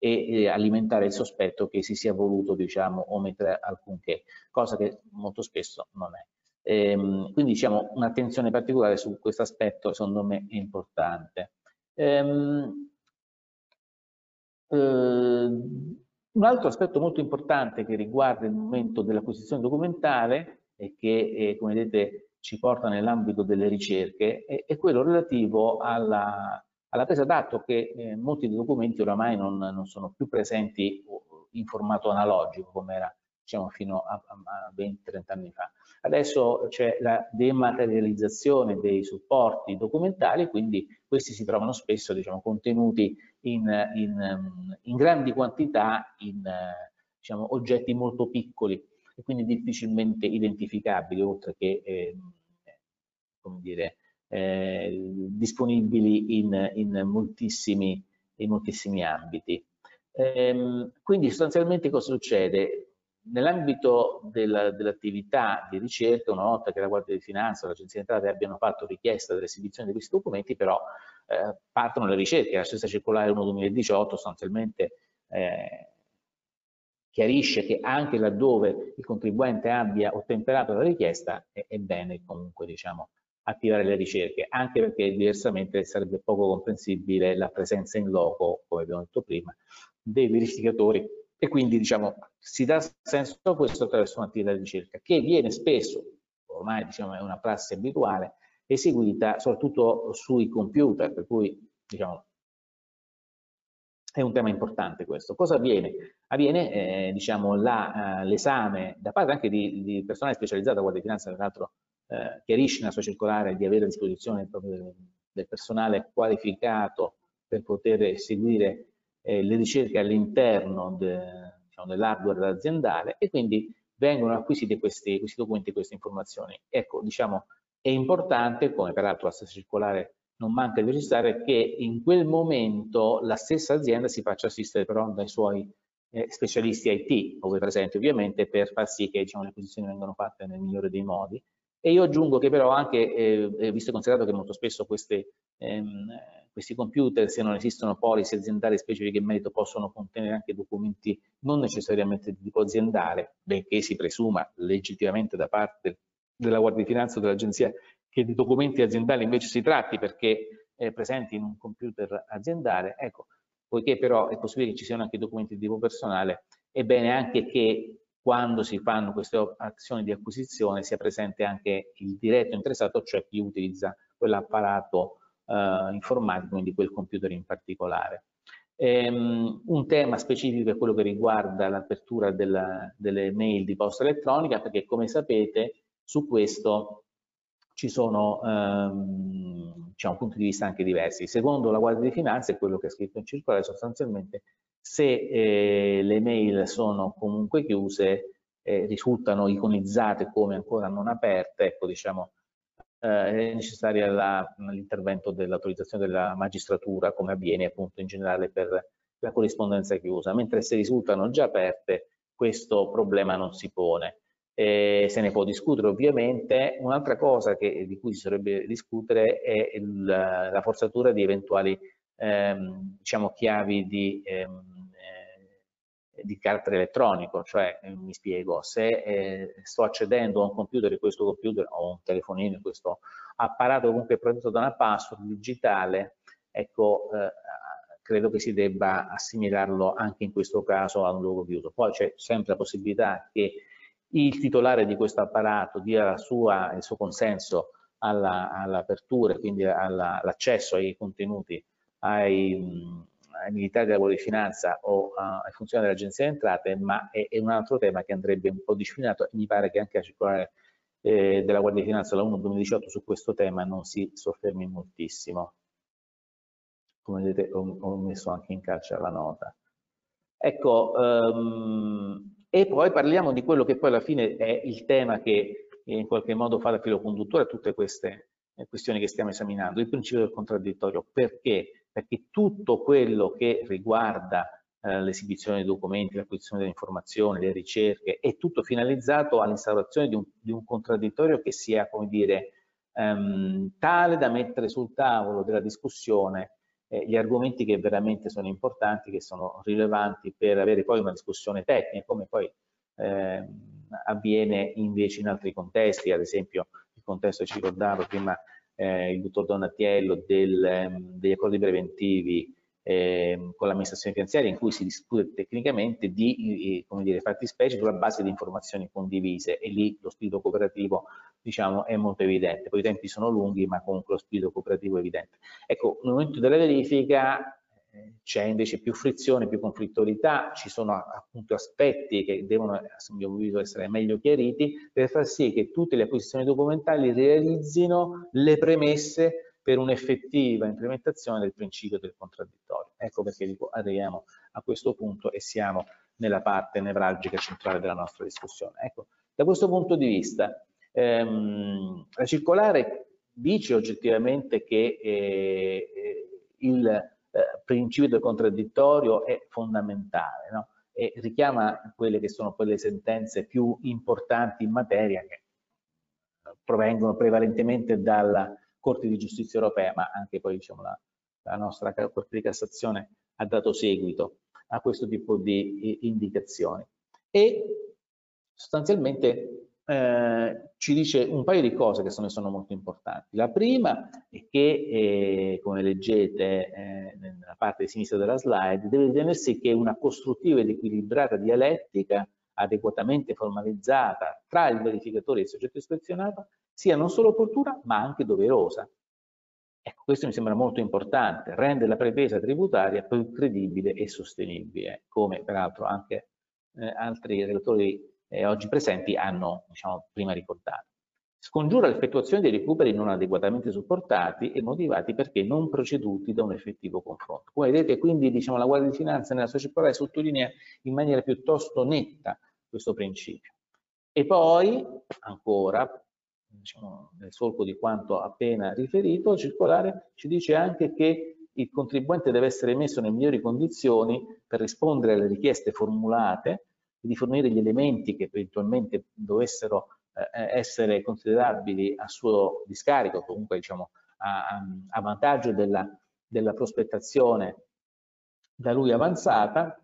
B: e eh, alimentare il sospetto che si sia voluto, diciamo, omettere alcunché, cosa che molto spesso non è. Ehm, quindi diciamo un'attenzione particolare su questo aspetto secondo me è importante. Ehm, eh, un altro aspetto molto importante che riguarda il momento dell'acquisizione documentale e che eh, come vedete ci porta nell'ambito delle ricerche è, è quello relativo alla, alla presa d'atto che eh, molti dei documenti oramai non, non sono più presenti in formato analogico come era, diciamo, fino a, a venti trenta anni fa. Adesso c'è la dematerializzazione dei supporti documentali, quindi questi si trovano spesso, diciamo, contenuti in, in, in grandi quantità, in diciamo, oggetti molto piccoli e quindi difficilmente identificabili, oltre che eh, come dire, eh, disponibili in, in, moltissimi, in moltissimi ambiti. Ehm, quindi sostanzialmente cosa succede? Nell'ambito dell'attività di ricerca, una volta che la Guardia di Finanza o l'Agenzia di Entrate abbiano fatto richiesta dell'esibizione di questi documenti, però eh, partono le ricerche. La stessa circolare uno duemiladiciotto sostanzialmente eh, chiarisce che anche laddove il contribuente abbia ottemperato la richiesta è, è bene comunque, diciamo, attivare le ricerche, anche perché diversamente sarebbe poco comprensibile la presenza in loco, come abbiamo detto prima, dei verificatori e quindi, diciamo, si dà senso a questo attraverso un'attività di ricerca che viene spesso, ormai diciamo è una prassi abituale, eseguita soprattutto sui computer, per cui diciamo è un tema importante questo. Cosa avviene? Avviene eh, diciamo, l'esame uh, da parte anche di, di personale specializzato, Guardia di Finanza, tra l'altro eh, chiarisce nella sua circolare di avere a disposizione proprio del, del personale qualificato per poter seguire eh, le ricerche all'interno de, diciamo, dell'hardware aziendale e quindi vengono acquisiti questi, questi documenti e queste informazioni. Ecco, diciamo, è importante, come peraltro la stessa circolare non manca di registrare, che in quel momento la stessa azienda si faccia assistere però dai suoi eh, specialisti I T, ove presenti ovviamente, per far sì che diciamo, le acquisizioni vengano fatte nel migliore dei modi. E io aggiungo che però anche, eh, visto e considerato che molto spesso queste, ehm, questi computer, se non esistono policy aziendali specifiche in merito, possono contenere anche documenti non necessariamente di tipo aziendale, benché si presuma legittimamente da parte della Guardia di Finanza o dell'Agenzia che di documenti aziendali invece si tratti perché è presenti in un computer aziendale, ecco, poiché però è possibile che ci siano anche documenti di tipo personale, è bene anche che quando si fanno queste azioni di acquisizione sia presente anche il diretto interessato, cioè chi utilizza quell'apparato eh, informatico, quindi quel computer in particolare. Ehm, un tema specifico è quello che riguarda l'apertura delle mail di posta elettronica, perché come sapete su questo ci sono ehm, diciamo, punti di vista anche diversi. Secondo la Guardia di Finanza, è quello che è scritto in circolare, sostanzialmente se eh, le mail sono comunque chiuse, eh, risultano iconizzate come ancora non aperte, ecco, diciamo, eh, è necessaria l'intervento dell'autorizzazione della magistratura, come avviene appunto in generale per la corrispondenza chiusa, mentre se risultano già aperte questo problema non si pone. Eh, se ne può discutere ovviamente. Un'altra cosa che, di cui si dovrebbe discutere è il, la forzatura di eventuali ehm, diciamo, chiavi di, ehm, eh, di carattere elettronico, cioè eh, mi spiego, se eh, sto accedendo a un computer e questo computer o un telefonino, questo apparato comunque protetto da una password digitale, ecco, eh, credo che si debba assimilarlo anche in questo caso a un luogo chiuso. Poi c'è sempre la possibilità che il titolare di questo apparato dia la sua, il suo consenso all'apertura, all quindi all'accesso ai contenuti ai, ai militari della Guardia di Finanza o uh, ai funzionari dell'Agenzia delle Entrate, ma è, è un altro tema che andrebbe un po' disciplinato e mi pare che anche la circolare eh, della Guardia di Finanza, la uno duemiladiciotto, su questo tema non si soffermi moltissimo. Come vedete ho, ho messo anche in calce la nota. Ecco, um, e poi parliamo di quello che poi alla fine è il tema che in qualche modo fa da filo conduttore a tutte queste questioni che stiamo esaminando, il principio del contraddittorio. Perché? Perché tutto quello che riguarda eh, l'esibizione dei documenti, l'acquisizione delle informazioni, le ricerche, è tutto finalizzato all'instaurazione di, di un contraddittorio che sia, come dire, ehm, tale da mettere sul tavolo della discussione eh, gli argomenti che veramente sono importanti, che sono rilevanti per avere poi una discussione tecnica, come poi eh, avviene invece in altri contesti, ad esempio il contesto che ci ricordava prima eh, il dottor Donatiello del, ehm, degli accordi preventivi eh, con l'amministrazione finanziaria, in cui si discute tecnicamente di eh, come dire, fattispecie sulla base di informazioni condivise, e lì lo spirito cooperativo, diciamo, è molto evidente. Poi i tempi sono lunghi, ma comunque lo spirito cooperativo è evidente. Ecco, nel momento della verifica c'è invece più frizione, più conflittualità, ci sono appunto aspetti che devono, a mio avviso, essere meglio chiariti per far sì che tutte le acquisizioni documentali realizzino le premesse per un'effettiva implementazione del principio del contraddittorio. Ecco perché dico, arriviamo a questo punto e siamo nella parte nevralgica centrale della nostra discussione. Ecco, da questo punto di vista, ehm, la circolare dice oggettivamente che eh, il Eh, principio del contraddittorio è fondamentale, no? E richiama quelle che sono quelle sentenze più importanti in materia, che provengono prevalentemente dalla Corte di Giustizia Europea, ma anche poi, diciamo, la, la nostra Corte di Cassazione ha dato seguito a questo tipo di indicazioni. E sostanzialmente eh, ci dice un paio di cose che sono, sono molto importanti. La prima è che, eh, come leggete eh, nella parte di sinistra della slide, deve ritenersi che una costruttiva ed equilibrata dialettica adeguatamente formalizzata tra il verificatore e il soggetto ispezionato sia non solo opportuna ma anche doverosa. Ecco, questo mi sembra molto importante, rende la pretesa tributaria più credibile e sostenibile, come peraltro anche eh, altri relatori eh, oggi presenti hanno, diciamo, prima ricordato. Scongiura l'effettuazione dei recuperi non adeguatamente supportati e motivati perché non proceduti da un effettivo confronto. Come vedete, quindi, diciamo, la Guardia di Finanza nella sua circolare sottolinea in maniera piuttosto netta questo principio. E poi, ancora, diciamo, nel solco di quanto appena riferito, la circolare ci dice anche che il contribuente deve essere messo nelle migliori condizioni per rispondere alle richieste formulate e di fornire gli elementi che eventualmente dovessero eh, essere considerabili a suo discarico, comunque, diciamo, a, a vantaggio della, della prospettazione da lui avanzata,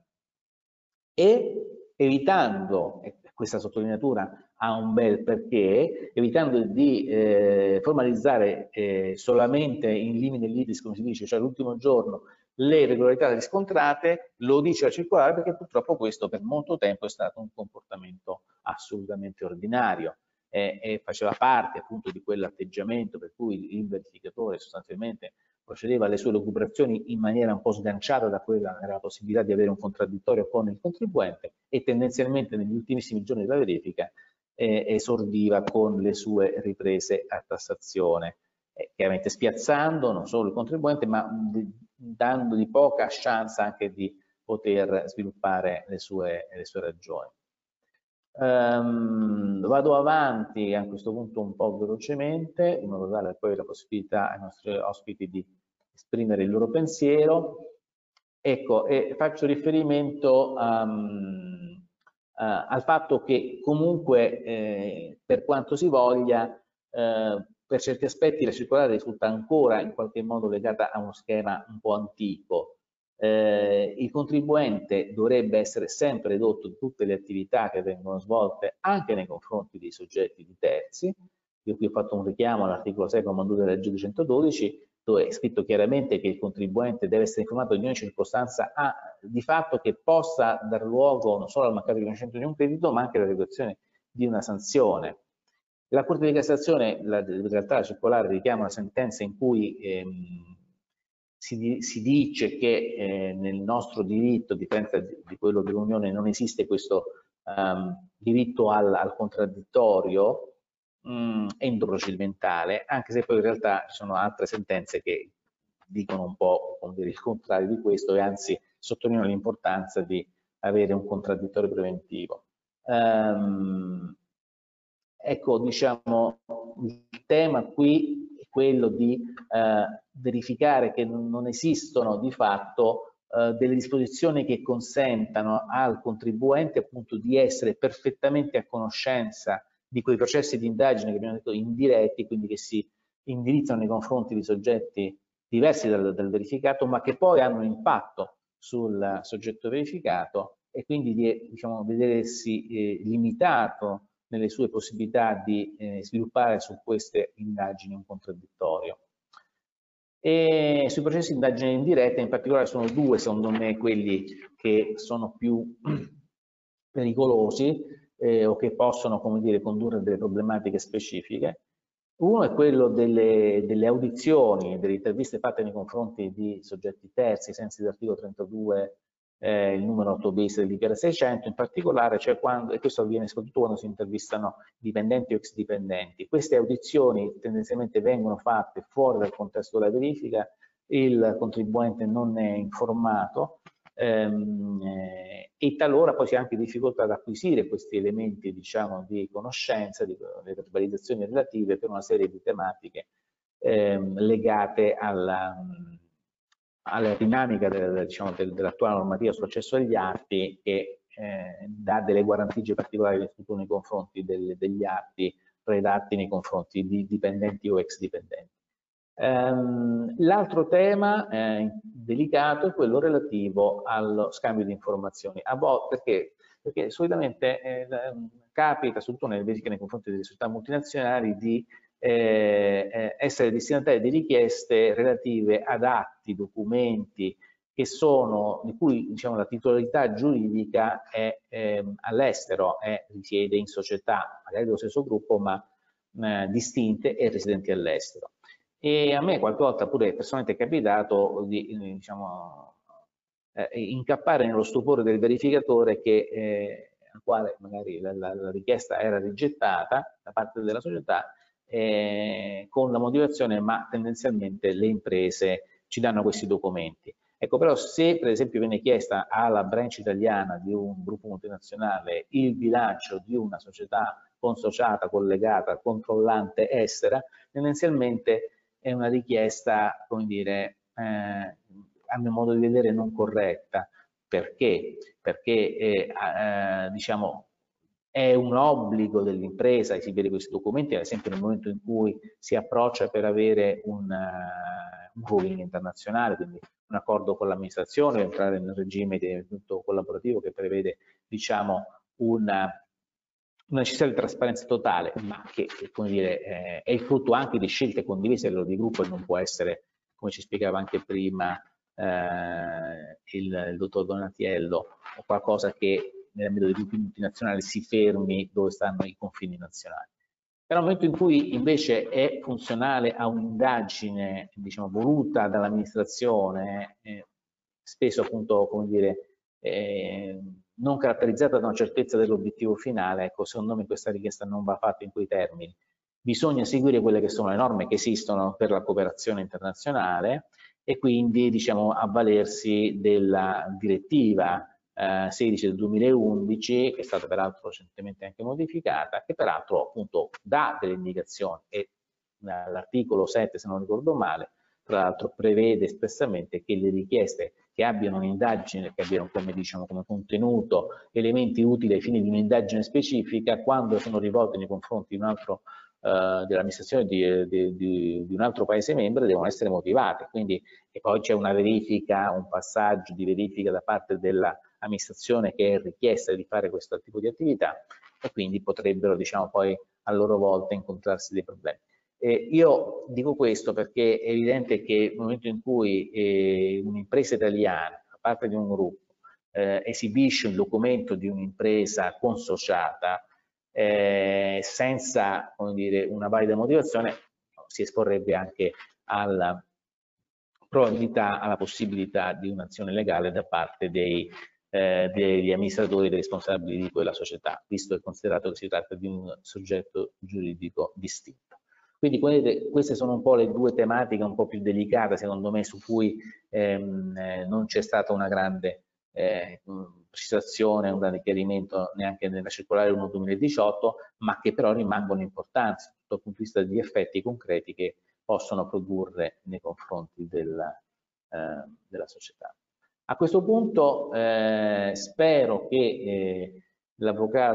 B: e evitando, e questa sottolineatura ha un bel perché, evitando di eh, formalizzare eh, solamente in limine litis, come si dice, cioè l'ultimo giorno, le irregolarità riscontrate, lo dice la circolare perché purtroppo questo per molto tempo è stato un comportamento assolutamente ordinario eh, e faceva parte appunto di quell'atteggiamento per cui il verificatore sostanzialmente procedeva alle sue lucubrazioni in maniera un po' sganciata da quella che era la possibilità di avere un contraddittorio con il contribuente, e tendenzialmente negli ultimissimi giorni della verifica eh, esordiva con le sue riprese a tassazione, eh, chiaramente spiazzando non solo il contribuente ma dandogli poca chance anche di poter sviluppare le sue, le sue ragioni. Um, vado avanti a questo punto un po' velocemente, in modo da dare poi la possibilità ai nostri ospiti di esprimere il loro pensiero. Ecco, e faccio riferimento um, uh, al fatto che comunque eh, per quanto si voglia, eh, per certi aspetti la circolare risulta ancora in qualche modo legata a uno schema un po' antico. Eh, il contribuente dovrebbe essere sempre edotto di tutte le attività che vengono svolte anche nei confronti dei soggetti di terzi. Io qui ho fatto un richiamo all'articolo sei comma due della legge duecentododici, dove è scritto chiaramente che il contribuente deve essere informato di ogni circostanza a, di fatto che possa dar luogo non solo al mancato riconoscimento di un credito, ma anche alla revocazione di una sanzione. La Corte di Cassazione, la, in realtà la circolare richiama una sentenza in cui ehm, Si, si dice che eh, nel nostro diritto, a differenza di, di quello dell'Unione, non esiste questo um, diritto al, al contraddittorio um, endoprocedimentale, anche se poi in realtà ci sono altre sentenze che dicono un po' il contrario di questo e anzi sottolineano l'importanza di avere un contraddittorio preventivo. Um, ecco, diciamo, il tema qui è quello di eh, verificare che non esistono di fatto eh, delle disposizioni che consentano al contribuente appunto di essere perfettamente a conoscenza di quei processi di indagine che abbiamo detto indiretti, quindi che si indirizzano nei confronti di soggetti diversi dal, dal verificato, ma che poi hanno un impatto sul soggetto verificato e quindi di diciamo, vedersi eh, limitato nelle sue possibilità di eh, sviluppare su queste indagini un contraddittorio. E sui processi di indagine indiretta, in particolare, sono due, secondo me, quelli che sono più pericolosi eh, o che possono, come dire, condurre a delle problematiche specifiche. Uno è quello delle, delle audizioni, delle interviste fatte nei confronti di soggetti terzi, ai sensi dell'articolo trentadue, eh, il numero otto bis dell'I P R seicento, in particolare, cioè quando, e questo avviene soprattutto quando si intervistano dipendenti o ex dipendenti. Queste audizioni tendenzialmente vengono fatte fuori dal contesto della verifica, il contribuente non è informato, ehm, eh, e talora poi si ha anche difficoltà ad acquisire questi elementi, diciamo, di conoscenza, di, di verbalizzazioni relative per una serie di tematiche ehm, legate alla, alla dinamica del, diciamo, del, dell'attuale normativa sull'accesso agli atti, che eh, dà delle guarentigie particolari nei confronti del, degli atti redatti nei confronti di dipendenti o ex dipendenti. Um, L'altro tema eh, delicato è quello relativo allo scambio di informazioni. A volte, perché, perché solitamente eh, capita, soprattutto nelle verifiche nei confronti delle società multinazionali, di eh, eh, essere destinatari di richieste relative ad atti, documenti che sono, di cui diciamo, la titolarità giuridica è eh, all'estero, risiede in società, magari dello stesso gruppo, ma eh, distinte e residenti all'estero. E a me qualche volta pure personalmente è capitato di diciamo, eh, incappare nello stupore del verificatore che, eh, al quale magari la, la, la richiesta era rigettata da parte della società eh, con la motivazione ma tendenzialmente le imprese ci danno questi documenti. Ecco, però se per esempio viene chiesta alla branch italiana di un gruppo multinazionale il bilancio di una società consociata, collegata, controllante estera, tendenzialmente è una richiesta, come dire, eh, a mio modo di vedere non corretta. Perché? Perché eh, eh, diciamo, è un obbligo dell'impresa esibire questi documenti, ad esempio nel momento in cui si approccia per avere un, uh, un ruling internazionale, quindi un accordo con l'amministrazione, entrare nel regime di collaborativo che prevede, diciamo, una una necessità di trasparenza totale, ma che, come dire, eh, è il frutto anche di scelte condivise a livello di gruppo e non può essere, come ci spiegava anche prima eh, il, il dottor Donatiello, o qualcosa che nell'ambito dei gruppi multinazionali si fermi dove stanno i confini nazionali. Però nel momento in cui invece è funzionale a un'indagine, diciamo, voluta dall'amministrazione, eh, spesso appunto, come dire, eh, non caratterizzata da una certezza dell'obiettivo finale, ecco, secondo me questa richiesta non va fatta in quei termini. Bisogna seguire quelle che sono le norme che esistono per la cooperazione internazionale e quindi, diciamo, avvalersi della direttiva eh, sedici del duemilaundici, che è stata peraltro recentemente anche modificata, che peraltro appunto dà delle indicazioni e l'articolo sette, se non ricordo male, tra l'altro prevede espressamente che le richieste che abbiano un'indagine, che abbiano come, diciamo, come contenuto elementi utili ai fini di un'indagine specifica, quando sono rivolte nei confronti di un altro Uh, dell'amministrazione di, di, di, di un altro paese membro, devono essere motivate. Quindi, e poi c'è una verifica, un passaggio di verifica da parte dell'amministrazione che è richiesta di fare questo tipo di attività e quindi potrebbero, diciamo, poi a loro volta incontrarsi dei problemi. Eh, io dico questo perché è evidente che nel momento in cui eh, un'impresa italiana, da parte di un gruppo, eh, esibisce un documento di un'impresa consociata, Eh, senza, come dire, una valida motivazione, si esporrebbe anche alla probabilità, alla possibilità di un'azione legale da parte dei, eh, degli amministratori e dei responsabili di quella società, visto e considerato che si tratta di un soggetto giuridico distinto. Quindi queste sono un po' le due tematiche un po' più delicate, secondo me, su cui ehm, eh, non c'è stata una grande eh, precisazione, un grande chiarimento neanche nella circolare uno duemiladiciotto, ma che però rimangono importanti dal punto di vista degli effetti concreti che possono produrre nei confronti della, eh, della società. A questo punto eh, spero che eh,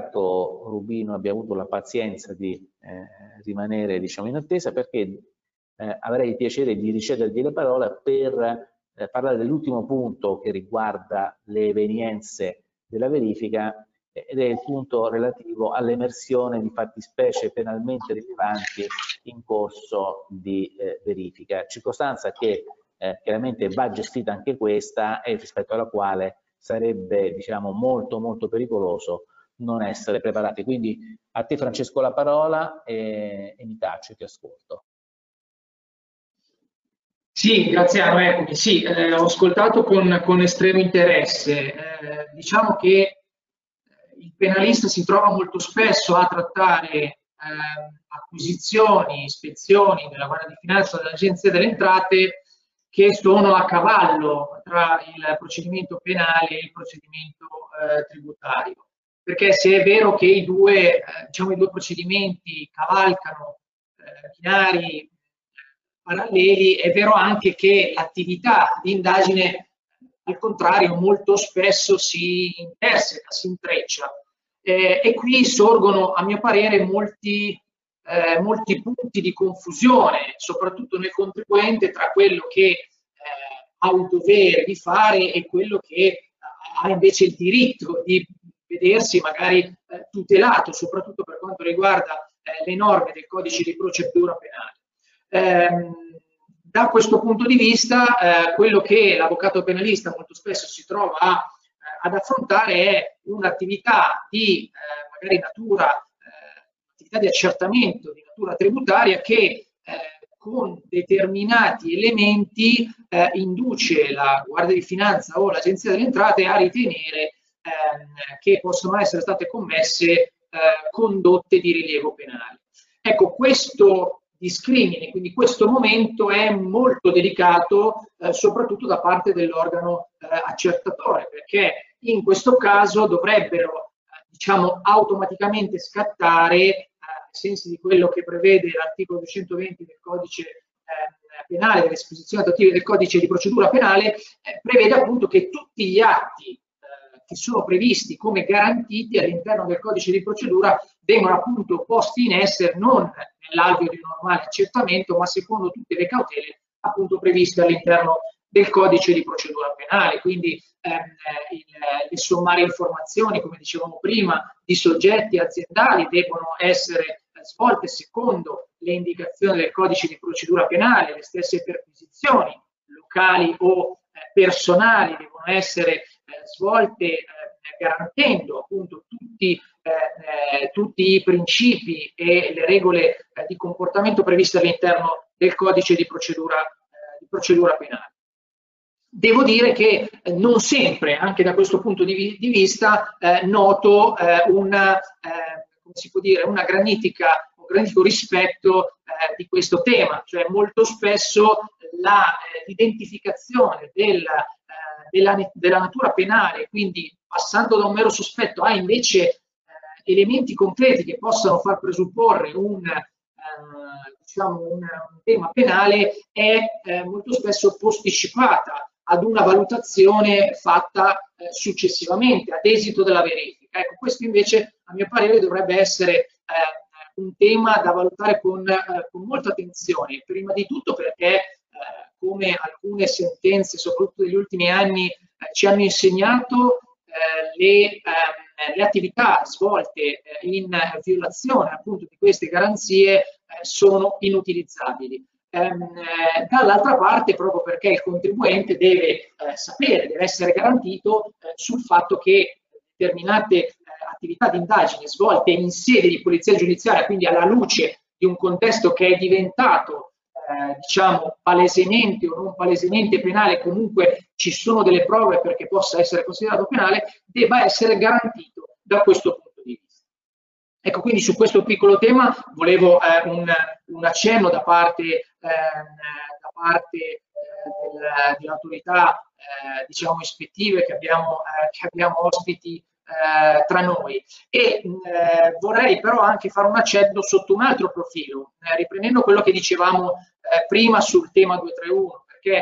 B: l'avvocato Rubino abbia avuto la pazienza di eh, rimanere, diciamo, in attesa, perché eh, avrei il piacere di ricedergli la parola per eh, parlare dell'ultimo punto che riguarda le evenienze della verifica, ed è il punto relativo all'emersione di fattispecie penalmente rilevanti in corso di eh, verifica, circostanza che eh, chiaramente va gestita anche questa e rispetto alla quale sarebbe, diciamo, molto molto pericoloso non essere preparati. Quindi a te, Francesco, la parola e, e mi taccio e ti ascolto.
G: Sì, Graziano, eccomi. Sì, eh, ho ascoltato con, con estremo interesse. Eh, diciamo che il penalista si trova molto spesso a trattare eh, acquisizioni, ispezioni della Guardia di Finanza o dell'Agenzia delle Entrate che sono a cavallo tra il procedimento penale e il procedimento eh, tributario. Perché se è vero che i due, eh, diciamo, i due procedimenti cavalcano eh, binari paralleli, è vero anche che l'attività di indagine, al contrario, molto spesso si interseca, si intreccia. Eh, e qui sorgono, a mio parere, molti, eh, molti punti di confusione, soprattutto nel contribuente, tra quello che eh, ha il dovere di fare e quello che ha invece il diritto di vedersi magari eh, tutelato, soprattutto per quanto riguarda eh, le norme del codice di procedura penale. Eh, da questo punto di vista, eh, quello che l'avvocato penalista molto spesso si trova a, eh, ad affrontare è un'attività di eh, magari natura, eh, attività di accertamento di natura tributaria che eh, con determinati elementi eh, induce la Guardia di Finanza o l'Agenzia delle Entrate a ritenere ehm, che possono essere state commesse eh, condotte di rilievo penale. Ecco, questo discrimine, quindi questo momento è molto delicato eh, soprattutto da parte dell'organo eh, accertatore, perché in questo caso dovrebbero eh, diciamo automaticamente scattare eh, ai sensi di quello che prevede l'articolo duecentoventi del codice eh, penale, delle disposizioni attuative del codice di procedura penale, eh, prevede appunto che tutti gli atti eh, che sono previsti come garantiti all'interno del codice di procedura vengono appunto posti in essere non nell'alveo di un normale accertamento, ma secondo tutte le cautele appunto previste all'interno del codice di procedura penale. Quindi ehm, il, le sommarie informazioni, come dicevamo prima, di soggetti aziendali devono essere eh, svolte secondo le indicazioni del codice di procedura penale, le stesse perquisizioni locali o eh, personali devono essere eh, svolte eh, garantendo appunto tutti Eh, eh, tutti i principi e le regole eh, di comportamento previste all'interno del codice di procedura, eh, di procedura penale. Devo dire che eh, non sempre, anche da questo punto di, di vista, eh, noto eh, una, eh, come si può dire, una granitica, un granitico rispetto eh, di questo tema, cioè molto spesso l'identificazione eh, del, eh, della, della natura penale, quindi passando da un mero sospetto a invece elementi concreti che possano far presupporre un, eh, diciamo un, un tema penale è eh, molto spesso posticipata ad una valutazione fatta eh, successivamente, ad esito della verifica. Ecco, questo invece a mio parere dovrebbe essere eh, un tema da valutare con, eh, con molta attenzione, prima di tutto perché eh, come alcune sentenze, soprattutto negli ultimi anni, eh, ci hanno insegnato, eh, le eh, le attività svolte in violazione appunto di queste garanzie eh, sono inutilizzabili. Ehm, eh, dall'altra parte, proprio perché il contribuente deve eh, sapere, deve essere garantito eh, sul fatto che determinate eh, attività di indagine svolte in sede di polizia giudiziaria, quindi alla luce di un contesto che è diventato Eh, diciamo palesemente o non palesemente penale, comunque ci sono delle prove perché possa essere considerato penale, debba essere garantito da questo punto di vista. Ecco, quindi su questo piccolo tema volevo eh, un, un accenno da parte, eh, da parte eh, del, dell'autorità eh, diciamo ispettive che abbiamo, eh, che abbiamo ospiti Eh, tra noi e eh, vorrei però anche fare un accenno sotto un altro profilo, eh, riprendendo quello che dicevamo eh, prima sul tema duecentotrentuno, perché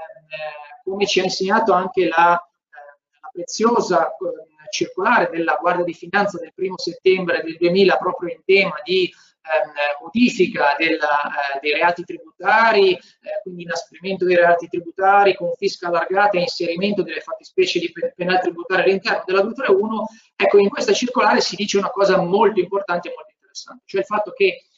G: eh, come ci ha insegnato anche la, eh, la preziosa eh, circolare della Guardia di Finanza del primo settembre del duemila proprio in tema di modifica della, eh, dei reati tributari, eh, quindi inasprimento dei reati tributari, confisca allargata e inserimento delle fattispecie di penali tributarie all'interno della duecentotrentuno. Ecco, in questa circolare si dice una cosa molto importante e molto interessante, cioè il fatto che eh,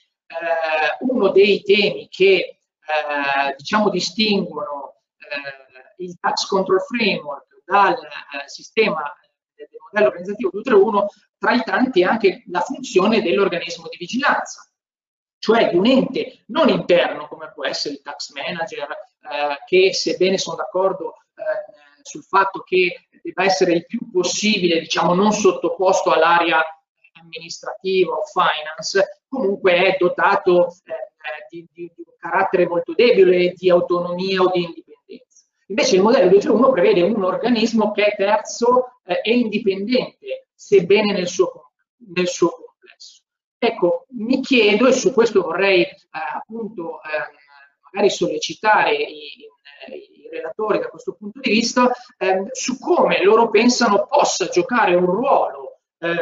G: uno dei temi che eh, diciamo distinguono eh, il tax control framework dal eh, sistema del modello organizzativo duecentotrentuno, tra i tanti, è anche la funzione dell'organismo di vigilanza, cioè di un ente non interno come può essere il tax manager, eh, che sebbene sono d'accordo eh, sul fatto che debba essere il più possibile, diciamo, non sottoposto all'area amministrativa o finance, comunque è dotato eh, di, di, di un carattere molto debole di autonomia o di indipendenza. Invece il modello duecentotrentuno prevede un organismo che è terzo eh, e indipendente, sebbene nel suo, nel suo complesso. Ecco, mi chiedo, e su questo vorrei eh, appunto eh, magari sollecitare i, i, i relatori da questo punto di vista, eh, su come loro pensano possa giocare un ruolo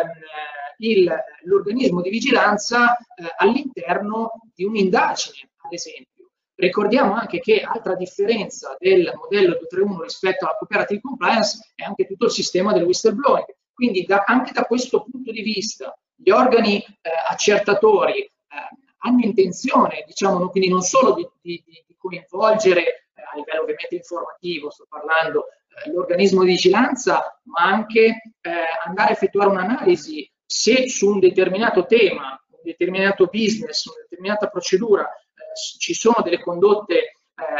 G: eh, l'organismo di vigilanza eh, all'interno di un'indagine, ad esempio. Ricordiamo anche che altra differenza del modello duecentotrentuno rispetto alla cooperative compliance è anche tutto il sistema del whistleblowing. Quindi da, anche da questo punto di vista gli organi eh, accertatori eh, hanno intenzione, diciamo, quindi non solo di, di, di coinvolgere eh, a livello ovviamente informativo, sto parlando eh, l'organismo di vigilanza, ma anche eh, andare a effettuare un'analisi se su un determinato tema, un determinato business, una determinata procedura ci sono delle condotte eh,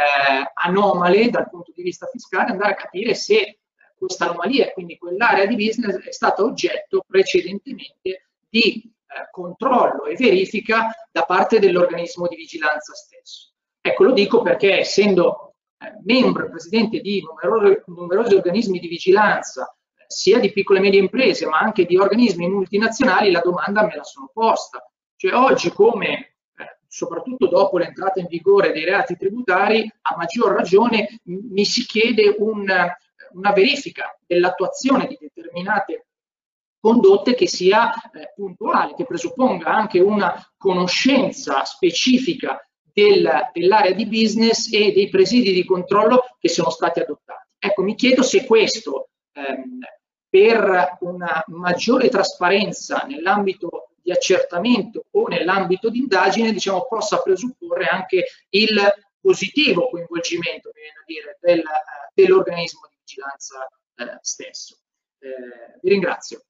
G: anomale dal punto di vista fiscale, andare a capire se questa anomalia, quindi quell'area di business, è stata oggetto precedentemente di eh, controllo e verifica da parte dell'organismo di vigilanza stesso. Ecco, lo dico perché essendo eh, membro e presidente di numerosi, numerosi organismi di vigilanza, eh, sia di piccole e medie imprese, ma anche di organismi multinazionali, la domanda me la sono posta. Cioè oggi come soprattutto dopo l'entrata in vigore dei reati tributari, a maggior ragione mi si chiede un, una verifica dell'attuazione di determinate condotte che sia eh, puntuale, che presupponga anche una conoscenza specifica del, dell'area di business e dei presidi di controllo che sono stati adottati. Ecco, mi chiedo se questo, ehm, per una maggiore trasparenza nell'ambito di accertamento o nell'ambito di indagine, diciamo, possa presupporre anche il positivo coinvolgimento, mi viene a dire, del, uh, dell'organismo di vigilanza uh, stesso. Eh, vi ringrazio.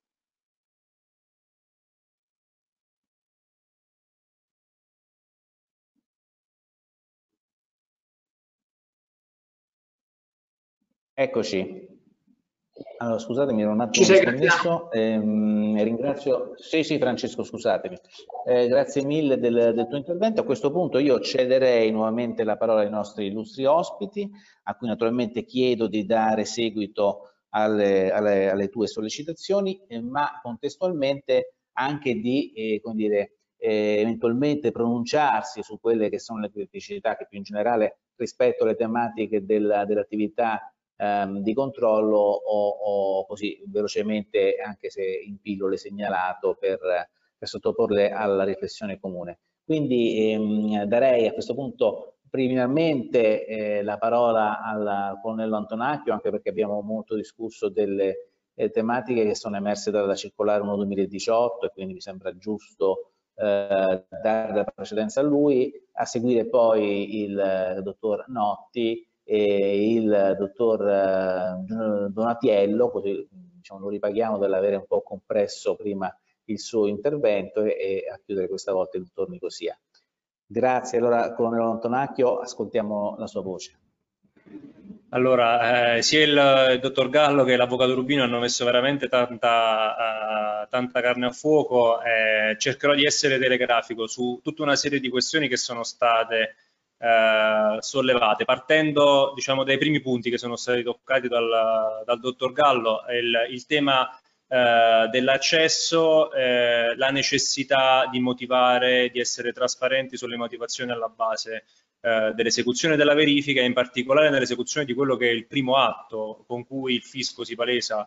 B: Eccoci. Allora, scusatemi, ero un attimo disconnesso. Ehm, ringrazio, sì, sì, Francesco, scusatemi. Eh, grazie mille del, del tuo intervento. A questo punto io cederei nuovamente la parola ai nostri illustri ospiti, a cui naturalmente chiedo di dare seguito alle, alle, alle tue sollecitazioni, eh, ma contestualmente anche di, eh, come dire, eh, eventualmente pronunciarsi su quelle che sono le criticità che più in generale rispetto alle tematiche dell'attività di controllo o, o così velocemente, anche se in pillole segnalato, per, per sottoporle alla riflessione comune. Quindi ehm, darei a questo punto preliminarmente eh, la parola al colonnello Antonacchio, anche perché abbiamo molto discusso delle eh, tematiche che sono emerse dalla circolare uno duemiladiciotto e quindi mi sembra giusto eh, dare la precedenza a lui, a seguire poi il eh, dottor Notti e il dottor eh, Donatiello, così diciamo, lo ripaghiamo per avere un po' compresso prima il suo intervento, e, e a chiudere questa volta il dottor Nicosia. Grazie. Allora, colonnello Antonacchio, ascoltiamo la sua voce.
E: Allora, eh, sia il, il dottor Gallo che l'avvocato Rubino hanno messo veramente tanta, uh, tanta carne a fuoco. Eh, cercherò di essere telegrafico su tutta una serie di questioni che sono state Eh, sollevate, partendo diciamo dai primi punti che sono stati toccati dal, dal dottor Gallo, il, il tema eh, dell'accesso, eh, la necessità di motivare, di essere trasparenti sulle motivazioni alla base eh, dell'esecuzione della verifica, e in particolare nell'esecuzione di quello che è il primo atto con cui il fisco si palesa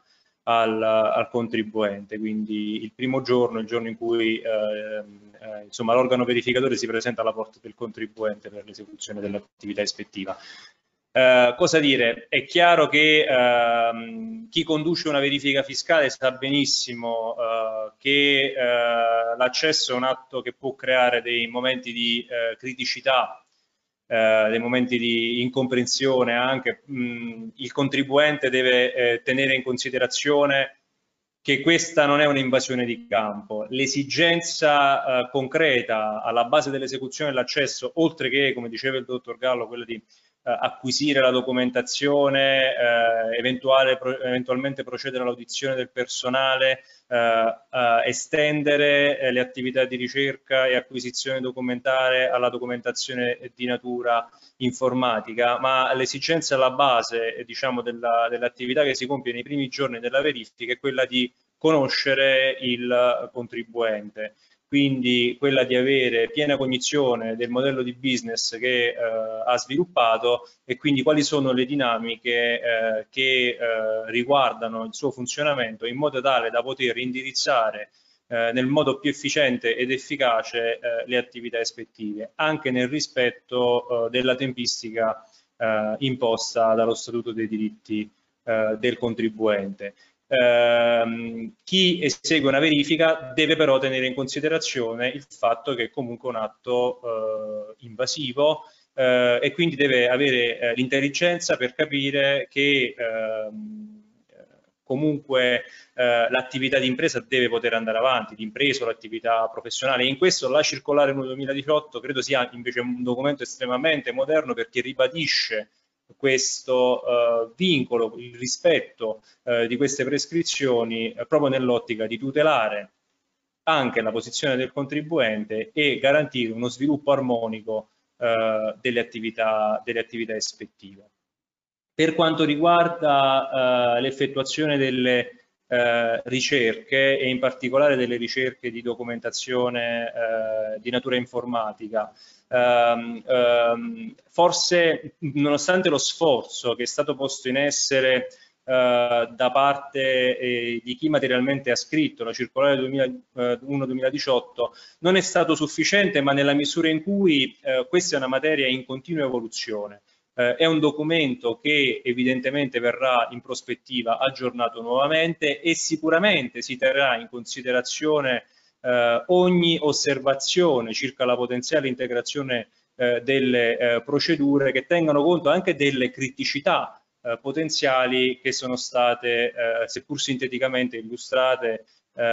E: al, al contribuente, quindi il primo giorno, il giorno in cui eh, eh, insomma, l'organo verificatore si presenta alla porta del contribuente per l'esecuzione dell'attività ispettiva. Eh, cosa dire? È chiaro che ehm, chi conduce una verifica fiscale sa benissimo eh, che eh, l'accesso è un atto che può creare dei momenti di eh, criticità, eh, dei momenti di incomprensione anche. Mh, il contribuente deve eh, tenere in considerazione che questa non è un'invasione di campo. L'esigenza eh, concreta alla base dell'esecuzione dell'accesso, oltre che, come diceva il dottor Gallo, quella di Uh, acquisire la documentazione, uh, eventuale, pro, eventualmente procedere all'audizione del personale, uh, uh, estendere eh, le attività di ricerca e acquisizione documentare alla documentazione di natura informatica, ma l'esigenza alla base eh, diciamo, dell'attività che si compie nei primi giorni della verifica è quella di conoscere il contribuente. Quindi quella di avere piena cognizione del modello di business che eh, ha sviluppato e quindi quali sono le dinamiche eh, che eh, riguardano il suo funzionamento, in modo tale da poter indirizzare eh, nel modo più efficiente ed efficace eh, le attività ispettive, anche nel rispetto eh, della tempistica eh, imposta dallo Statuto dei diritti eh, del contribuente. Uh, chi esegue una verifica deve però tenere in considerazione il fatto che è comunque un atto uh, invasivo uh, e quindi deve avere uh, l'intelligenza per capire che uh, comunque uh, l'attività di impresa deve poter andare avanti, l'impresa o l'attività professionale. E in questo la circolare uno duemiladiciotto credo sia invece un documento estremamente moderno, perché ribadisce questo uh, vincolo, il rispetto uh, di queste prescrizioni uh, proprio nell'ottica di tutelare anche la posizione del contribuente e garantire uno sviluppo armonico uh, delle attività, delle attività ispettive. Per quanto riguarda uh, l'effettuazione delle uh, ricerche e in particolare delle ricerche di documentazione uh, di natura informatica, Um, um, forse nonostante lo sforzo che è stato posto in essere uh, da parte eh, di chi materialmente ha scritto la circolare duemilauno duemiladiciotto, non è stato sufficiente, ma nella misura in cui uh, questa è una materia in continua evoluzione. Uh, è un documento che evidentemente verrà in prospettiva aggiornato nuovamente e sicuramente si terrà in considerazione Uh, ogni osservazione circa la potenziale integrazione uh, delle uh, procedure che tengano conto anche delle criticità uh, potenziali che sono state, uh, seppur sinteticamente, illustrate uh,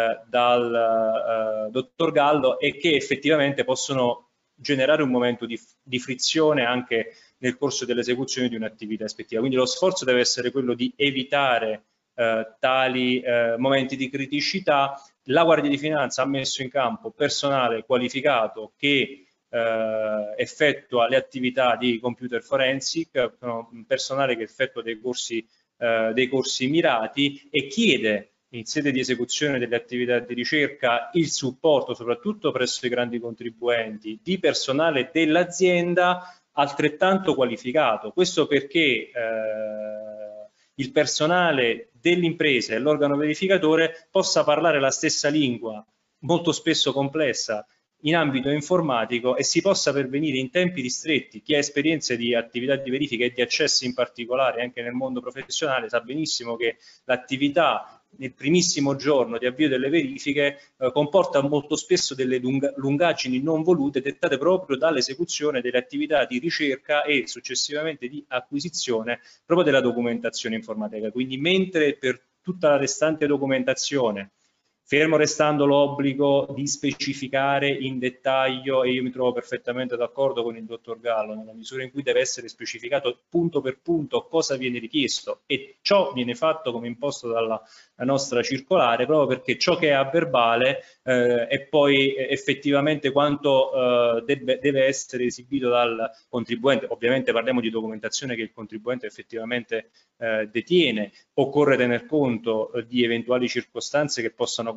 E: dal uh, dottor Gallo e che effettivamente possono generare un momento di, di frizione anche nel corso dell'esecuzione di un'attività ispettiva. Quindi lo sforzo deve essere quello di evitare uh, tali uh, momenti di criticità. La Guardia di Finanza ha messo in campo personale qualificato che eh, effettua le attività di computer forensic, personale che effettua dei corsi, eh, dei corsi mirati e chiede in sede di esecuzione delle attività di ricerca il supporto, soprattutto presso i grandi contribuenti, di personale dell'azienda altrettanto qualificato. Questo perché eh, il personale dell'impresa e l'organo verificatore possa parlare la stessa lingua, molto spesso complessa, in ambito informatico e si possa pervenire in tempi ristretti. Chi ha esperienze di attività di verifica e di accessi in particolare anche nel mondo professionale sa benissimo che l'attività nel primissimo giorno di avvio delle verifiche eh, comporta molto spesso delle lunga, lungaggini non volute dettate proprio dall'esecuzione delle attività di ricerca e successivamente di acquisizione proprio della documentazione informatica. Quindi mentre per tutta la restante documentazione, fermo restando l'obbligo di specificare in dettaglio, e io mi trovo perfettamente d'accordo con il dottor Gallo, nella misura in cui deve essere specificato punto per punto cosa viene richiesto e ciò viene fatto come imposto dalla nostra circolare, proprio perché ciò che è a verbale eh, è poi effettivamente quanto eh, deve, deve essere esibito dal contribuente. Ovviamente parliamo di documentazione che il contribuente effettivamente eh, detiene. Occorre tener conto eh, di eventuali circostanze che possano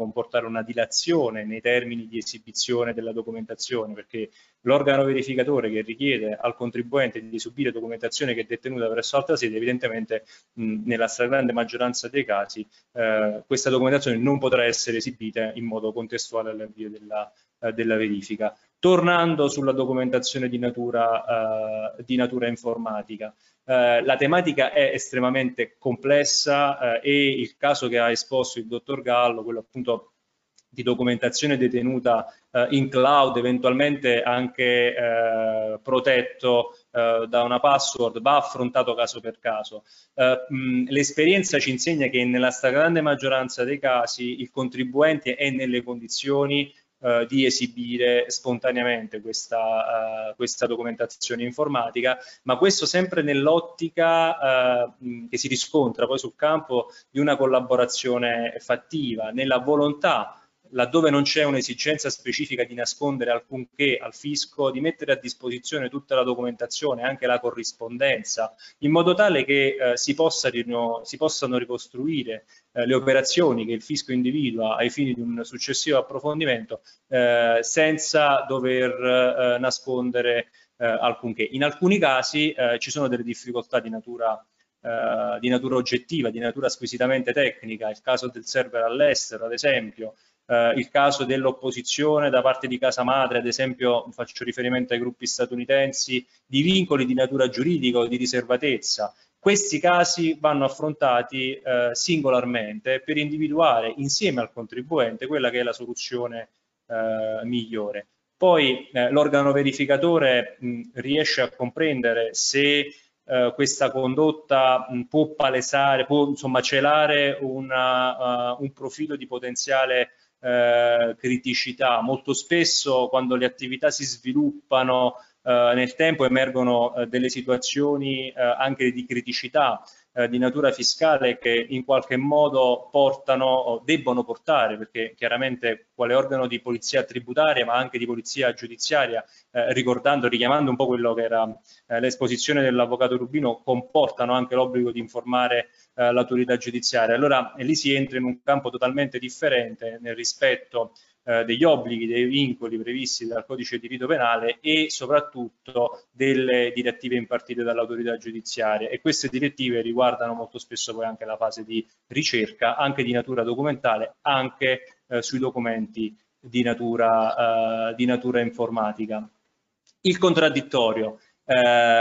E: comportare una dilazione nei termini di esibizione della documentazione, perché l'organo verificatore che richiede al contribuente di esibire documentazione che è detenuta presso altra sede, evidentemente mh, nella stragrande maggioranza dei casi eh, questa documentazione non potrà essere esibita in modo contestuale all'avvio della, eh, della verifica. Tornando sulla documentazione di natura, eh, di natura informatica, eh, la tematica è estremamente complessa eh, e il caso che ha esposto il dottor Gallo, quello appunto di documentazione detenuta eh, in cloud, eventualmente anche eh, protetto eh, da una password, va affrontato caso per caso. Eh, l'esperienza ci insegna che nella stragrande maggioranza dei casi il contribuente è nelle condizioni Uh, di esibire spontaneamente questa, uh, questa documentazione informatica, ma questo sempre nell'ottica uh, che si riscontra poi sul campo di una collaborazione fattiva, nella volontà, laddove non c'è un'esigenza specifica di nascondere alcunché al fisco, di mettere a disposizione tutta la documentazione, anche la corrispondenza, in modo tale che eh, si, possa, si possano ricostruire eh, le operazioni che il fisco individua ai fini di un successivo approfondimento eh, senza dover eh, nascondere eh, alcunché. In alcuni casi eh, ci sono delle difficoltà di natura Uh, di natura oggettiva, di natura squisitamente tecnica, il caso del server all'estero ad esempio, uh, il caso dell'opposizione da parte di casa madre, ad esempio faccio riferimento ai gruppi statunitensi, di vincoli di natura giuridica o di riservatezza. Questi casi vanno affrontati uh, singolarmente per individuare insieme al contribuente quella che è la soluzione uh, migliore. Poi eh, l'organo verificatore mh, riesce a comprendere se Uh, questa condotta mh, può palesare, può insomma celare una, uh, un profilo di potenziale uh, criticità. Molto spesso quando le attività si sviluppano uh, nel tempo emergono uh, delle situazioni uh, anche di criticità uh, di natura fiscale che in qualche modo portano o debbono portare, perché chiaramente quale organo di polizia tributaria ma anche di polizia giudiziaria, eh, ricordando, richiamando un po' quello che era eh, l'esposizione dell'avvocato Rubino, comportano anche l'obbligo di informare eh, l'autorità giudiziaria. Allora eh, lì si entra in un campo totalmente differente nel rispetto eh, degli obblighi, dei vincoli previsti dal codice di rito penale e soprattutto delle direttive impartite dall'autorità giudiziaria, e queste direttive riguardano molto spesso poi anche la fase di ricerca, anche di natura documentale, anche eh, sui documenti di natura, eh, di natura informatica. Il contraddittorio, eh,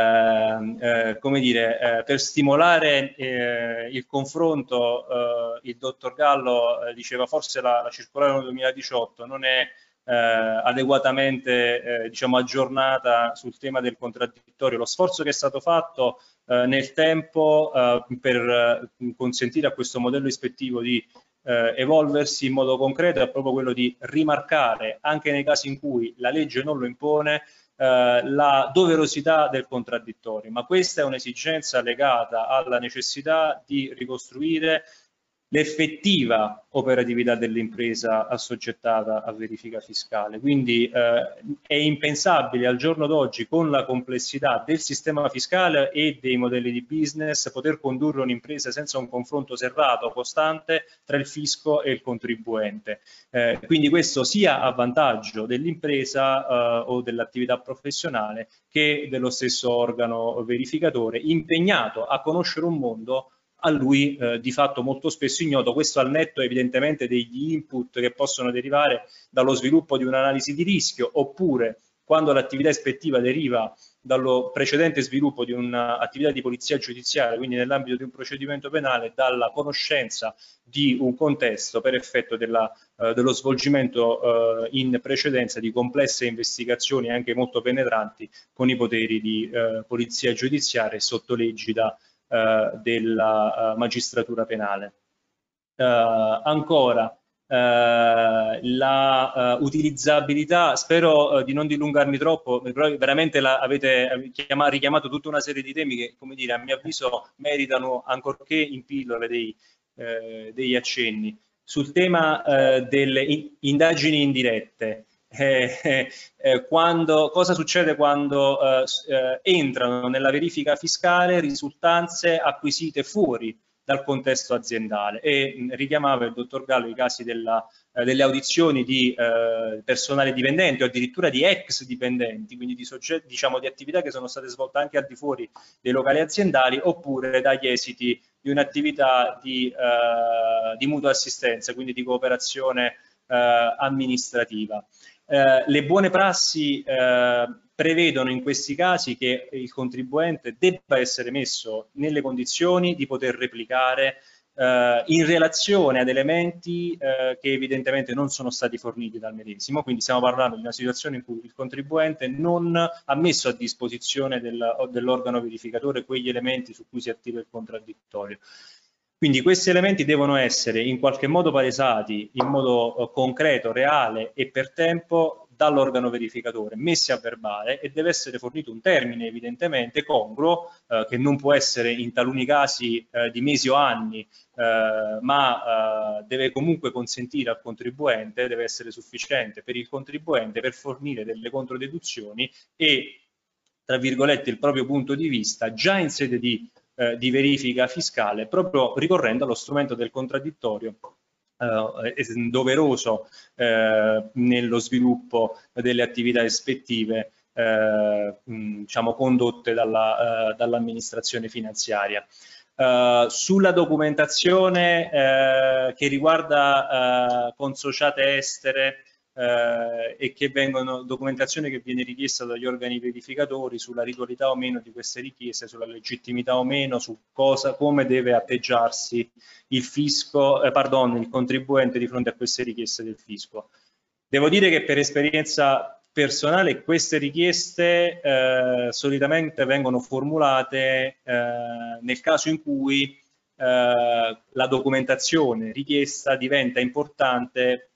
E: eh, come dire, eh, per stimolare eh, il confronto, eh, il dottor Gallo eh, diceva forse la, la circolare duemiladiciotto non è eh, adeguatamente eh, diciamo aggiornata sul tema del contraddittorio. Lo sforzo che è stato fatto eh, nel tempo eh, per eh, consentire a questo modello ispettivo di Eh, evolversi in modo concreto è proprio quello di rimarcare, anche nei casi in cui la legge non lo impone, eh, la doverosità del contraddittorio, ma questa è un'esigenza legata alla necessità di ricostruire l'effettiva operatività dell'impresa assoggettata a verifica fiscale. Quindi eh, è impensabile al giorno d'oggi, con la complessità del sistema fiscale e dei modelli di business, poter condurre un'impresa senza un confronto serrato, costante tra il fisco e il contribuente. Eh, quindi questo sia a vantaggio dell'impresa eh, o dell'attività professionale che dello stesso organo verificatore, impegnato a conoscere un mondo a lui eh, di fatto molto spesso ignoto, questo al netto evidentemente degli input che possono derivare dallo sviluppo di un'analisi di rischio, oppure quando l'attività ispettiva deriva dallo precedente sviluppo di un'attività di polizia giudiziaria, quindi nell'ambito di un procedimento penale, dalla conoscenza di un contesto per effetto della, eh, dello svolgimento eh, in precedenza di complesse investigazioni anche molto penetranti con i poteri di eh, polizia giudiziaria e sotto l'egida Uh, della uh, magistratura penale. Uh, ancora, uh, la uh, utilizzabilità, spero uh, di non dilungarmi troppo, però veramente la, avete chiama, richiamato tutta una serie di temi che, come dire, a mio avviso meritano, ancorché in pillole, dei, uh, degli accenni. Sul tema uh, delle in, indagini indirette, Eh, eh, quando, cosa succede quando eh, eh, entrano nella verifica fiscale risultanze acquisite fuori dal contesto aziendale. E mh, richiamava il dottor Gallo i casi della, eh, delle audizioni di eh, personale dipendente o addirittura di ex dipendenti, quindi di soggetti, diciamo, di attività che sono state svolte anche al di fuori dei locali aziendali, oppure dagli esiti di un'attività di, eh, di mutua assistenza, quindi di cooperazione eh, amministrativa. Eh, le buone prassi eh, prevedono in questi casi che il contribuente debba essere messo nelle condizioni di poter replicare eh, in relazione ad elementi eh, che evidentemente non sono stati forniti dal medesimo, quindi stiamo parlando di una situazione in cui il contribuente non ha messo a disposizione del, dell'organo verificatore quegli elementi su cui si attiva il contraddittorio. Quindi questi elementi devono essere in qualche modo palesati in modo eh, concreto, reale e per tempo dall'organo verificatore, messi a verbale, e deve essere fornito un termine evidentemente congruo, eh, che non può essere in taluni casi eh, di mesi o anni, eh, ma eh, deve comunque consentire al contribuente, deve essere sufficiente per il contribuente per fornire delle controdeduzioni e, tra virgolette, il proprio punto di vista già in sede di Eh, di verifica fiscale, proprio ricorrendo allo strumento del contraddittorio eh, doveroso eh, nello sviluppo delle attività ispettive eh, diciamo condotte dalla, eh, dall'amministrazione finanziaria. Uh, sulla documentazione uh, che riguarda uh, consociate estere uh, e che vengono, documentazione che viene richiesta dagli organi verificatori sulla ritualità o meno di queste richieste, sulla legittimità o meno, su cosa, come deve atteggiarsi il fisco, eh, pardon, il contribuente di fronte a queste richieste del fisco. Devo dire che per esperienza personale queste richieste eh, solitamente vengono formulate eh, nel caso in cui eh, la documentazione richiesta diventa importante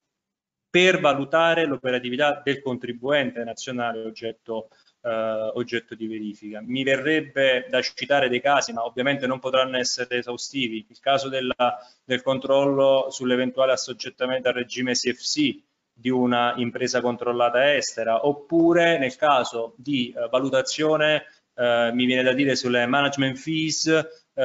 E: per valutare l'operatività del contribuente nazionale oggetto, eh, oggetto di verifica. Mi verrebbe da citare dei casi, ma ovviamente non potranno essere esaustivi. Il caso della, del controllo sull'eventuale assoggettamento al regime C F C di una impresa controllata estera, oppure nel caso di eh, valutazione, eh, mi viene da dire, sulle management fees eh,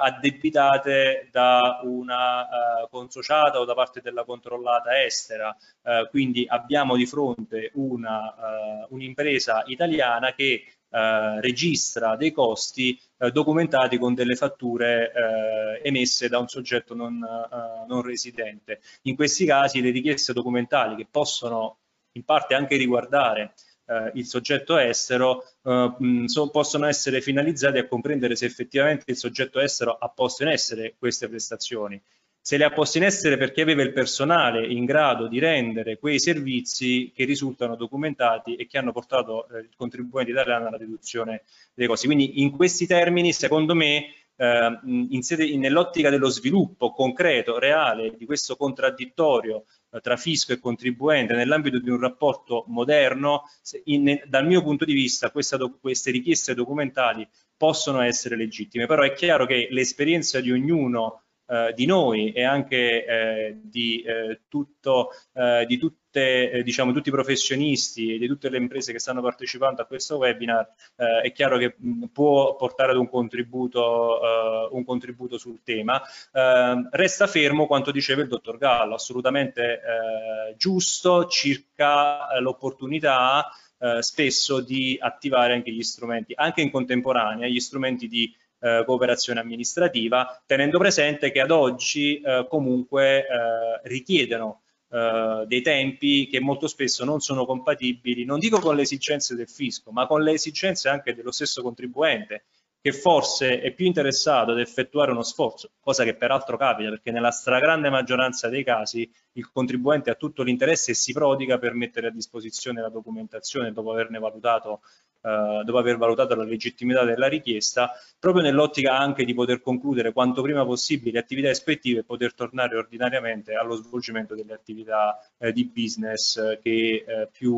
E: addebitate da una eh, consociata o da parte della controllata estera. Eh, quindi abbiamo di fronte una, uh, un'impresa italiana che Uh, registra dei costi uh, documentati con delle fatture uh, emesse da un soggetto non, uh, non residente. In questi casi le richieste documentali, che possono in parte anche riguardare uh, il soggetto estero, uh, mh, so, possono essere finalizzate a comprendere se effettivamente il soggetto estero ha posto in essere queste prestazioni. Se le ha poste in essere perché aveva il personale in grado di rendere quei servizi che risultano documentati e che hanno portato eh, il contribuente italiano alla riduzione dei costi. Quindi in questi termini, secondo me, eh, nell'ottica dello sviluppo concreto, reale, di questo contraddittorio eh, tra fisco e contribuente nell'ambito di un rapporto moderno, in, dal mio punto di vista questa, queste richieste documentali possono essere legittime, però è chiaro che l'esperienza di ognuno Uh, di noi e anche uh, di, uh, tutto, uh, di tutte, uh, diciamo, tutti i professionisti e di tutte le imprese che stanno partecipando a questo webinar, uh, è chiaro che mh, può portare ad un contributo, uh, un contributo sul tema. Uh, resta fermo quanto diceva il dottor Gallo, assolutamente uh, giusto circa uh, l'opportunità uh, spesso di attivare anche gli strumenti, anche in contemporanea, gli strumenti di Eh, cooperazione amministrativa, tenendo presente che ad oggi eh, comunque eh, richiedono eh, dei tempi che molto spesso non sono compatibili, non dico con le esigenze del fisco, ma con le esigenze anche dello stesso contribuente, che forse è più interessato ad effettuare uno sforzo, cosa che peraltro capita, perché nella stragrande maggioranza dei casi il contribuente ha tutto l'interesse e si prodiga per mettere a disposizione la documentazione dopo averne valutato Uh, dopo aver valutato la legittimità della richiesta, proprio nell'ottica anche di poter concludere quanto prima possibile le attività ispettive e poter tornare ordinariamente allo svolgimento delle attività uh, di business uh, che uh, più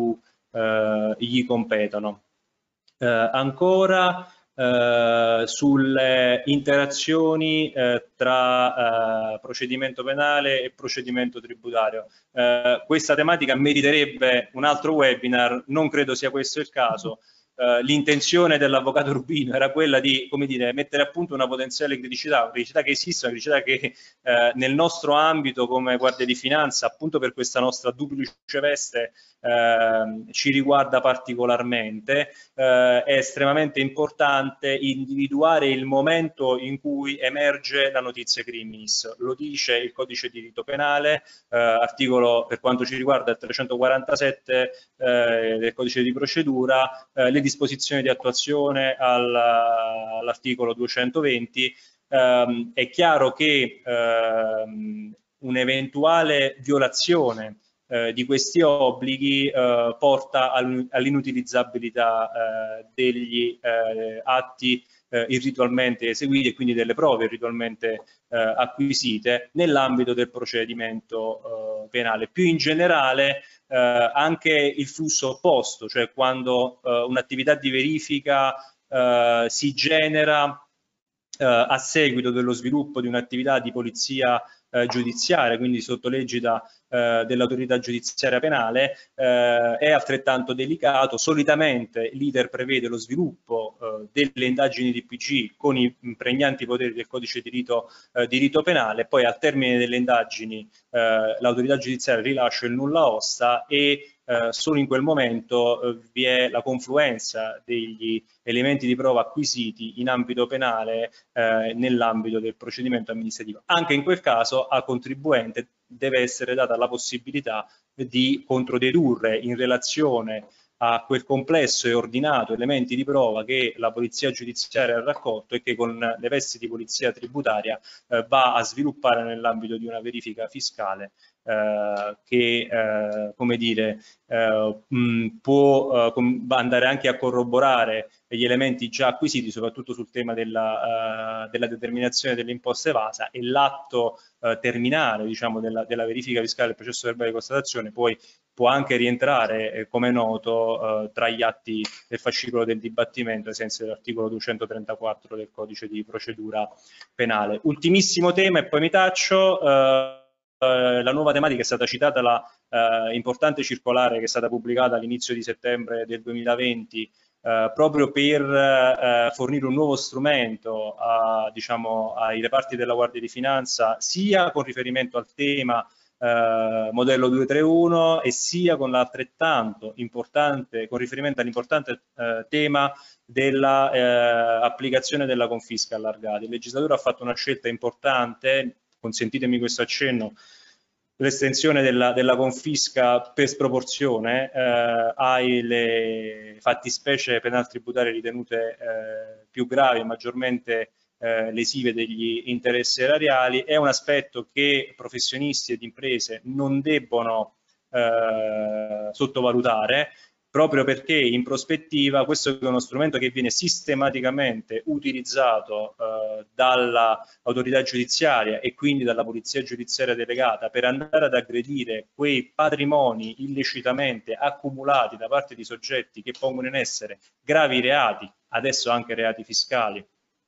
E: uh, gli competono. Uh, ancora uh, sulle interazioni uh, tra uh, procedimento penale e procedimento tributario. Uh, questa tematica meriterebbe un altro webinar, non credo sia questo il caso. Uh, l'intenzione dell'avvocato Rubino era quella di, come dire, mettere a punto una potenziale criticità, una criticità che esiste, una criticità che uh, nel nostro ambito come Guardia di Finanza, appunto per questa nostra duplice veste, uh, ci riguarda particolarmente. Uh, è estremamente importante individuare il momento in cui emerge la notizia criminis. Lo dice il codice di rito penale, uh, articolo per quanto ci riguarda il trecentoquarantasette uh, del codice di procedura, uh, le disposizioni di attuazione all'articolo duecentoventi. Um, è chiaro che um, un'eventuale violazione uh, di questi obblighi uh, porta all'inutilizzabilità uh, degli uh, atti uh, irritualmente eseguiti e quindi delle prove irritualmente uh, acquisite nell'ambito del procedimento uh, penale. Più in generale, Eh, anche il flusso opposto, cioè quando eh, un'attività di verifica eh, si genera eh, a seguito dello sviluppo di un'attività di polizia eh, giudiziaria, quindi sotto l'egida eh, dell'autorità giudiziaria penale, eh, è altrettanto delicato. Solitamente l'iter prevede lo sviluppo eh, delle indagini di P G con i pregnanti poteri del codice di rito, eh, di rito penale, poi al termine delle indagini eh, l'autorità giudiziaria rilascia il nulla osta e eh, solo in quel momento eh, vi è la confluenza degli elementi di prova acquisiti in ambito penale eh, nell'ambito del procedimento amministrativo. Anche in quel caso al contribuente deve essere data la possibilità di controdedurre in relazione a quel complesso e ordinato elementi di prova che la polizia giudiziaria ha raccolto e che con le vesti di polizia tributaria eh, va a sviluppare nell'ambito di una verifica fiscale eh, che, eh, come dire, eh, mh, può eh, andare anche a corroborare gli elementi già acquisiti, soprattutto sul tema della, uh, della determinazione dell'imposta evasa, e l'atto uh, terminale, diciamo, della, della verifica fiscale del processo verbale di constatazione poi può anche rientrare, eh, come è noto, uh, tra gli atti del fascicolo del dibattimento ai sensi dell'articolo duecentotrentaquattro del codice di procedura penale. Ultimissimo tema e poi mi taccio. Uh, la nuova tematica è stata citata, la uh, importante circolare che è stata pubblicata all'inizio di settembre del duemilaventi Uh, proprio per uh, fornire un nuovo strumento a, diciamo, ai reparti della Guardia di Finanza, sia con riferimento al tema uh, modello duecentotrentuno e sia con l'altrettanto importante, con riferimento all'importante uh, tema dell'applicazione uh, della confisca allargata. Il legislatore ha fatto una scelta importante, consentitemi questo accenno, l'estensione della, della confisca per sproporzione eh, alle fattispecie penali tributarie ritenute eh, più gravi e maggiormente eh, lesive degli interessi erariali. È un aspetto che professionisti ed imprese non debbono eh, sottovalutare, proprio perché in prospettiva questo è uno strumento che viene sistematicamente utilizzato eh, dall'autorità giudiziaria e quindi dalla polizia giudiziaria delegata per andare ad aggredire quei patrimoni illecitamente accumulati da parte di soggetti che pongono in essere gravi reati, adesso anche reati fiscali,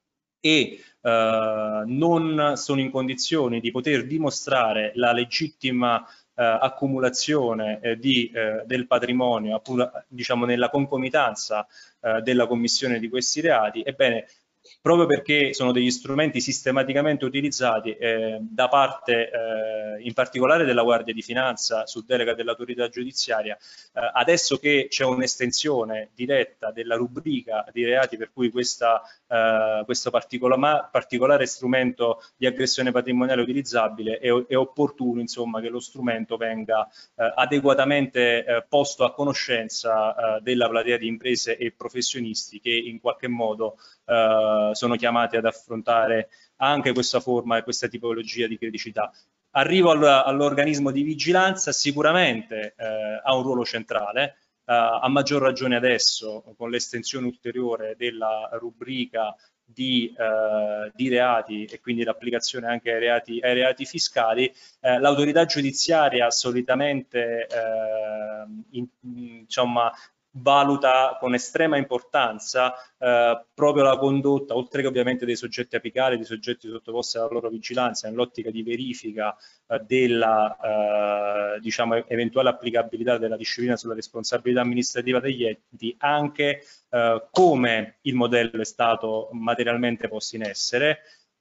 E: e eh, non sono in condizioni di poter dimostrare la legittima Uh, accumulazione eh, di, eh, del patrimonio, appunto, diciamo, nella concomitanza uh, della commissione di questi reati. Ebbene, proprio perché sono degli strumenti sistematicamente utilizzati eh, da parte eh, in particolare della Guardia di Finanza su delega dell'autorità giudiziaria, eh, adesso che c'è un'estensione diretta della rubrica di reati per cui questa, eh, questo particola particolare strumento di aggressione patrimoniale utilizzabile, è, è opportuno, insomma, che lo strumento venga eh, adeguatamente eh, posto a conoscenza eh, della platea di imprese e professionisti che in qualche modo Uh, sono chiamati ad affrontare anche questa forma e questa tipologia di criticità. Arrivo al, all'organismo di vigilanza, sicuramente uh, ha un ruolo centrale, uh, a maggior ragione adesso con l'estensione ulteriore della rubrica di, uh, di reati e quindi l'applicazione anche ai reati, ai reati fiscali. Uh, l'autorità giudiziaria solitamente uh, in, insomma, valuta con estrema importanza eh, proprio la condotta, oltre che ovviamente dei soggetti apicali, dei soggetti sottoposti alla loro vigilanza, nell'ottica di verifica eh, della eh, diciamo, eventuale applicabilità della disciplina sulla responsabilità amministrativa degli enti, anche eh, come il modello è stato materialmente posto in essere,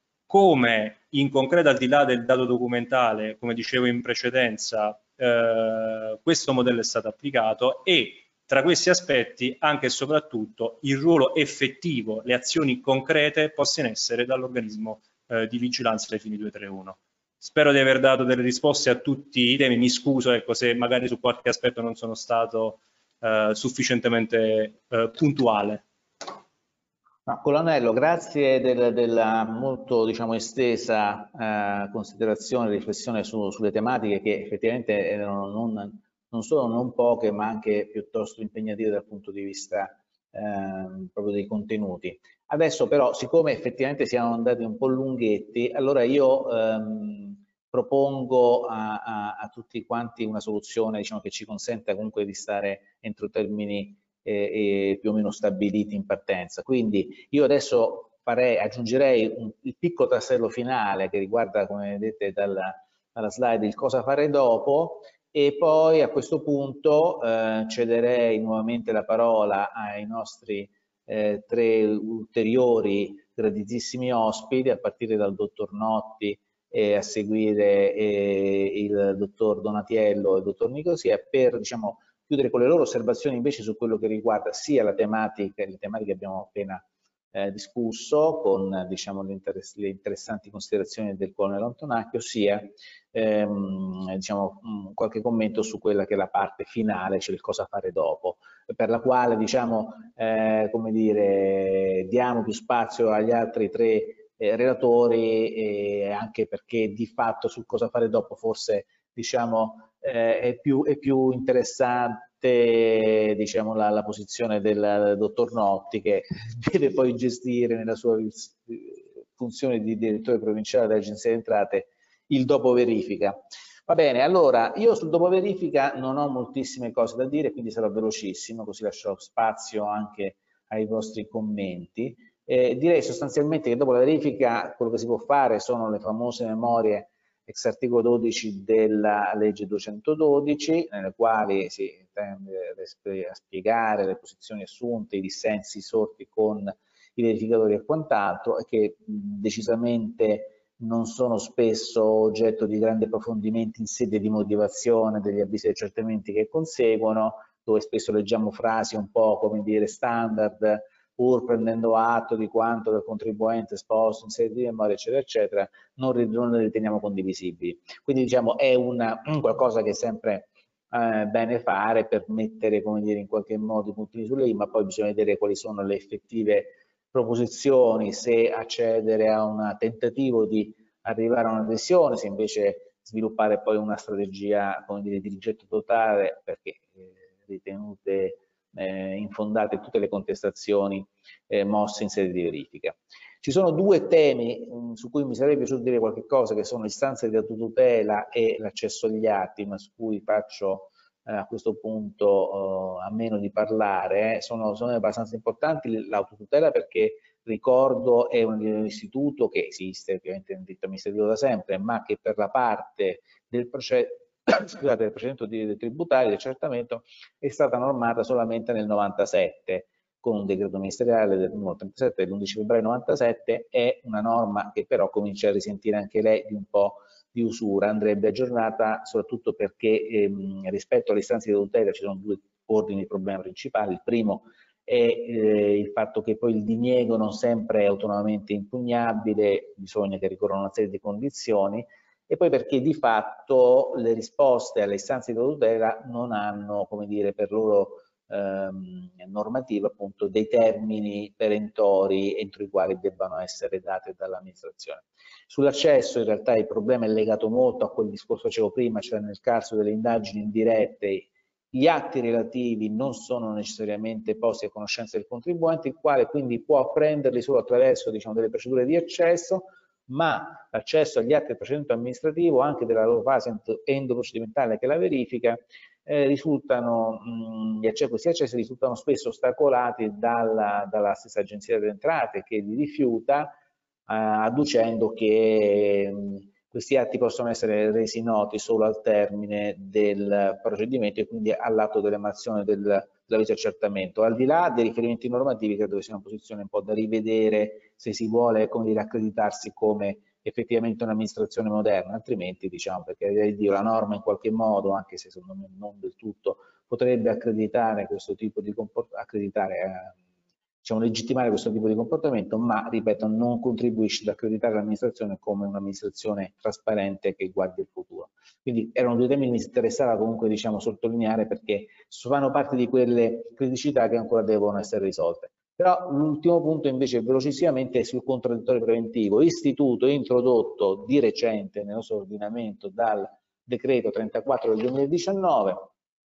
E: come in concreto, al di là del dato documentale, come dicevo in precedenza, eh, questo modello è stato applicato, e tra questi aspetti anche e soprattutto il ruolo effettivo, le azioni concrete poste in essere dall'organismo eh, di vigilanza dei fini duecentotrentuno. Spero di aver dato delle risposte a tutti i temi, mi scuso ecco, se magari su qualche aspetto non sono stato eh, sufficientemente eh, puntuale.
B: No, Colonnello, grazie del, della molto diciamo, estesa eh, considerazione e riflessione su, sulle tematiche che effettivamente erano non, non solo non poche ma anche piuttosto impegnative dal punto di vista eh, proprio dei contenuti. Adesso però, siccome effettivamente siamo andati un po' lunghetti, allora io ehm, propongo a, a, a tutti quanti una soluzione diciamo, che ci consenta comunque di stare entro termini E, e più o meno stabiliti in partenza. Quindi io adesso farei, aggiungerei un, il piccolo tassello finale che riguarda, come vedete dalla, dalla slide, il cosa fare dopo, e poi a questo punto eh, cederei nuovamente la parola ai nostri eh, tre ulteriori graditissimi ospiti, a partire dal dottor Notti e a seguire eh, il dottor Donatiello e il dottor Nicosia, per diciamo chiudere con le loro osservazioni invece su quello che riguarda sia la tematica, le tematiche che abbiamo appena eh, discusso, con diciamo, le, interess le interessanti considerazioni del colonnello Antonacchio, sia ehm, diciamo, mh, qualche commento su quella che è la parte finale, cioè il cosa fare dopo, per la quale diciamo, eh, come dire, diamo più spazio agli altri tre eh, relatori, e anche perché di fatto sul cosa fare dopo forse diciamo Eh, è, più, è più interessante diciamo, la, la posizione del, del dottor Notti, che deve poi gestire nella sua funzione di direttore provinciale dell'Agenzia delle Entrate il dopo verifica. Va bene, allora io sul dopo verifica non ho moltissime cose da dire, quindi sarò velocissimo, così lascio spazio anche ai vostri commenti. Eh, direi sostanzialmente che dopo la verifica quello che si può fare sono le famose memorie ex articolo dodici della legge duecentododici, nelle quali si tende a spiegare le posizioni assunte, i dissensi sorti con i verificatori e quant'altro, e che decisamente non sono spesso oggetto di grandi approfondimenti in sede di motivazione degli avvisi e accertamenti che conseguono, dove spesso leggiamo frasi un po' come dire standard, pur prendendo atto di quanto del contribuente esposto in sede di memoria, eccetera, eccetera, non, non le riteniamo condivisibili. Quindi diciamo è una, qualcosa che è sempre eh, bene fare per mettere, come dire, in qualche modo i puntini sulle i, ma poi bisogna vedere quali sono le effettive proposizioni, se accedere a un tentativo di arrivare a un'adesione, se invece sviluppare poi una strategia, come dire, di rigetto totale, perché eh, ritenute Eh, infondate tutte le contestazioni eh, mosse in sede di verifica. Ci sono due temi mh, su cui mi sarebbe piaciuto dire qualche cosa, che sono l'istanza di autotutela e l'accesso agli atti, ma su cui faccio eh, a questo punto eh, a meno di parlare. Sono, sono abbastanza importanti l'autotutela perché, ricordo, è un istituto che esiste ovviamente nel diritto amministrativo da sempre, ma che per la parte del processo scusate, del procedimento di tributario di accertamento è stata normata solamente nel novantasette con un decreto ministeriale del numero trentasette dell'undici febbraio novantasette. È una norma che però comincia a risentire anche lei di un po' di usura, andrebbe aggiornata soprattutto perché ehm, rispetto alle istanze di tutela ci sono due ordini di problemi principali. Il primo è eh, il fatto che poi il diniego non sempre è autonomamente impugnabile, bisogna che ricorrano una serie di condizioni, e poi perché di fatto le risposte alle istanze di tutela non hanno, come dire, per loro ehm, normativa appunto dei termini perentori entro i quali debbano essere date dall'amministrazione. Sull'accesso in realtà il problema è legato molto a quel discorso che facevo prima, cioè nel caso delle indagini indirette gli atti relativi non sono necessariamente posti a conoscenza del contribuente, il quale quindi può apprenderli solo attraverso diciamo, delle procedure di accesso, ma l'accesso agli atti del procedimento amministrativo, anche della loro fase endoprocedimentale che la verifica, eh, risultano, mh, gli accessi, questi accessi risultano spesso ostacolati dalla, dalla stessa Agenzia delle Entrate, che li rifiuta, eh, adducendo che mh, questi atti possono essere resi noti solo al termine del procedimento e quindi all'atto dell'emanazione del, dell'avviso di accertamento. Al di là dei riferimenti normativi, credo che sia una posizione un po' da rivedere se si vuole, come dire, accreditarsi come effettivamente un'amministrazione moderna, altrimenti, diciamo, perché la norma in qualche modo, anche se secondo me non del tutto, potrebbe accreditare questo tipo di comportamento, accreditare, eh, diciamo, legittimare questo tipo di comportamento, ma, ripeto, non contribuisce ad accreditare l'amministrazione come un'amministrazione trasparente che guardi il futuro. Quindi erano due temi che mi interessava comunque, diciamo, sottolineare, perché fanno parte di quelle criticità che ancora devono essere risolte. Però l'ultimo punto invece velocissimamente è sul contraddittorio preventivo, istituto introdotto di recente nel nostro ordinamento dal decreto trentaquattro del duemiladiciannove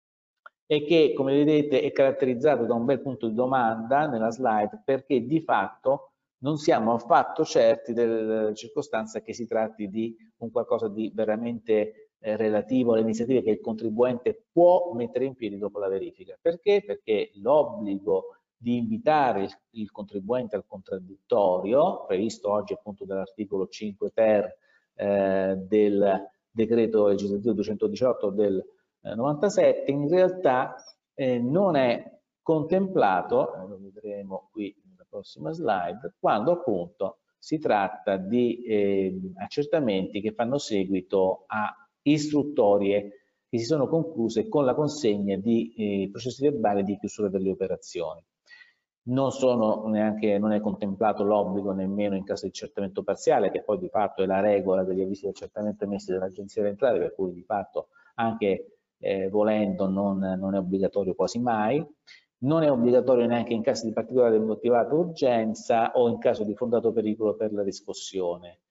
B: e che, come vedete, è caratterizzato da un bel punto di domanda nella slide, perché di fatto non siamo affatto certi della circostanza che si tratti di un qualcosa di veramente eh, relativo alle iniziative che il contribuente può mettere in piedi dopo la verifica. Perché? Perché l'obbligo di invitare il, il contribuente al contraddittorio, previsto oggi appunto dall'articolo cinque ter eh, del decreto legislativo duecentodiciotto del eh, novantasette, in realtà eh, non è contemplato, eh, lo vedremo qui nella prossima slide, quando appunto si tratta di eh, accertamenti che fanno seguito a istruttorie che si sono concluse con la consegna di eh, processi verbali di chiusura delle operazioni. Non, sono neanche, non è contemplato l'obbligo nemmeno in caso di accertamento parziale, che poi di fatto è la regola degli avvisi di accertamento emessi dall'Agenzia delle Entrate, per cui di fatto anche eh, volendo non, non è obbligatorio quasi mai. Non è obbligatorio neanche in caso di particolare motivata urgenza o in caso di fondato pericolo per la riscossione.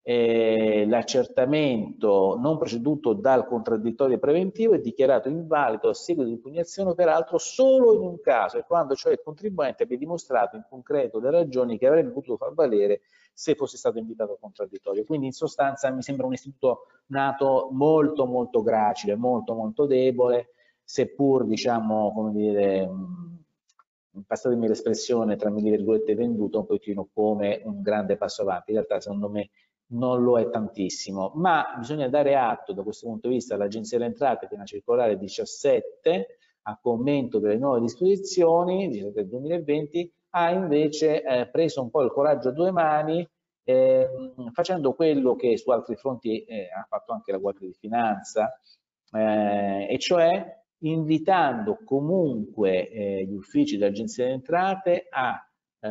B: Eh, l'accertamento non proceduto dal contraddittorio preventivo è dichiarato invalido a seguito di impugnazione, peraltro solo in un caso, e quando cioè il contribuente abbia dimostrato in concreto le ragioni che avrebbe potuto far valere se fosse stato invitato al contraddittorio. Quindi in sostanza mi sembra un istituto nato molto molto gracile, molto molto debole, seppur, diciamo, come dire, passatemi l'espressione, tra mille virgolette, venduto un pochino come un grande passo avanti. In realtà secondo me non lo è tantissimo, ma bisogna dare atto da questo punto di vista all'Agenzia delle Entrate che nella circolare diciassette, a commento delle nuove disposizioni del duemilaventi, ha invece eh, preso un po' il coraggio a due mani, eh, facendo quello che su altri fronti eh, ha fatto anche la Guardia di Finanza, eh, e cioè invitando comunque eh, gli uffici dell'Agenzia delle Entrate a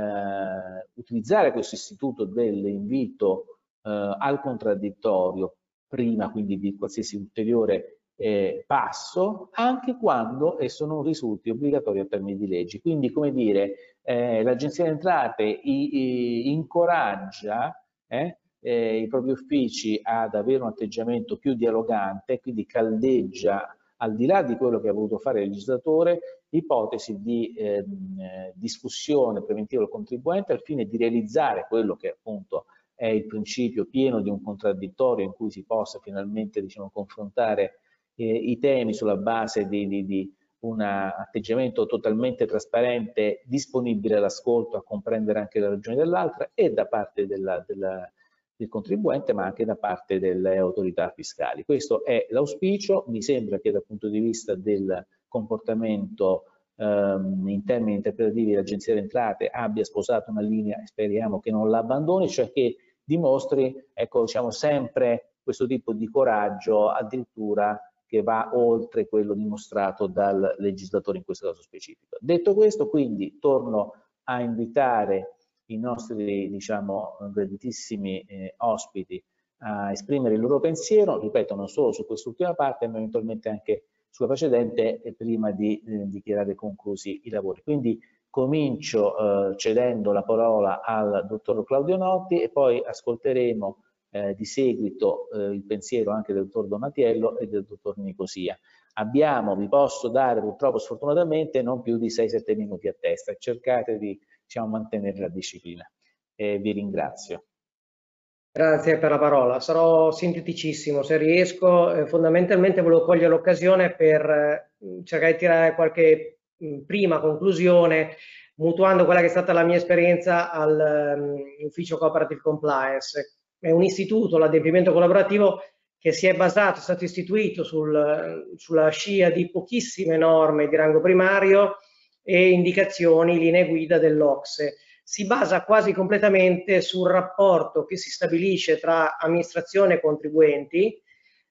B: eh, utilizzare questo istituto dell'invito eh, al contraddittorio prima quindi di qualsiasi ulteriore eh, passo, anche quando esso non risulti obbligatorio a termini di legge. Quindi, come dire, eh, l'Agenzia delle Entrate i, i, incoraggia eh, eh, i propri uffici ad avere un atteggiamento più dialogante, quindi caldeggia, al di là di quello che ha voluto fare il legislatore, ipotesi di eh, discussione preventiva del contribuente al fine di realizzare quello che appunto è il principio pieno di un contraddittorio in cui si possa finalmente, diciamo, confrontare eh, i temi sulla base di, di, di un atteggiamento totalmente trasparente, disponibile all'ascolto, a comprendere anche le ragioni dell'altra, e da parte della, della, del contribuente, ma anche da parte delle autorità fiscali. Questo è l'auspicio. Mi sembra che dal punto di vista del comportamento ehm, in termini interpretativi l'Agenzia delle Entrate abbia sposato una linea, e speriamo che non la abbandoni, cioè che dimostri, ecco, diciamo, sempre questo tipo di coraggio, addirittura che va oltre quello dimostrato dal legislatore in questo caso specifico. Detto questo, quindi, torno a invitare i nostri, diciamo, graditissimi eh, ospiti a esprimere il loro pensiero, ripeto, non solo su quest'ultima parte, ma eventualmente anche sulla precedente, eh, prima di eh, dichiarare conclusi i lavori. Quindi comincio eh, cedendo la parola al dottor Claudio Notti e poi ascolteremo eh, di seguito eh, il pensiero anche del dottor Donatiello e del dottor Nicosia. Abbiamo, vi posso dare purtroppo sfortunatamente non più di sei sette minuti a testa, cercate di, diciamo, mantenere la disciplina. Eh, vi ringrazio.
F: Grazie per la parola. Sarò sinteticissimo se riesco. Eh, fondamentalmente volevo cogliere l'occasione per eh, cercare di tirare qualche mh, prima conclusione, mutuando quella che è stata la mia esperienza all'Ufficio um, Cooperative Compliance. È un istituto, l'adempimento collaborativo, che si è basato, è stato istituito sul, sulla scia di pochissime norme di rango primario e indicazioni, linee guida dell'O C S E. Si basa quasi completamente sul rapporto che si stabilisce tra amministrazione e contribuenti,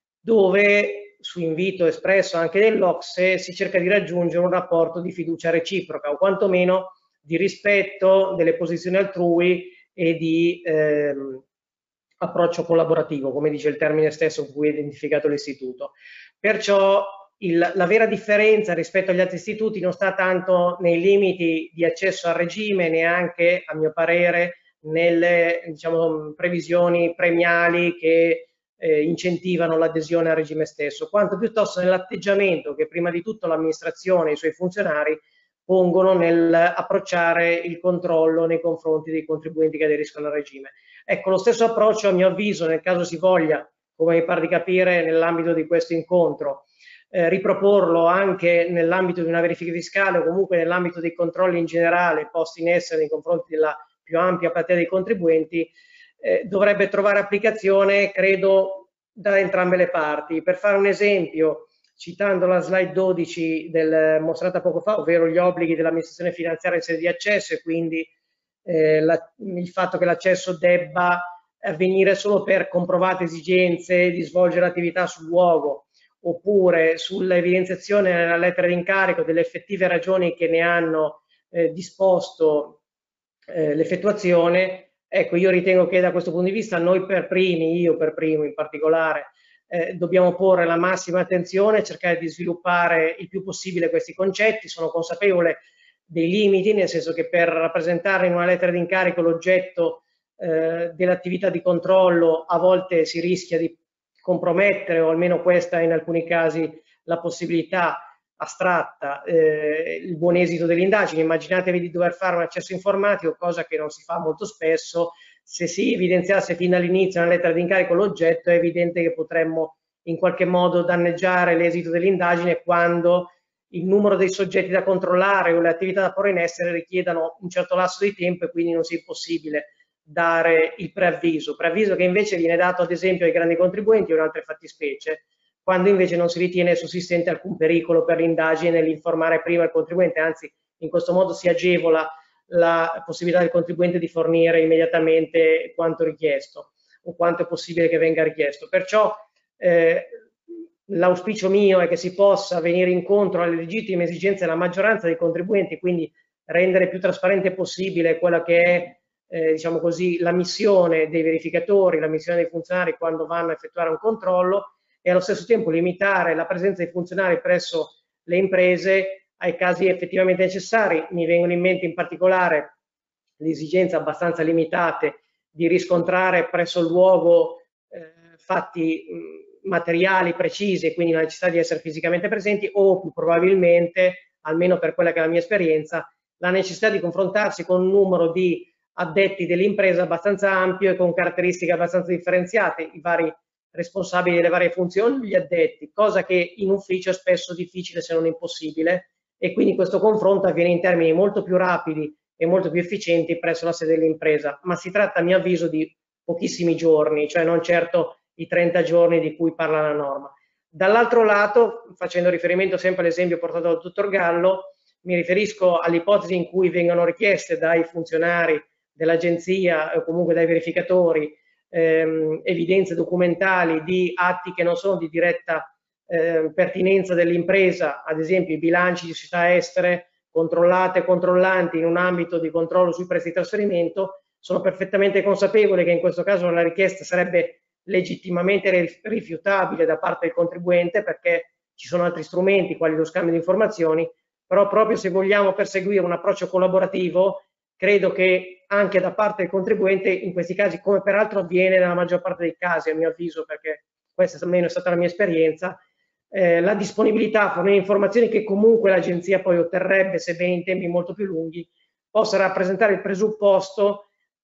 F: dove, su invito espresso anche dell'O C S E, si cerca di raggiungere un rapporto di fiducia reciproca, o quantomeno di rispetto delle posizioni altrui e di ehm, approccio collaborativo, come dice il termine stesso con cui è identificato l'istituto. Perciò il, la vera differenza rispetto agli altri istituti non sta tanto nei limiti di accesso al regime, neanche, a mio parere, nelle, diciamo, previsioni premiali che eh, incentivano l'adesione al regime stesso, quanto piuttosto nell'atteggiamento che prima di tutto l'amministrazione e i suoi funzionari pongono nell'approcciare il controllo nei confronti dei contribuenti che aderiscono al regime. Ecco, lo stesso approccio, a mio avviso, nel caso si voglia, come mi pare di capire nell'ambito di questo incontro, eh, riproporlo anche nell'ambito di una verifica fiscale o comunque nell'ambito dei controlli in generale posti in essere nei confronti della più ampia platea dei contribuenti, eh, dovrebbe trovare applicazione, credo, da entrambe le parti. Per fare un esempio, citando la slide dodici del, mostrata poco fa, ovvero gli obblighi dell'amministrazione finanziaria in sede di accesso e quindi eh, la, il fatto che l'accesso debba avvenire solo per comprovate esigenze di svolgere attività sul luogo, oppure sull'evidenziazione nella lettera di incarico delle effettive ragioni che ne hanno eh, disposto eh, l'effettuazione. Ecco, io ritengo che da questo punto di vista noi per primi, io per primo in particolare, eh, dobbiamo porre la massima attenzione, cercare di sviluppare il più possibile questi concetti. Sono consapevole dei limiti, nel senso che per rappresentare in una lettera di incarico l'oggetto eh, dell'attività di controllo a volte si rischia di compromettere, o almeno questa in alcuni casi la possibilità astratta, eh, il buon esito delle indagini. Immaginatevi di dover fare un accesso informatico, cosa che non si fa molto spesso. Se si evidenziasse fin dall'inizio nella lettera di incarico l'oggetto, è evidente che potremmo in qualche modo danneggiare l'esito dell'indagine quando il numero dei soggetti da controllare o le attività da porre in essere richiedano un certo lasso di tempo e quindi non sia possibile dare il preavviso, preavviso che invece viene dato ad esempio ai grandi contribuenti o in altre fattispecie, quando invece non si ritiene sussistente alcun pericolo per l'indagine nell'informare prima il contribuente, anzi in questo modo si agevola la possibilità del contribuente di fornire immediatamente quanto richiesto o quanto è possibile che venga richiesto. Perciò eh, l'auspicio mio è che si possa venire incontro alle legittime esigenze della maggioranza dei contribuenti, quindi rendere più trasparente possibile quella che è Eh, diciamo così, la missione dei verificatori, la missione dei funzionari quando vanno a effettuare un controllo, e allo stesso tempo limitare la presenza dei funzionari presso le imprese ai casi effettivamente necessari. Mi vengono in mente in particolare le esigenze abbastanza limitate di riscontrare presso il luogo eh, fatti mh, materiali precisi e quindi la necessità di essere fisicamente presenti, o più probabilmente, almeno per quella che è la mia esperienza, la necessità di confrontarsi con un numero di addetti dell'impresa abbastanza ampio e con caratteristiche abbastanza differenziate, i vari responsabili delle varie funzioni, gli addetti, cosa che in ufficio è spesso difficile se non impossibile, e quindi questo confronto avviene in termini molto più rapidi e molto più efficienti presso la sede dell'impresa, ma si tratta a mio avviso di pochissimi giorni, cioè non certo i trenta giorni di cui parla la norma. Dall'altro lato, facendo riferimento sempre all'esempio portato dal dottor Gallo, mi riferisco all'ipotesi in cui vengano richieste dai funzionari dell'agenzia o comunque dai verificatori ehm, evidenze documentali di atti che non sono di diretta eh, pertinenza dell'impresa, ad esempio i bilanci di società estere controllate e controllanti in un ambito di controllo sui prezzi di trasferimento. Sono perfettamente consapevole che in questo caso la richiesta sarebbe legittimamente rifiutabile da parte del contribuente, perché ci sono altri strumenti quali lo scambio di informazioni, però proprio se vogliamo perseguire un approccio collaborativo, credo che anche da parte del contribuente in questi casi, come peraltro avviene nella maggior parte dei casi a mio avviso, perché questa almeno è stata la mia esperienza, eh, la disponibilità a fornire informazioni che comunque l'agenzia poi otterrebbe, sebbene in tempi molto più lunghi, possa rappresentare il presupposto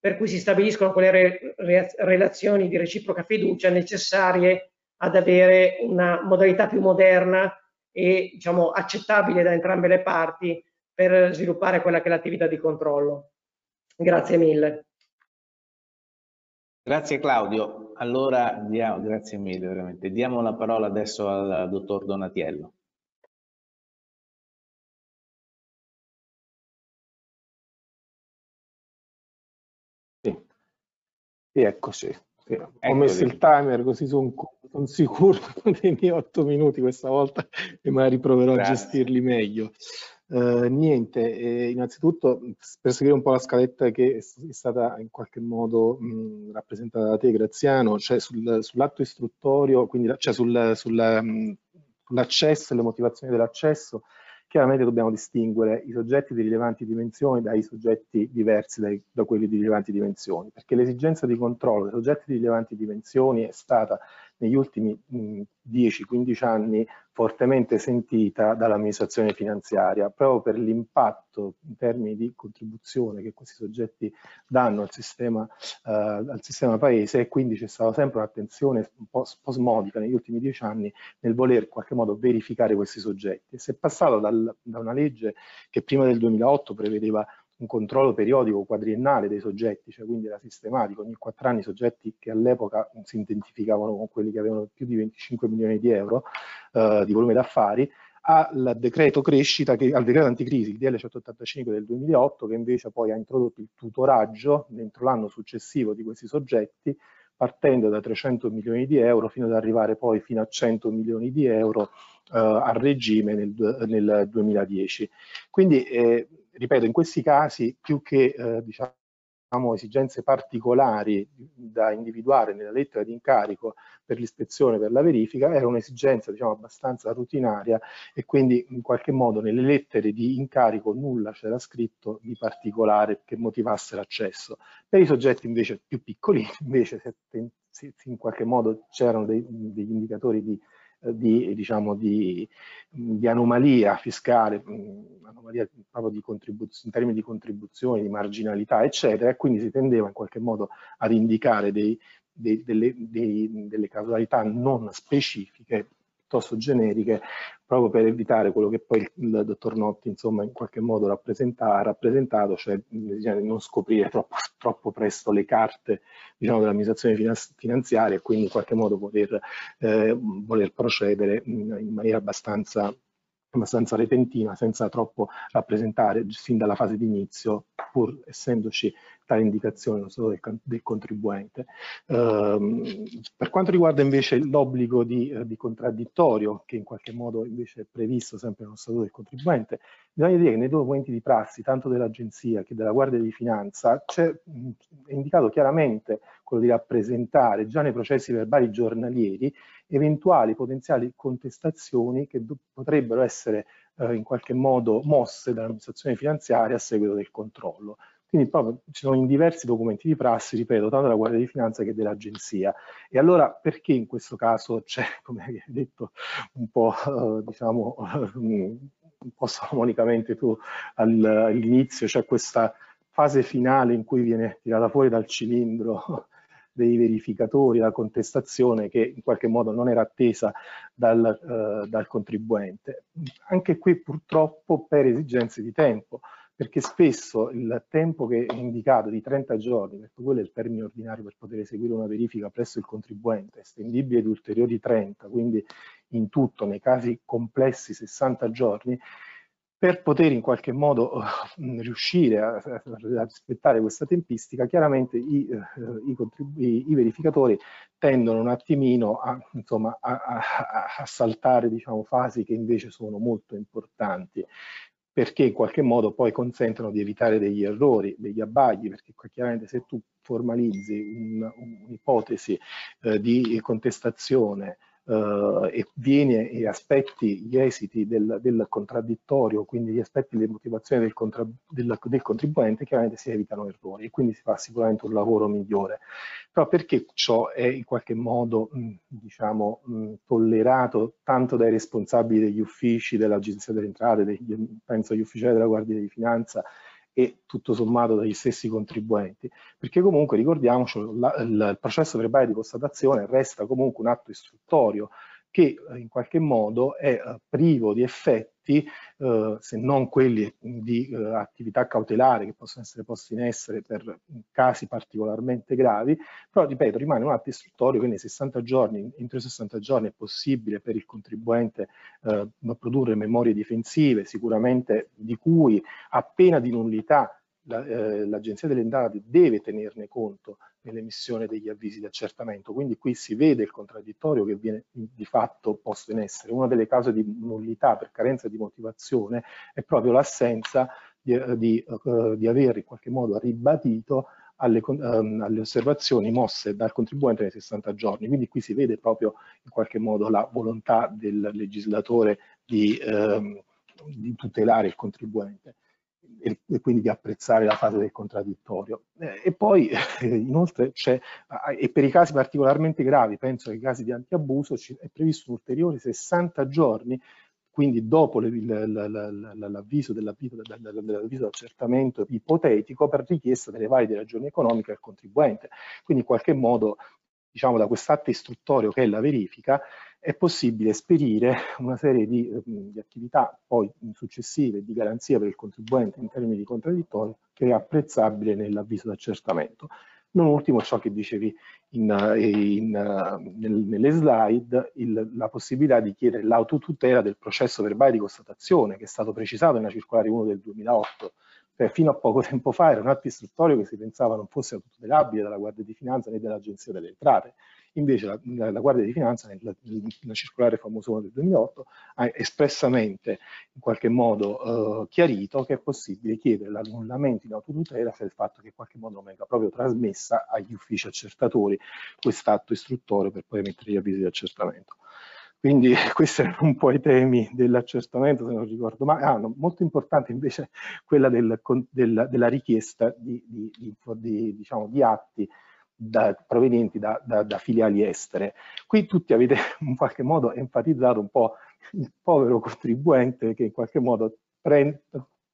F: per cui si stabiliscono quelle re, re, relazioni di reciproca fiducia necessarie ad avere una modalità più moderna e diciamo accettabile da entrambe le parti per sviluppare quella che è l'attività di controllo. Grazie mille.
B: Grazie Claudio. Allora, diamo, grazie mille veramente. Diamo la parola adesso al, al dottor Donatiello.
C: Sì, sì eccoci. Sì. Ho
B: Eccoli.
C: messo il timer così sono son sicuro dei miei otto minuti questa volta e magari proverò Grazie. a gestirli meglio. Uh, niente, eh, innanzitutto per seguire un po' la scaletta che è stata in qualche modo mh, rappresentata da te Graziano, cioè sul, sull'atto istruttorio, quindi cioè sul, sul, mh, sull'accesso e le motivazioni dell'accesso, chiaramente dobbiamo distinguere i soggetti di rilevanti dimensioni dai soggetti diversi dai, da quelli di rilevanti dimensioni, perché l'esigenza di controllo dei soggetti di rilevanti dimensioni è stata negli ultimi dieci quindici anni fortemente sentita dall'amministrazione finanziaria, proprio per l'impatto in termini di contribuzione che questi soggetti danno al sistema, eh, al sistema paese, e quindi c'è stata sempre un'attenzione un po' spasmodica negli ultimi dieci anni nel voler in qualche modo verificare questi soggetti. Si è passato dal, da una legge che prima del duemilaotto prevedeva un controllo periodico quadriennale dei soggetti, cioè quindi era sistematico, ogni quattro anni soggetti che all'epoca si identificavano con quelli che avevano più di venticinque milioni di euro eh, di volume d'affari, al decreto crescita, che, al decreto anticrisi, il D L centottantacinque del duemilaotto, che invece poi ha introdotto il tutoraggio dentro l'anno successivo di questi soggetti, partendo da trecento milioni di euro fino ad arrivare poi fino a cento milioni di euro eh, a regime nel, nel duemiladieci. Quindi eh, ripeto, in questi casi più che eh, diciamo esigenze particolari da individuare nella lettera di incarico per l'ispezione, per la verifica, era un'esigenza diciamo abbastanza rutinaria, e quindi in qualche modo nelle lettere di incarico nulla c'era scritto di particolare che motivasse l'accesso. Per i soggetti invece più piccoli invece se in qualche modo c'erano dei, degli indicatori di Di, diciamo, di, di anomalia fiscale, anomalia proprio di contribuzione, in termini di contribuzioni, di marginalità, eccetera, e quindi si tendeva in qualche modo ad indicare dei, dei, delle, dei, delle causalità non specifiche, piuttosto generiche, proprio per evitare quello che poi il dottor Notti insomma in qualche modo rappresenta, ha rappresentato, cioè bisogna non scoprire troppo, troppo presto le carte diciamo, dell'amministrazione finanziaria, e quindi in qualche modo poter, eh, voler procedere in, in maniera abbastanza abbastanza repentina, senza troppo rappresentare fin dalla fase di inizio, pur essendoci tale indicazione non solo del, del contribuente. Um, per quanto riguarda invece l'obbligo di, eh, di contraddittorio, che in qualche modo invece è previsto sempre nello statuto del contribuente, bisogna dire che nei documenti di prassi, tanto dell'Agenzia che della Guardia di Finanza, c'è indicato chiaramente quello di rappresentare già nei processi verbali giornalieri eventuali potenziali contestazioni che potrebbero essere eh, in qualche modo mosse dall'amministrazione finanziaria a seguito del controllo. Quindi proprio ci sono in diversi documenti di prassi, ripeto, tanto della Guardia di Finanza che dell'Agenzia. E allora perché in questo caso c'è, come hai detto un po', eh, diciamo, un po' salomonicamente tu all'inizio, c'è questa fase finale in cui viene tirata fuori dal cilindro dei verificatori, la contestazione che in qualche modo non era attesa dal, eh, dal contribuente. Anche qui purtroppo per esigenze di tempo, perché spesso il tempo che è indicato di trenta giorni, perché quello è il termine ordinario per poter eseguire una verifica presso il contribuente, è estendibile di ulteriori trenta, quindi in tutto nei casi complessi sessanta giorni, per poter in qualche modo uh, riuscire a, a, a rispettare questa tempistica, chiaramente i, uh, i, i, i verificatori tendono un attimino a, insomma, a, a, a saltare diciamo, fasi che invece sono molto importanti, perché in qualche modo poi consentono di evitare degli errori, degli abbagli, perché chiaramente se tu formalizzi un'ipotesi uh, di contestazione Uh, e viene e aspetti gli esiti del, del contraddittorio, quindi gli aspetti le motivazioni del, contra, del, del contribuente, chiaramente si evitano errori e quindi si fa sicuramente un lavoro migliore. Però perché ciò è in qualche modo mh, diciamo mh, tollerato tanto dai responsabili degli uffici dell'Agenzia delle Entrate, degli, penso agli ufficiali della Guardia di Finanza e tutto sommato dagli stessi contribuenti, perché comunque ricordiamoci la, il, il processo verbale di constatazione resta comunque un atto istruttorio che eh, in qualche modo è eh, privo di effetti, eh, se non quelli di eh, attività cautelare che possono essere posti in essere per casi particolarmente gravi, però ripeto rimane un atto istruttorio che nei sessanta giorni, entro i sessanta giorni è possibile per il contribuente eh, produrre memorie difensive, sicuramente di cui a pena di nullità l'Agenzia delle Entrate deve tenerne conto nell'emissione degli avvisi di accertamento, quindi qui si vede il contraddittorio che viene di fatto posto in essere. Una delle cause di nullità per carenza di motivazione è proprio l'assenza di, di, uh, di aver in qualche modo ribadito alle, um, alle osservazioni mosse dal contribuente nei sessanta giorni, quindi qui si vede proprio in qualche modo la volontà del legislatore di, um, di tutelare il contribuente e quindi di apprezzare la fase del contraddittorio. Eh, e poi eh, inoltre c'è, e per i casi particolarmente gravi, penso ai casi di antiabuso, è previsto un ulteriore sessanta giorni, quindi dopo l'avviso d'accertamento ipotetico per richiesta delle valide ragioni economiche al contribuente. Quindi in qualche modo, diciamo, da quest'atto istruttorio che è la verifica, è possibile esperire una serie di, di attività poi successive di garanzia per il contribuente in termini di contraddittorio che è apprezzabile nell'avviso d'accertamento. Non ultimo ciò che dicevi in, in, nel, nelle slide, il, la possibilità di chiedere l'autotutela del processo verbale di constatazione, che è stato precisato nella circolare uno del duemilaotto. Cioè, fino a poco tempo fa era un atto istruttorio che si pensava non fosse autotutelabile dalla Guardia di Finanza né dall'Agenzia delle Entrate. Invece la, la, la Guardia di Finanza, nella, nella circolare famosa uno del duemilaotto, ha espressamente in qualche modo eh, chiarito che è possibile chiedere l'annullamento in autotutela se il fatto che in qualche modo venga proprio trasmessa agli uffici accertatori quest'atto istruttorio per poi emettere gli avvisi di accertamento. Quindi questi erano un po' i temi dell'accertamento, se non ricordo, ma ah, no, molto importante invece quella del, del, della richiesta di, di, di, di, diciamo, di atti da, provenienti da, da, da filiali estere. Qui tutti avete in qualche modo enfatizzato un po' il povero contribuente che in qualche modo prende,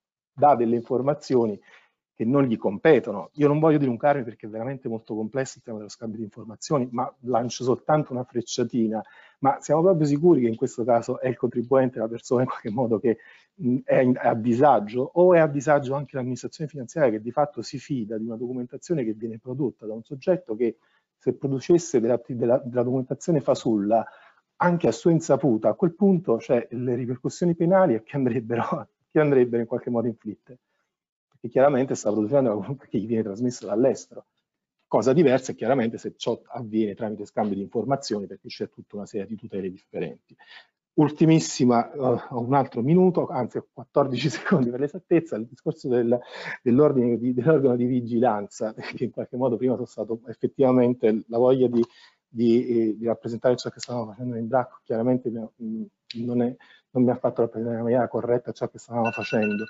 C: dà delle informazioni che non gli competono. Io non voglio dilungarmi perché è veramente molto complesso il tema dello scambio di informazioni, ma lancio soltanto una frecciatina. Ma siamo proprio sicuri che in questo caso è il contribuente la persona in qualche modo che mh, è, in, è a disagio, o è a disagio anche l'amministrazione finanziaria che di fatto si fida di una documentazione che viene prodotta da un soggetto che se producesse della, della, della documentazione fasulla anche a sua insaputa, a quel punto cioè, le ripercussioni penali che andrebbero, che andrebbero in qualche modo inflitte. Perché chiaramente sta producendo comunque che gli viene trasmesso dall'estero. Cosa diversa è chiaramente se ciò avviene tramite scambio di informazioni, perché c'è tutta una serie di tutele differenti. Ultimissima, uh, ho un altro minuto, anzi ho quattordici secondi per l'esattezza, il discorso del, dell'organo di, dell di vigilanza, che in qualche modo prima sono stato effettivamente la voglia di, di, eh, di rappresentare ciò che stavamo facendo in Bracco, chiaramente mh, non, è, non mi ha fatto rappresentare in maniera corretta ciò che stavamo facendo.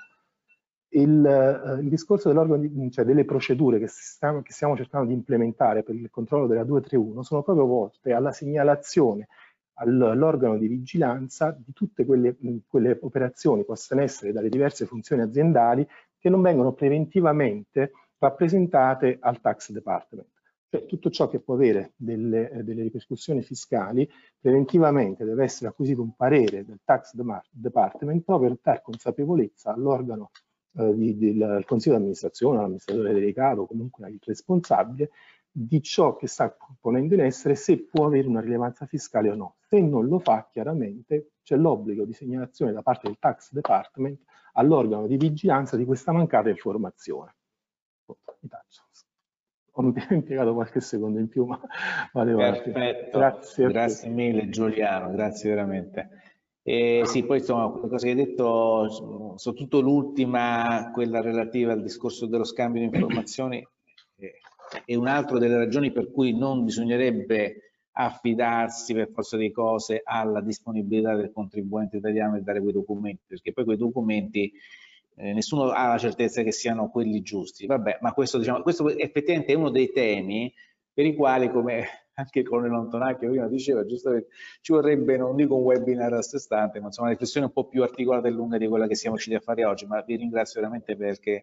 C: Il, eh, il discorso dell'organo, cioè delle procedure che stiamo, che stiamo cercando di implementare per il controllo della duecentotrentuno sono proprio volte alla segnalazione all'organo di vigilanza di tutte quelle, quelle operazioni poste in essere dalle diverse funzioni aziendali che non vengono preventivamente rappresentate al tax department. Cioè tutto ciò che può avere delle, delle ripercussioni fiscali preventivamente deve essere acquisito un parere del tax department proprio per dare consapevolezza all'organo eh, del consiglio di amministrazione, all'amministratore delegato o comunque al responsabile di ciò che sta ponendo in essere, se può avere una rilevanza fiscale o no. Se non lo fa, chiaramente c'è l'obbligo di segnalazione da parte del tax department all'organo di vigilanza di questa mancata informazione. Oh, mi taccio. Ho impiegato qualche secondo in più, ma vale
B: perfetto. Grazie, grazie mille Giuliano, grazie veramente. E sì, poi insomma, quelle cose che hai detto, soprattutto l'ultima, quella relativa al discorso dello scambio di informazioni, eh, è un'altra delle ragioni per cui non bisognerebbe affidarsi per forza di cose alla disponibilità del contribuente italiano e dare quei documenti, perché poi quei documenti eh, nessuno ha la certezza che siano quelli giusti. Vabbè, ma questo, diciamo, questo effettivamente è uno dei temi per i quali, come anche il colonnello Antonacchio prima diceva, giustamente ci vorrebbe, non dico un webinar a sé stante, ma insomma una riflessione un po' più articolata e lunga di quella che siamo riusciti a fare oggi, ma vi ringrazio veramente perché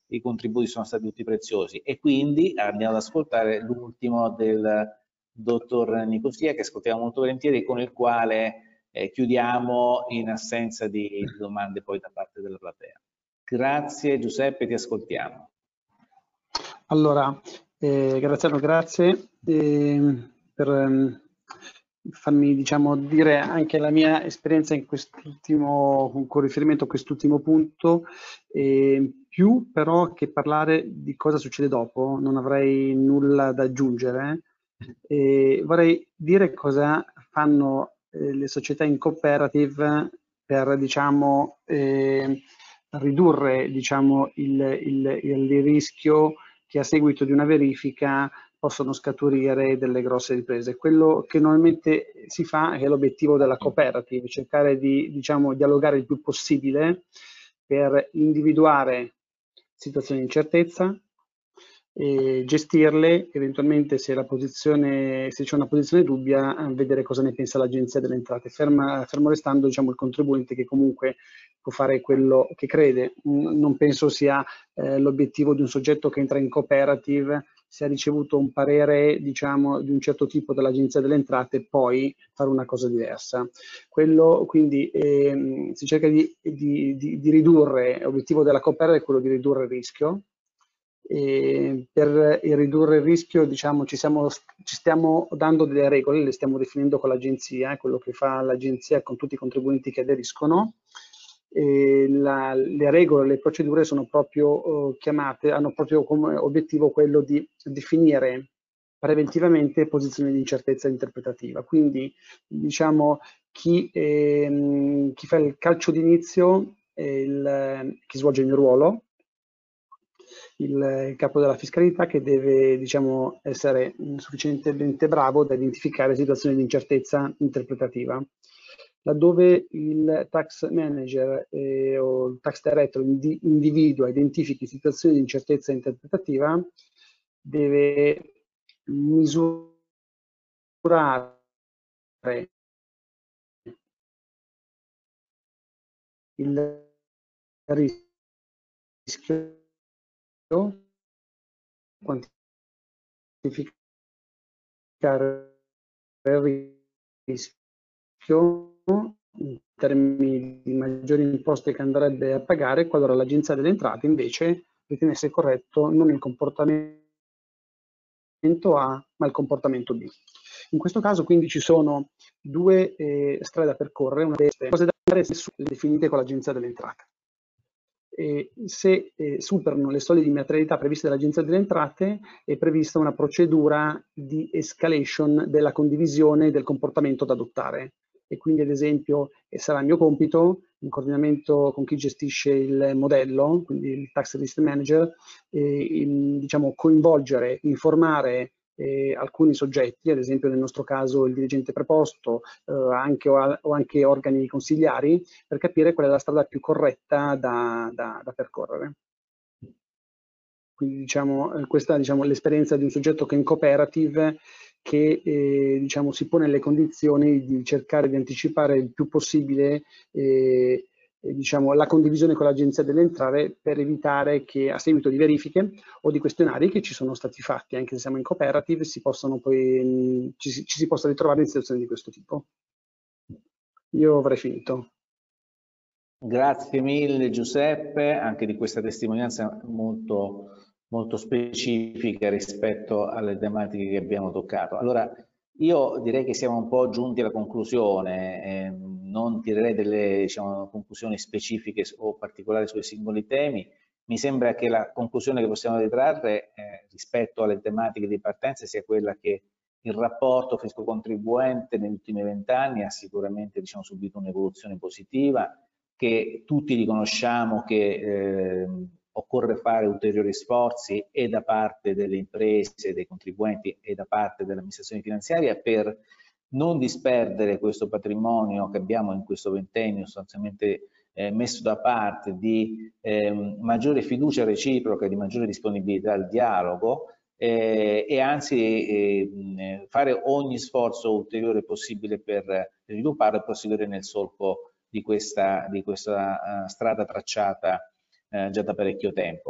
B: i contributi sono stati tutti preziosi. E quindi andiamo ad ascoltare l'ultimo del dottor Nicosia, che ascoltiamo molto volentieri, con il quale eh, chiudiamo in assenza di domande poi da parte della platea. Grazie Giuseppe, ti ascoltiamo.
D: Allora, eh, Graziano, grazie eh, per um, farmi, diciamo, dire anche la mia esperienza in quest'ultimo, con riferimento a quest'ultimo punto, eh, più però che parlare di cosa succede dopo, non avrei nulla da aggiungere. Eh, vorrei dire cosa fanno eh, le società in cooperative per, diciamo, eh, ridurre, diciamo, il, il, il rischio che a seguito di una verifica possono scaturire delle grosse riprese. Quello che normalmente si fa è l'obiettivo della cooperative, cercare di, diciamo, dialogare il più possibile per individuare situazioni di incertezza, e gestirle, eventualmente se la posizione, se c'è una posizione dubbia, vedere cosa ne pensa l'Agenzia delle Entrate, ferma, fermo restando, diciamo, il contribuente che comunque può fare quello che crede. Non penso sia eh, l'obiettivo di un soggetto che entra in cooperative, se ha ricevuto un parere, diciamo, di un certo tipo dall'Agenzia delle Entrate, poi fare una cosa diversa. Quello, quindi ehm, si cerca di, di, di, di ridurre, l'obiettivo della cooperativa è quello di ridurre il rischio. E per ridurre il rischio, diciamo, ci, siamo, ci stiamo dando delle regole, le stiamo definendo con l'agenzia, quello che fa l'agenzia con tutti i contribuenti che aderiscono. E la, le regole, le procedure sono proprio uh, chiamate, hanno proprio come obiettivo quello di definire preventivamente posizioni di incertezza interpretativa. Quindi, diciamo, chi, ehm, chi fa il calcio d'inizio, chi svolge il mio ruolo, il capo della fiscalità, che deve, diciamo, essere sufficientemente bravo da identificare situazioni di incertezza interpretativa. Laddove il tax manager eh, o il tax director indi individua, identifichi situazioni di incertezza interpretativa, deve misurare il rischio, quantificare il rischio in termini di maggiori imposte che andrebbe a pagare qualora l'Agenzia delle Entrate invece ritenesse corretto non il comportamento A ma il comportamento B. In questo caso quindi ci sono due eh, strade da percorrere, una delle cose da fare definite con l'Agenzia delle Entrate. E se eh, superano le soglie di materialità previste dall'Agenzia delle Entrate, è prevista una procedura di escalation della condivisione del comportamento da adottare. E quindi, ad esempio, eh, sarà il mio compito, in coordinamento con chi gestisce il modello, quindi il Tax Risk Manager, eh, in, diciamo, coinvolgere, informare eh, alcuni soggetti, ad esempio nel nostro caso il dirigente preposto, eh, anche, o, o anche organi consigliari, per capire qual è la strada più corretta da, da, da percorrere. Quindi, diciamo, eh, questa, diciamo, l'esperienza di un soggetto che è in cooperative, che eh, diciamo, si pone nelle condizioni di cercare di anticipare il più possibile eh, eh, diciamo, la condivisione con l'Agenzia delle Entrate, per evitare che a seguito di verifiche o di questionari che ci sono stati fatti, anche se siamo in cooperative, si possano poi, mh, ci, ci si possa ritrovare in situazioni di questo tipo. Io avrei finito.
B: Grazie mille Giuseppe, anche di questa testimonianza molto, molto specifica rispetto alle tematiche che abbiamo toccato. Allora, io direi che siamo un po' giunti alla conclusione, eh, non tirerei delle, diciamo, conclusioni specifiche o particolari sui singoli temi. Mi sembra che la conclusione che possiamo ritrarre eh, rispetto alle tematiche di partenza sia quella che il rapporto fisco-contribuente negli ultimi vent'anni ha sicuramente, diciamo, subito un'evoluzione positiva, che tutti riconosciamo che eh, occorre fare ulteriori sforzi e da parte delle imprese, dei contribuenti e da parte dell'amministrazione finanziaria per non disperdere questo patrimonio che abbiamo in questo ventennio sostanzialmente eh, messo da parte di eh, maggiore fiducia reciproca e di maggiore disponibilità al dialogo eh, e anzi eh, fare ogni sforzo ulteriore possibile per svilupparlo e proseguire nel solco di questa, di questa uh, strada tracciata uh, già da parecchio tempo.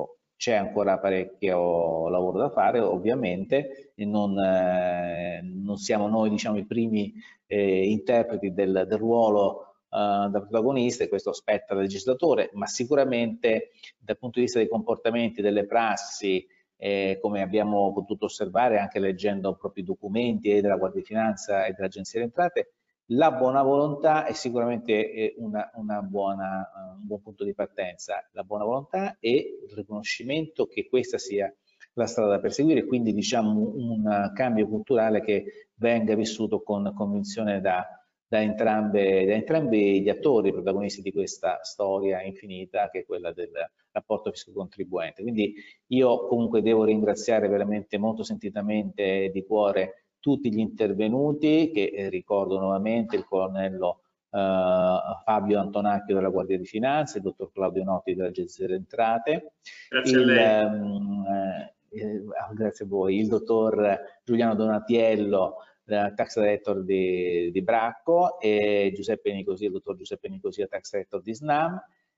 B: c'è ancora parecchio lavoro da fare ovviamente, e non, eh, non siamo noi diciamo i primi eh, interpreti del, del ruolo Uh, da protagonista, e questo spetta al legislatore, ma sicuramente dal punto di vista dei comportamenti, delle prassi, eh, come abbiamo potuto osservare anche leggendo propri documenti eh, della Guardia di Finanza e dell'Agenzia delle Entrate, la buona volontà è sicuramente una, una buona, uh, un buon punto di partenza, la buona volontà e il riconoscimento che questa sia la strada da perseguire, quindi diciamo un cambio culturale che venga vissuto con convinzione da Da entrambe, da entrambi gli attori protagonisti di questa storia infinita che è quella del rapporto fisco-contribuente. Quindi io comunque devo ringraziare veramente molto sentitamente di cuore tutti gli intervenuti, che eh, ricordo nuovamente il colonnello eh, Fabio Antonacchio della Guardia di Finanza, il dottor Claudio Notti dell'Agenzia delle Entrate,
E: grazie,
B: il,
E: a lei.
B: Ehm, eh, grazie a voi, il dottor Giuliano Donatiello, Tax Director di, di Bracco, e Giuseppe Nicosia, il dottor Giuseppe Nicosia, Tax Director di SNAM,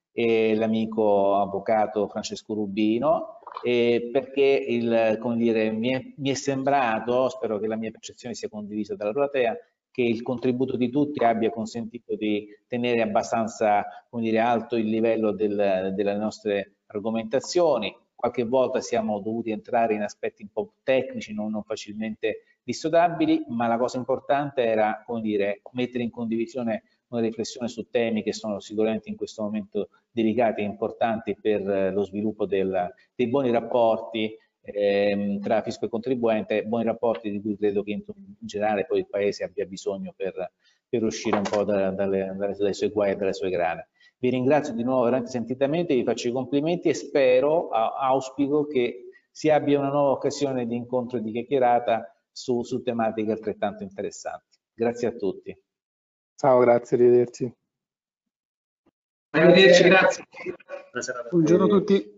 B: e l'amico avvocato Francesco Rubino, e perché il, come dire, mi, è, mi è sembrato, spero che la mia percezione sia condivisa dalla platea, che il contributo di tutti abbia consentito di tenere abbastanza, come dire, alto il livello del, delle nostre argomentazioni. Qualche volta siamo dovuti entrare in aspetti un po' tecnici, non, non facilmente dissodabili, ma la cosa importante era, come dire, mettere in condivisione una riflessione su temi che sono sicuramente in questo momento delicati e importanti per lo sviluppo del, dei buoni rapporti ehm, tra fisco e contribuente, buoni rapporti di cui credo che in, in generale poi il Paese abbia bisogno per, per uscire un po' da, dalle, dalle, dalle sue guai e dalle sue grane. Vi ringrazio di nuovo veramente sentitamente, vi faccio i complimenti e spero, auspico che si abbia una nuova occasione di incontro e di chiacchierata su, su tematiche altrettanto interessanti. Grazie a tutti.
C: Ciao, grazie, arrivederci.
G: Arrivederci, grazie.
E: Buonasera.
D: Buongiorno a tutti.